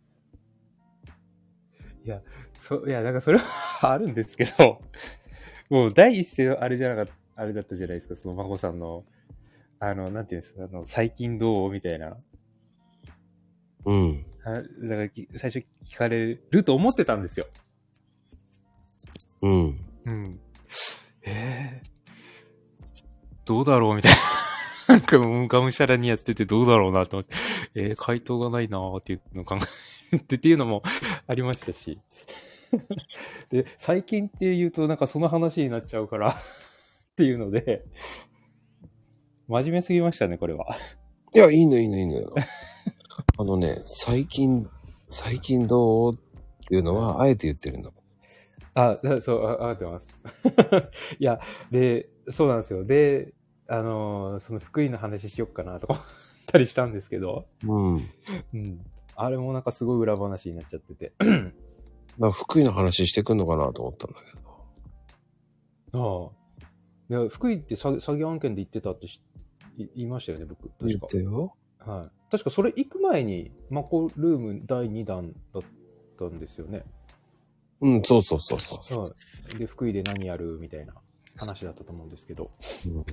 いや、そ、いや、だからそれはあるんですけど、もう第一声あれじゃなかった、あれだったじゃないですか、そのまこさんの、あの、なんていうんですか、あの、最近どうみたいな。 うん。 だから最初聞かれると思ってたんですよ。 うん。 うん。えー、どうだろうみたいな。なんかもうがむしゃらにやっててどうだろうなと思って、えー、回答がないなーっていうのを考えてっていうのもありましたし。で、最近って言うとなんかその話になっちゃうからっていうので、真面目すぎましたね、これは。 いや、いいのいいのいいのよ。あのね、最近、最近どうっていうのは、あえて言ってるんだもん。 あ、そう、あ、あってます。いや、で、そうなんですよ。で、あのー、その福井の話しよっかなとか思ったりしたんですけど。 うん。うん。 あれもなんかすごい裏話になっちゃってて。 なんか福井の話してくんのかなと思ったんだけど。ああ。いや、福井って詐欺案件で言ってたってし言いましたよね、僕。確か。 言ってよ。 はい。確かそれ行く前にマコルームだいにだんだったんですよね。 うん、そうそうそうそうそう、 はい。で、福井で何やるみたいな話だったと思うんですけど。うん。うん、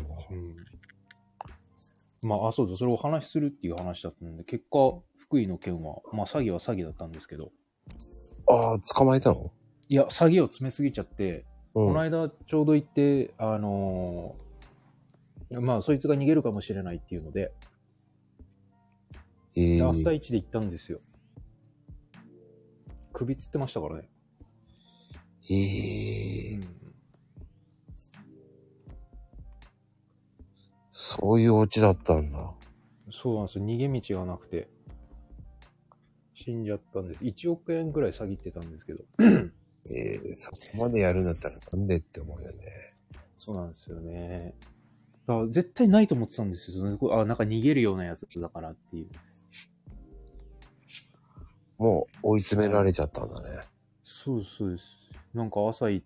まあ、あ、そうです。それをお話しするっていう話だったので、結果、福井の件は、まあ、詐欺は詐欺だったんですけど。 ああ、捕まえたの？ いや、詐欺を詰めすぎちゃって、 うん、この間ちょうど行って、あのー、まあ、そいつが逃げるかもしれないっていうので、 えー、 朝一で行ったんですよ。首つってましたからね。 ええー、うん、そういうオチだったんだ。 そうなんですよ。逃げ道がなくて死んじゃったんです。いちおくえんぐらい詐欺ってたんですけど。 えー、そこまでやるんだったらなんでって思うよね。 そうなんですよね。だから絶対ないと思ってたんですよ。あ、なんか逃げるようなやつだからっていう。 もう追い詰められちゃったんだね。 そうです、そうです。なんか朝行って、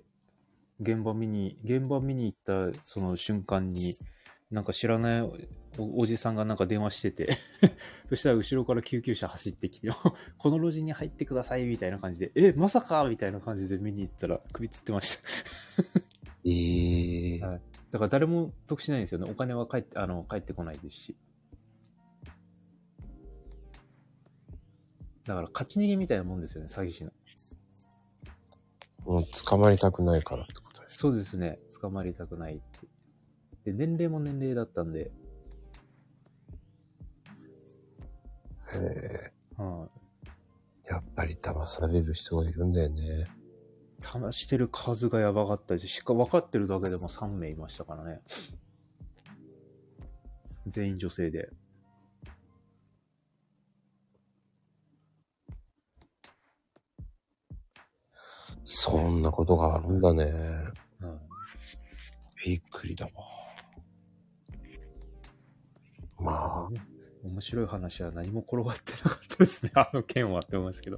現場見に、現場見に行ったその瞬間に、なんか知らない お, おじさんがなんか電話してて、そしたら後ろから救急車走ってきて、この路地に入ってくださいみたいな感じで、え、まさかみたいな感じで見に行ったら首つってました。 えー、 はい。だから誰も得しないんですよね。お金は返って、あの、返ってこないですし。だから勝ち逃げみたいなもんですよね、詐欺師の。 もう捕まりたくないからってことです。 そうですね。捕まりたくないって。で、年齢も年齢だったんで。 へえ。 はあ、やっぱり騙される人がいるんだよね。 騙してる数がやばかったですし、か分かってるだけでもさんめいいましたからね。全員女性で。 そんなことがあるんだね。 うん、 びっくりだわ。まあ。 面白い話は何も転がってなかったですね。あの件はって思いますけど。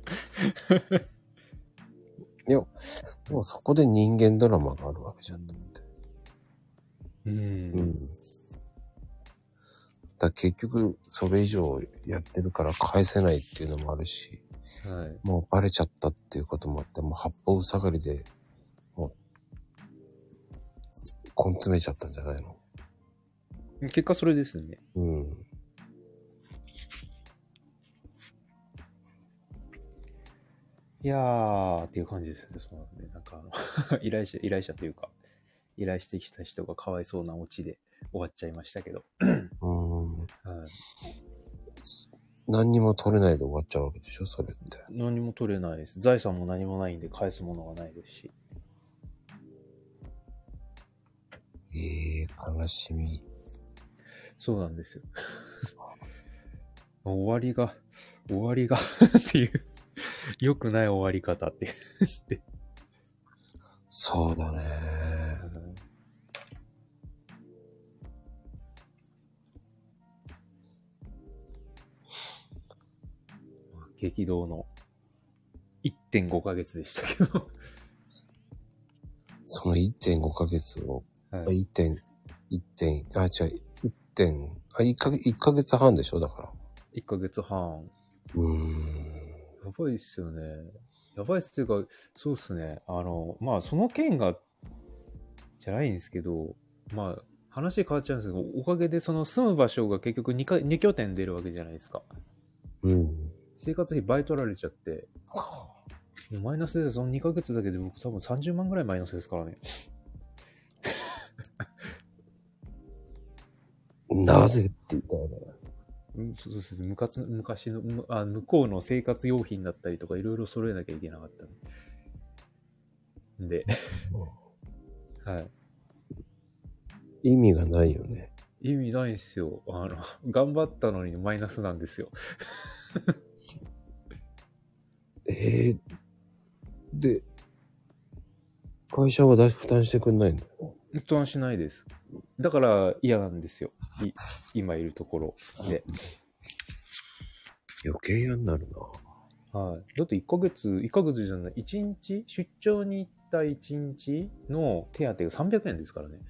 いや、でもそこで人間ドラマがあるわけじゃんと思って。 うん。うん。 だ結局、それ以上やってるから返せないっていうのもあるし、はい、もうバレちゃったっていうこともあって、もう八方塞がりで、もう、根詰めちゃったんじゃないの？ 結果それですね。 うん。 いやーっていう感じですね。そうなんで、なんかあの依頼者、依頼者というか、依頼してきた人がかわいそうなオチで終わっちゃいましたけど。うーん。はい。 何にも取れないで終わっちゃうわけでしょ、それって。 何も取れないです。財産も何もないんで返すものがないですし。 ええー、悲しみ。 そうなんですよ。終わりが、終わりがっていう、良くない終わり方っていう。 そうだね。 激動の いってんご ヶ月でしたけど。 そのいってんご ヶ月を、 はい、 いってん、いってん、あ、違う、いってん、あ、いっかげつ、いっかげつはんでしょだから。 いっかげつはん。 うーん。 やばいっすよね。やばいっすっていうか、そうっすね。あの、まあ、その件が、じゃないんですけど、まあ、話変わっちゃうんですけど、おかげでその住む場所が結局 2, かに拠点出るわけじゃないですか。 うん。 生活費倍取られちゃって、マイナスでそのにかげつだけで僕多分さんじゅうまんぐらいマイナスですからね。 なぜって言ったらね。 うん、そうですね。昔の、昔のあ、向こうの生活用品だったりとかいろいろ揃えなきゃいけなかったんで。はい。 意味がないよね。 意味ないんすよ。あの、頑張ったのにマイナスなんですよ。 えー、で、会社は負担してくんないんだよ。 負担しないです。だから嫌なんですよ。い今いるところで。 余計嫌になるな。はい。だっていっかげつ、いっかげつじゃない、いちにち出張に行ったいちにちの手当がさんびゃくえんですからね。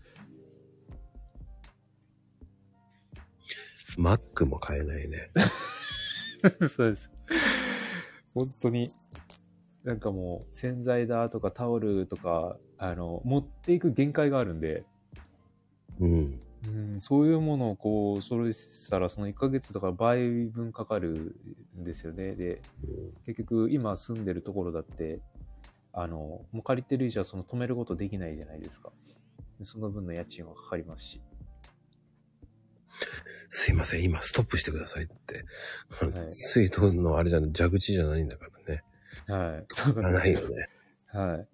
マックも買えないね。 そうです。本当に。なんかもう洗剤だとかタオルとか、あの、持っていく限界があるんで。 うん。 うん、そういうものをこう、それしたらそのいっかげつだから倍分かかるんですよね。で、結局今住んでるところだって、あの、もう借りてる以上はその止めることできないじゃないですか。その分の家賃はかかりますし。 すいません、今ストップしてくださいって。はい、水道のあれじゃない、蛇口じゃないんだからね。 はい。そうなんですよ。ないよね。 はい。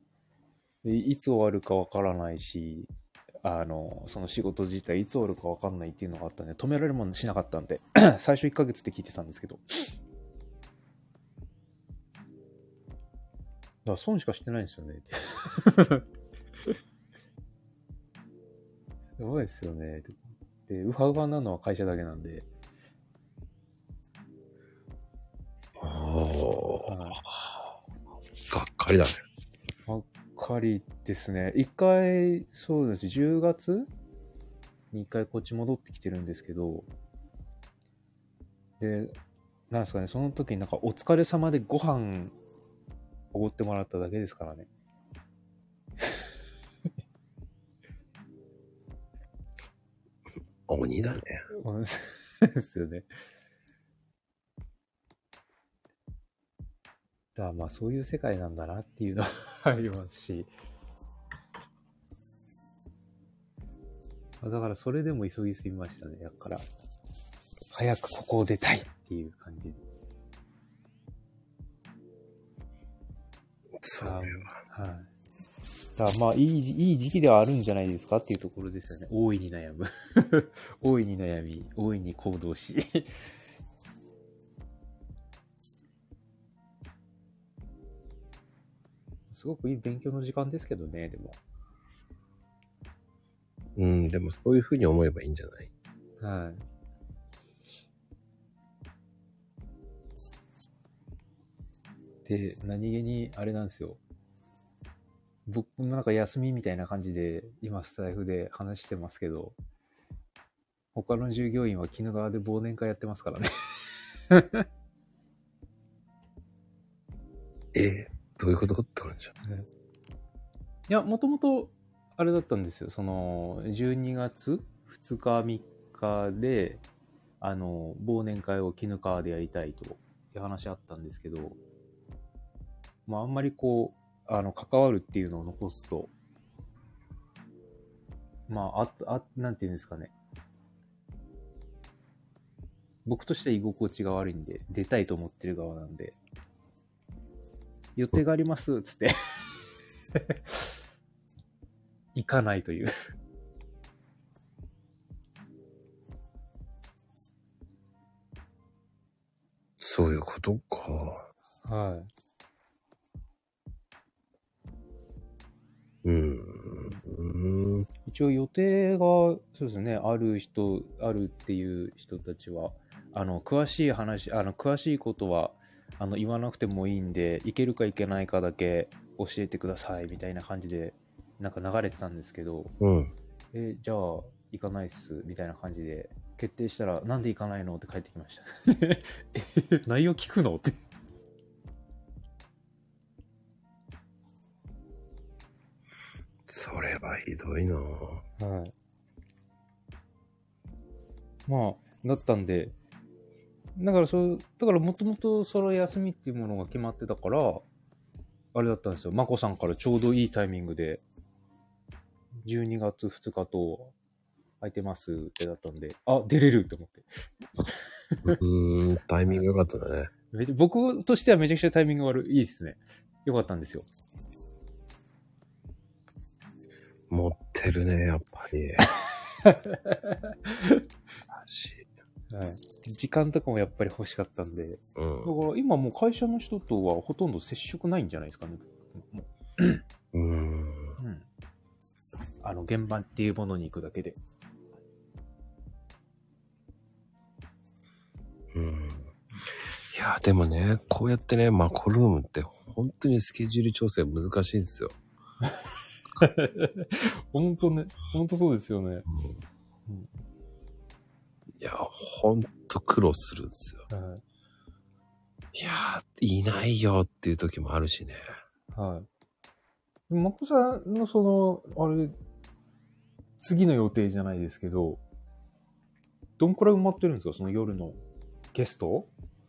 で、いつ終わるかわからないし、あの、その仕事自体いつ終わるかわかんないっていうのがあったんで、止められるものしなかったんで、最初いっかげつって聞いてたんですけど。だから損しかしてないんですよね。やばいですよね。で、ウハウハなのは会社だけなんで。 ああ、はい、がっかりだね。 がっかりですね。一回、そうです。じゅうがつに一回こっち戻ってきてるんですけど、で、なんですかね、その時になんかお疲れ様でご飯おごってもらっただけですからね。 鬼だね。 ですよね。だからまあそういう世界なんだなっていうのはありますし。だからそれでも急ぎすぎましたね。だから、早くここを出たいっていう感じで。 それは。はい。 だからまあいい、いい時期ではあるんじゃないですかっていうところですよね。大いに悩む。大いに悩み、大いに行動し。すごくいい勉強の時間ですけどね、でも。 うん、でもそういう風に思えばいいんじゃない？ はい。で、何気にあれなんですよ。僕もなんか休みみたいな感じで、今スタイフで話してますけど、他の従業員は鬼怒川で忘年会やってますからね。 え、どういうことって感じじゃん。 いや、もともと、あれだったんですよ。その、じゅうにがつふつかみっかで、あの、忘年会を鬼怒川でやりたいという話あったんですけど、まあ、あんまりこう、あの、関わるっていうのを残すと、まあ、あ、あ、なんていうんですかね。僕としては居心地が悪いんで、出たいと思ってる側なんで、予定があります、つって。行かないという。 そういうことか。 はい。 うーん。 一応予定が、そうですね、ある人、あるっていう人たちは、あの、詳しい話、あの、詳しいことは、 あの、言わなくてもいいんで、行けるか行けないかだけ教えてください、みたいな感じで、なんか流れてたんですけど、 うん。 え、じゃあ、行かないっす、みたいな感じで、決定したら、なんで行かないのって帰ってきました。え、内容聞くのって。 それはひどいなぁ。 はい。まあ、だったんで、だからそう、だからもともとその休みっていうものが決まってたから、あれだったんですよ。まこさんからちょうどいいタイミングで、じゅうにがつふつかと空いてますってだったんで、あ、出れるって思って。 うーん、タイミング良かったね。 めちゃ僕としてはめちゃくちゃタイミング悪い。いいですね。よかったんですよ。 持ってるね、やっぱり。 はい。時間とかもやっぱり欲しかったんで。 うん。 だから今もう会社の人とはほとんど接触ないんじゃないですかね。 うーん。 うん。あの、現場っていうものに行くだけで。 うん。いや、でもね、こうやってね、マコルームって本当にスケジュール調整難しいんですよ。 本当ね、本当そうですよね。 うんうん、いや、ほんと苦労するんですよ。はい、いやー、いないよっていう時もあるしね。 はい。マコさんのその、あれ、次の予定じゃないですけど、どんくらい埋まってるんですかその夜のゲスト？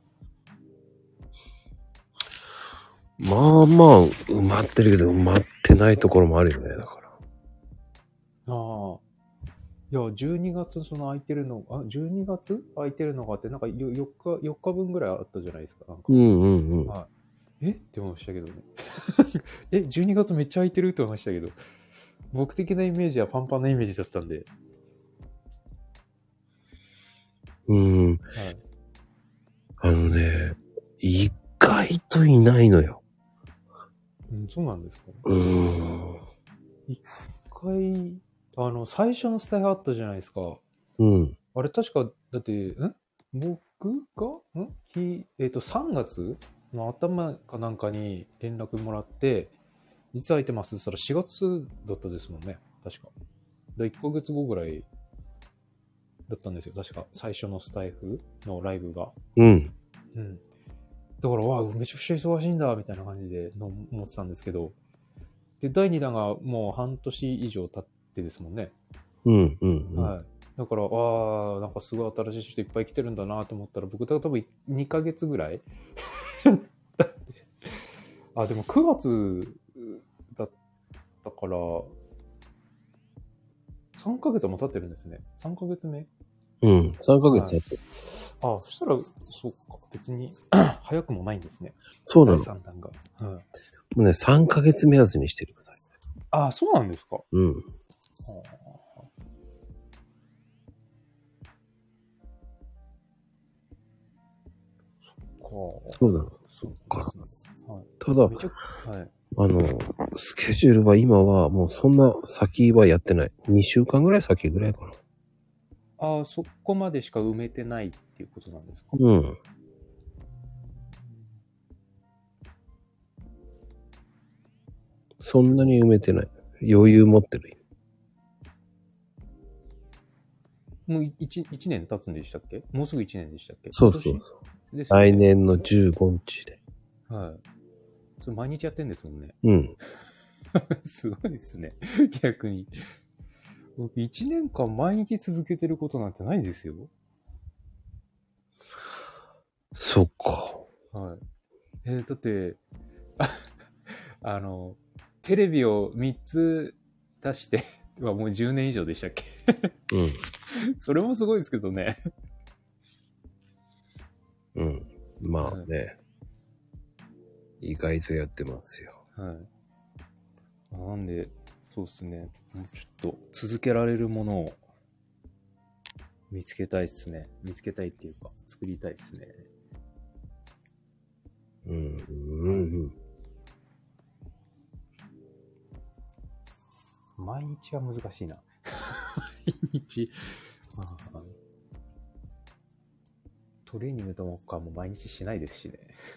まあまあ埋まってるけど埋まってないところもあるよね、だから。 ああ。いや、じゅうにがつその空いてるの、あ、じゅうにがつ空いてるのがあって、なんか よっか、よっかぶんぐらいあったじゃないですか。なんかうんうんうん。 はい、えって思いましたけどね。え、じゅうにがつめっちゃ空いてるって思いましたけど、僕的なイメージはパンパンなイメージだったんで。 うん。はい、あのね、意外といないのよ。 うん、そうなんですか。 うーん。 一回、あの、最初のスタイルあったじゃないですか。 うん。 あれ確か、だって、ん僕がんひ、えっ、ー、と、さんがつの頭かなんかに連絡もらって、いつ空いてますって言ったらしがつだったですもんね。確か。で、いっかげつごぐらいだったんですよ。確か。最初のスタイフのライブが。 うん。 うん。だから、わあ、めちゃくちゃ忙しいんだ、みたいな感じでの思ってたんですけど。で、だいにだんがもう半年以上経ってですもんね。 うん、うん、うん。 はい。だから、ああ、なんかすごい新しい人いっぱい来てるんだなと思ったら、僕、多分にかげつぐらいあ、でもくがつだったから、さんかげつも経ってるんですね。さんかげつめうん、さんかげつ経ってる。 はい、あ、そしたら、そうか、別に早くもないんですね。 そうなの。 だいさんだんが。はい、もうね、さんかげつ目安にしてるみたい。 あ、そうなんですか。 うん。はあ、そうなの。そうか。はい、ただ、はい、あの、スケジュールは今はもうそんな先はやってない。にしゅうかんぐらい先ぐらいかな。 ああ、そこまでしか埋めてないっていうことなんですか？ うん。そんなに埋めてない。余裕持ってる。 もう 1, 1年経つんでしたっけ？もうすぐいちねんでしたっけ？ そうそうそう。ね、来年のじゅうごにちで。 はい。それ毎日やってんですもんね。 うん。 すごいですね。逆に。僕いちねんかん毎日続けてることなんてないですよ。 そっか。 はい。えー、だって、あの、テレビをみっつ出してはもうじゅうねん以上でしたっけ？うん。それもすごいですけどね。 うん。まあね。うん、意外とやってますよ。 はい。なんで、そうですね。もうちょっと続けられるものを見つけたいですね。見つけたいっていうか、作りたいですね。 うん。うん。 毎日は難しいな。毎日。 トレーニングとかも毎日しないですしね。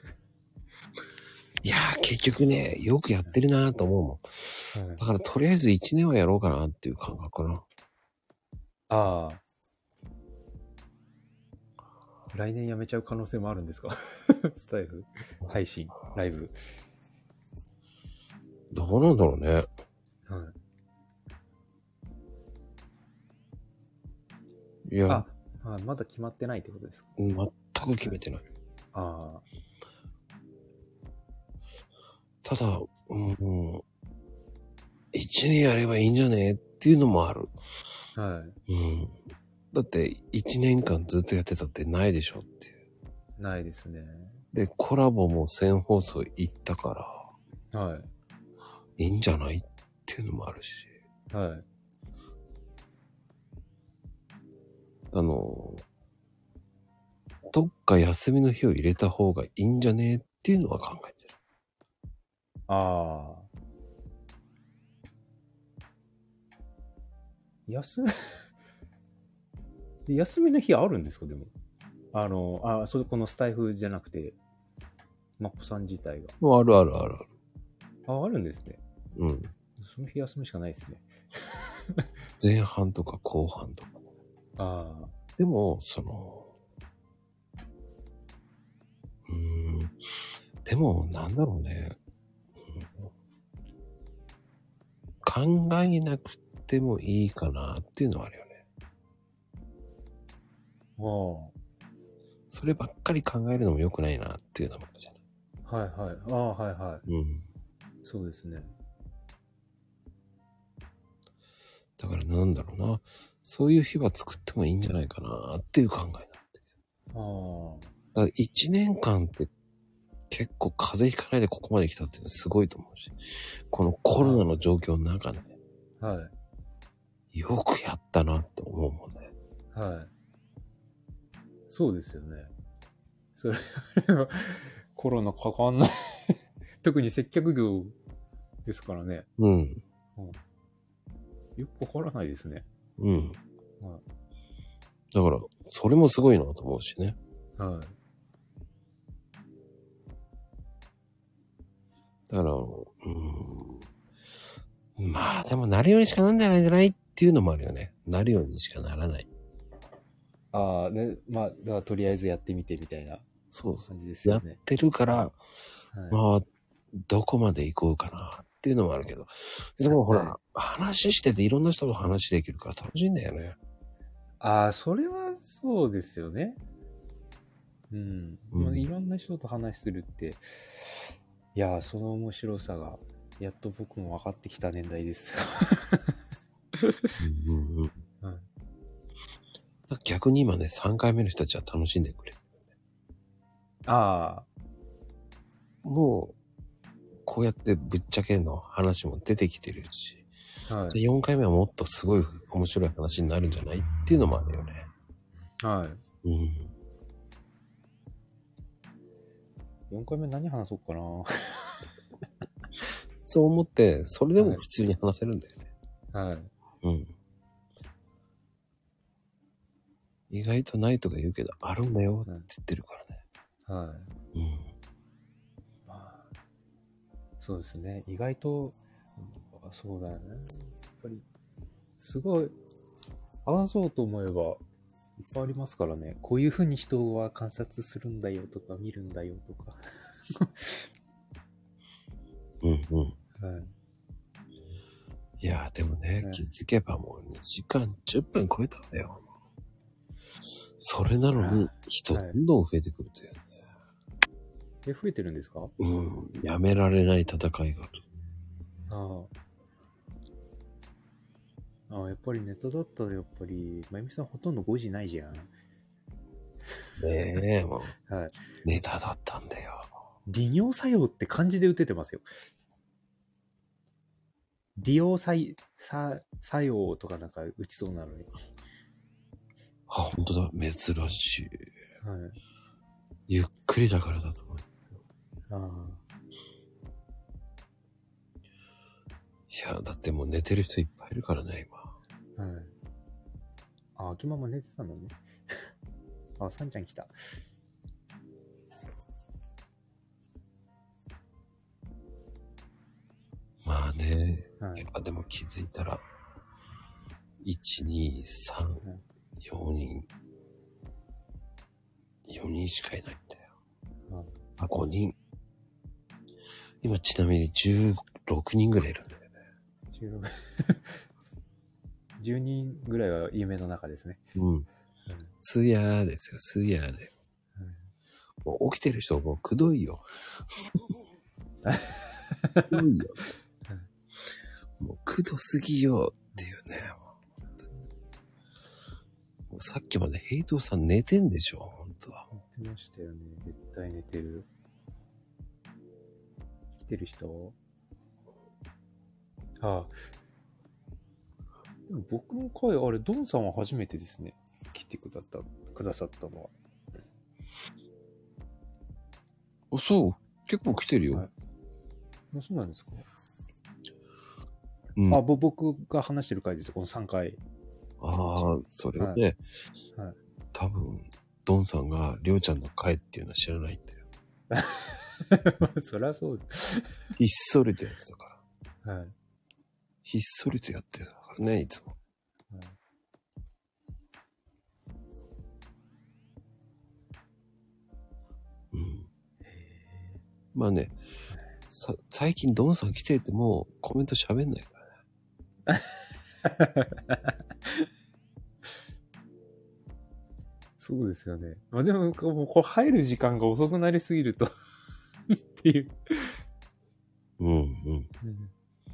いやー、結局ね、よくやってるなーと思うもん。 はい、 だからとりあえずいちねんはやろうかなっていう感覚かな。 ああ。来年やめちゃう可能性もあるんですか？スタイフ、配信、ライブ。 どうなんだろうね。 はい。 いや、 あ、あ、まだ決まってないってことですか？ 全く決めてない。 あただ、うん、いちねんやればいいんじゃねっていうのもある。 あ。はい。 うん。だって、いちねんかんずっとやってたってないでしょっていう。 ないですね。 で、コラボもせん放送行ったから、はい。 いいんじゃないっていうのもあるし。 はい。 あの、どっか休みの日を入れた方がいいんじゃねっていうのは考えてる。 ああ。休み休みの日あるんですか？でも。あの、あ、それこのスタイフじゃなくて、マッポさん自体が。 あるあるあるある。 あ、あるんですね。 うん。 その日休みしかないですね。 前半とか後半とか。 ああ。 でも、その、うーん。でも、なんだろうね。考えなくてもいいかなっていうのはあるよね。 ああ。 そればっかり考えるのも良くないなっていうのもあるじゃない。 はいはい。ああ、はいはい。 うん。 そうですね。 だからなんだろうな。そういう日は作ってもいいんじゃないかなっていう考えになってる。 あだから一年間って結構風邪ひかないでここまで来たっていうのはすごいと思うし。このコロナの状況の中で、ね、 あ。はい。 よくやったなって思うもんね。 はい。そうですよね。それは、コロナかかんない。特に接客業ですからね。 うん。 うん、よくかからないですね。 うん。 はい、 だから、それもすごいなと思うしね。 はい。 だから、うーん。まあ、でもなるようにしかなんじゃないんじゃないっていうのもあるよね。なるようにしかならない。 ああ、ね、まあ、だからとりあえずやってみてみたいなそうそう感じですよね。 やってるから、はい、まあ、どこまで行こうかなっていうのもあるけど。でもほら、はい、話してていろんな人と話できるから楽しいんだよね。 ああ、それはそうですよね。うん。うん、いろんな人と話するって、いやー、その面白さが、やっと僕も分かってきた年代ですよ。 うんうんうん、はい、逆に今ね、さんかいめの人たちは楽しんでくれる。ああ。もう、こうやってぶっちゃけの話も出てきてるし、はい、でよんかいめはもっとすごい面白い話になるんじゃないっていうのもあるよね。はい。うん。 よんかいめ何話そうかな。 そう思って、それでも普通に話せるんだよね。はい。うん。意外とないとか言うけど、あるんだよって言ってるからね。はい。うん。 まあ、そうですね。意外と、そうだよね。やっぱり、すごい、話そうと思えば、いっぱいありますからね。こういう風に人は観察するんだよとか、見るんだよとか。 うんうん。はい。いやーでもね、ね気づけばもうにじかんじゅっぷん超えたんだよ。それなのに人どんどん増えてくるというね。 え、増えてるんですか？ うん。やめられない戦いがある。 ああ。ああ、やっぱりネタだったらやっぱり、まゆみさんほとんどごじないじゃん。 ねえ、もう。はい。ネタだったんだよ。 利用作用って漢字で打ててますよ。利用作作用とかなんか打ちそうなのに。 あ、本当だ。珍しい。 はい。 ゆっくりだからだと思うんですよ。 ああ。いや、だってもう寝てる人いっぱいいるからね、今。 はい。あ、秋ママ寝てたのね。 あ、さんちゃん来た。 まあね、 はい、 やっぱでも気づいたら、いち、に、さん、よにん、よにんしかいないんだよ。はい、あ、ごにん。今ちなみにじゅうろくにんぐらいいるんだよね。 じゅうろく じゅうにんぐらいは夢の中ですね。 うん。すやーですよ、すやーで。うん、もう起きてる人もうくどいよ。くどいよ。もうくどすぎよっていうね。もうさっきまでヘイトさん寝てんでしょ、本当は。 寝てましたよね。絶対寝てる。来てる人ああ。でも僕の回、あれ、ドンさんは初めてですね。来てくださった、くださったのは。 あ、そう。結構来てるよ。はい、 あ、そうなんですか、 うん、 あ、ぼ、僕が話してる回ですよ。このさんかい。 ああ、それをね、はいはい、多分、ドンさんがりょうちゃんの回っていうのは知らないんだよ。 そりゃそうです。 ひっそりとやってたから。 はい。 ひっそりとやってたからね、いつも。はい、うん。まあね、さ、最近ドンさん来ててもコメント喋んないからね。 そうですよね。まあでも、もうこれ入る時間が遅くなりすぎるとっていう。 うんうん。うん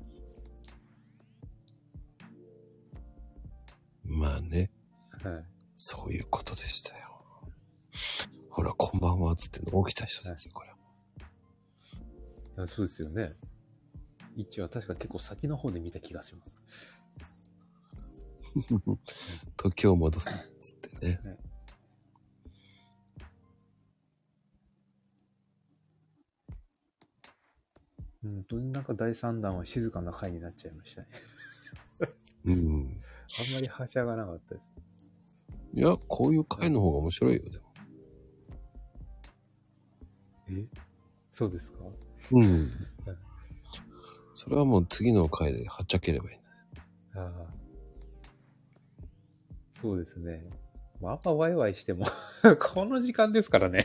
まあね、はい。そういうことでしたよ。ほら、こんばんはつっての起きた人ですよ、これ。 いや、そうですよね。一応確か結構先の方で見た気がします。 時を戻すっつってね。はい、 うん、とになんかだいさんだんは静かな回になっちゃいましたね。 うん。 あんまりはしゃがなかったです。 いや、こういう回の方が面白いよ、でも。 え？そうですか？ うん。それはもう次の回ではっちゃければいいんだよ。 ああ。そうですね。まあ、あんまワイワイしても、この時間ですからね。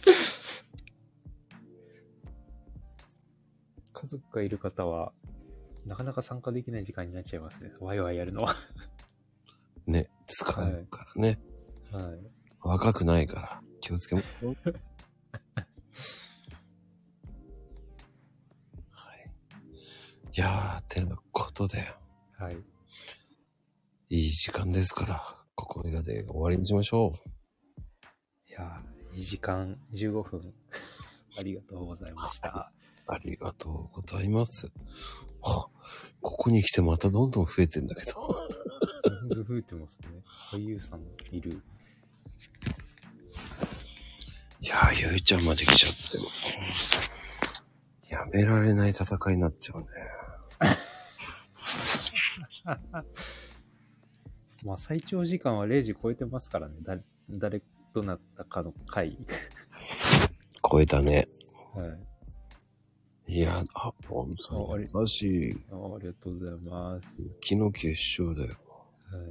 家族がいる方は、なかなか参加できない時間になっちゃいますね。ワイワイやるのは。 ね、使うからね。 はい。はい、 若くないから、気をつけましょう。はい。いやー、てなことで。 はい。 いい時間ですから、ここらで終わりにしましょう。 いやー、にじかんじゅうごふん。ありがとうございました。 ありがとうございます。はここに来てまたどんどん増えてんだけど。 増えてますね。俳優さんいる。 いやー、ゆいちゃんまで来ちゃっても。やめられない戦いになっちゃうね。 まあ最長時間はれいじ超えてますからね。だ誰となったかの回。 超えたね。 はい。 いや、あ、ポンさん優しい。 あ。ありがとうございます。 昨日決勝だよ。 はい。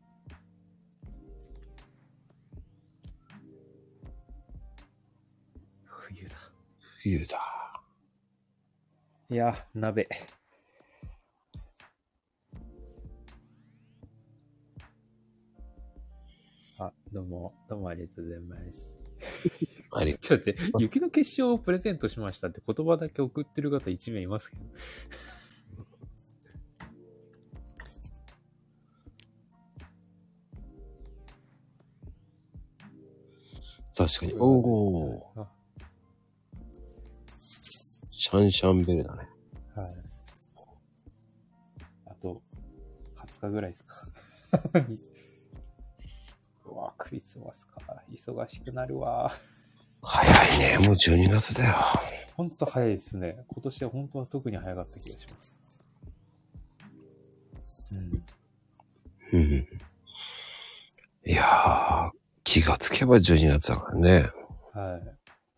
冬だ。 冬だ。 いや、鍋。あ、どうも、どうもありがとうございます。 ありちょっと待って、雪の結晶をプレゼントしましたって言葉だけ送ってる方いち名いますけど。 確かに。おー。シャンシャンベルだね。 はい。あと、はつかぐらいですか。うわ、クリスマスか。忙しくなるわ。 早いね。もうじゅうにがつだよ。 ほんと早いですね。今年は本当は特に早かった気がします。うん。 うん。いやー、 気がつけばじゅうにがつだからね。 はい。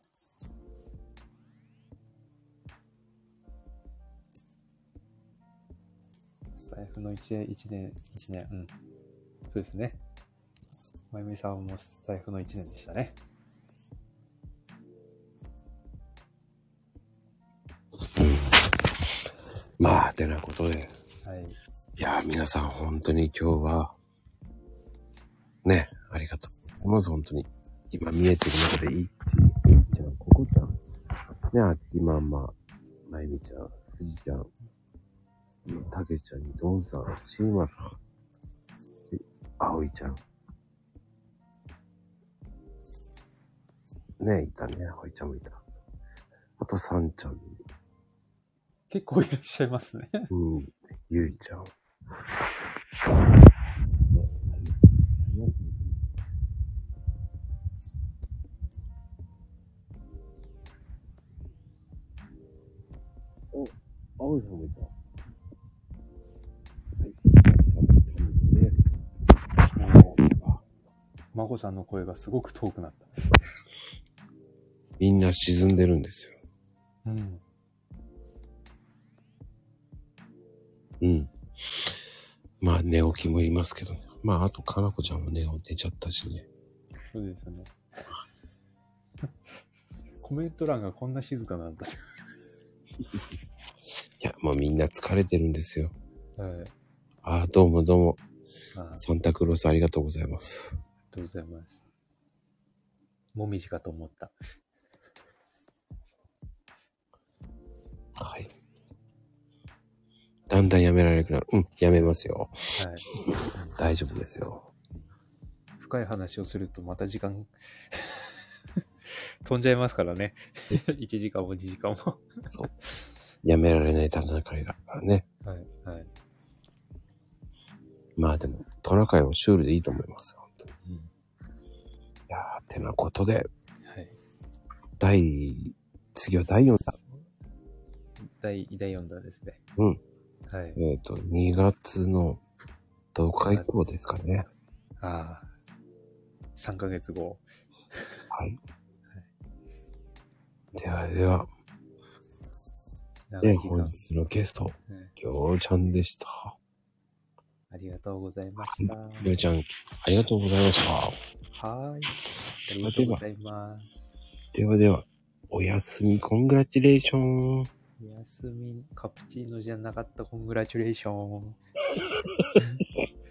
スタイフの一年、一年、一年、うん。そうですね。まゆみさんもスタイフの一年でしたね。 うん。まあ、てなことで。 はい。 いやー、皆さん本当に今日は、ね、ありがとうございます。本当に。今見えてる中でいい。いいちゃん、ここちゃん。ね、あきまんま、まゆみちゃん、ふじちゃん、たけちゃんに、どんさん、しーまさん、あおいちゃん。ね、いたね。あおいちゃんもいた。あと、さんちゃん。 結構いらっしゃいますね。 うん。ゆいちゃん。お、青いさんもいた。はい。さんもいたんですね。 まこさんの声がすごく遠くなった。 みんな沈んでるんですよ。 うん。 うん。まあ、寝起きもいますけどね。まあ、あと、かなこちゃんも寝、寝ちゃったしね。 そうですね。コメント欄がこんな静かなんだ。 いや、もうみんな疲れてるんですよ。 はい。 ああ、どうもどうも。 あサンタクロースありがとうございます。 ありがとうございます。もみじかと思った。 はい。だんだんやめられなくなる。うん、やめますよ。 はい。 大丈夫ですよ。 深い話をするとまた時間飛んじゃいますからね。いちじかんもにじかんも。 そう。やめられない戦いがあるからね。 はい、はい。 まあでも、トナカイはシュールでいいと思いますよ。本当に。 うん、 いやー、てなことで、 はい。 第、次はだいよんだ。 第、だいよんだですね。 うん。 はい。 えっと、にがつのどこか以降ですかね。 ああ。さんかげつご。 はい。ではでは、 ね、 本日のゲスト、りょうちゃんでした。 ありがとうございました。 りょうちゃん、ありがとうございました。 はーい。ありがとうございます。 ではでは、おやすみ、コングラチュレーション。 おやすみ、カプチーノじゃなかった、コングラチュレーション。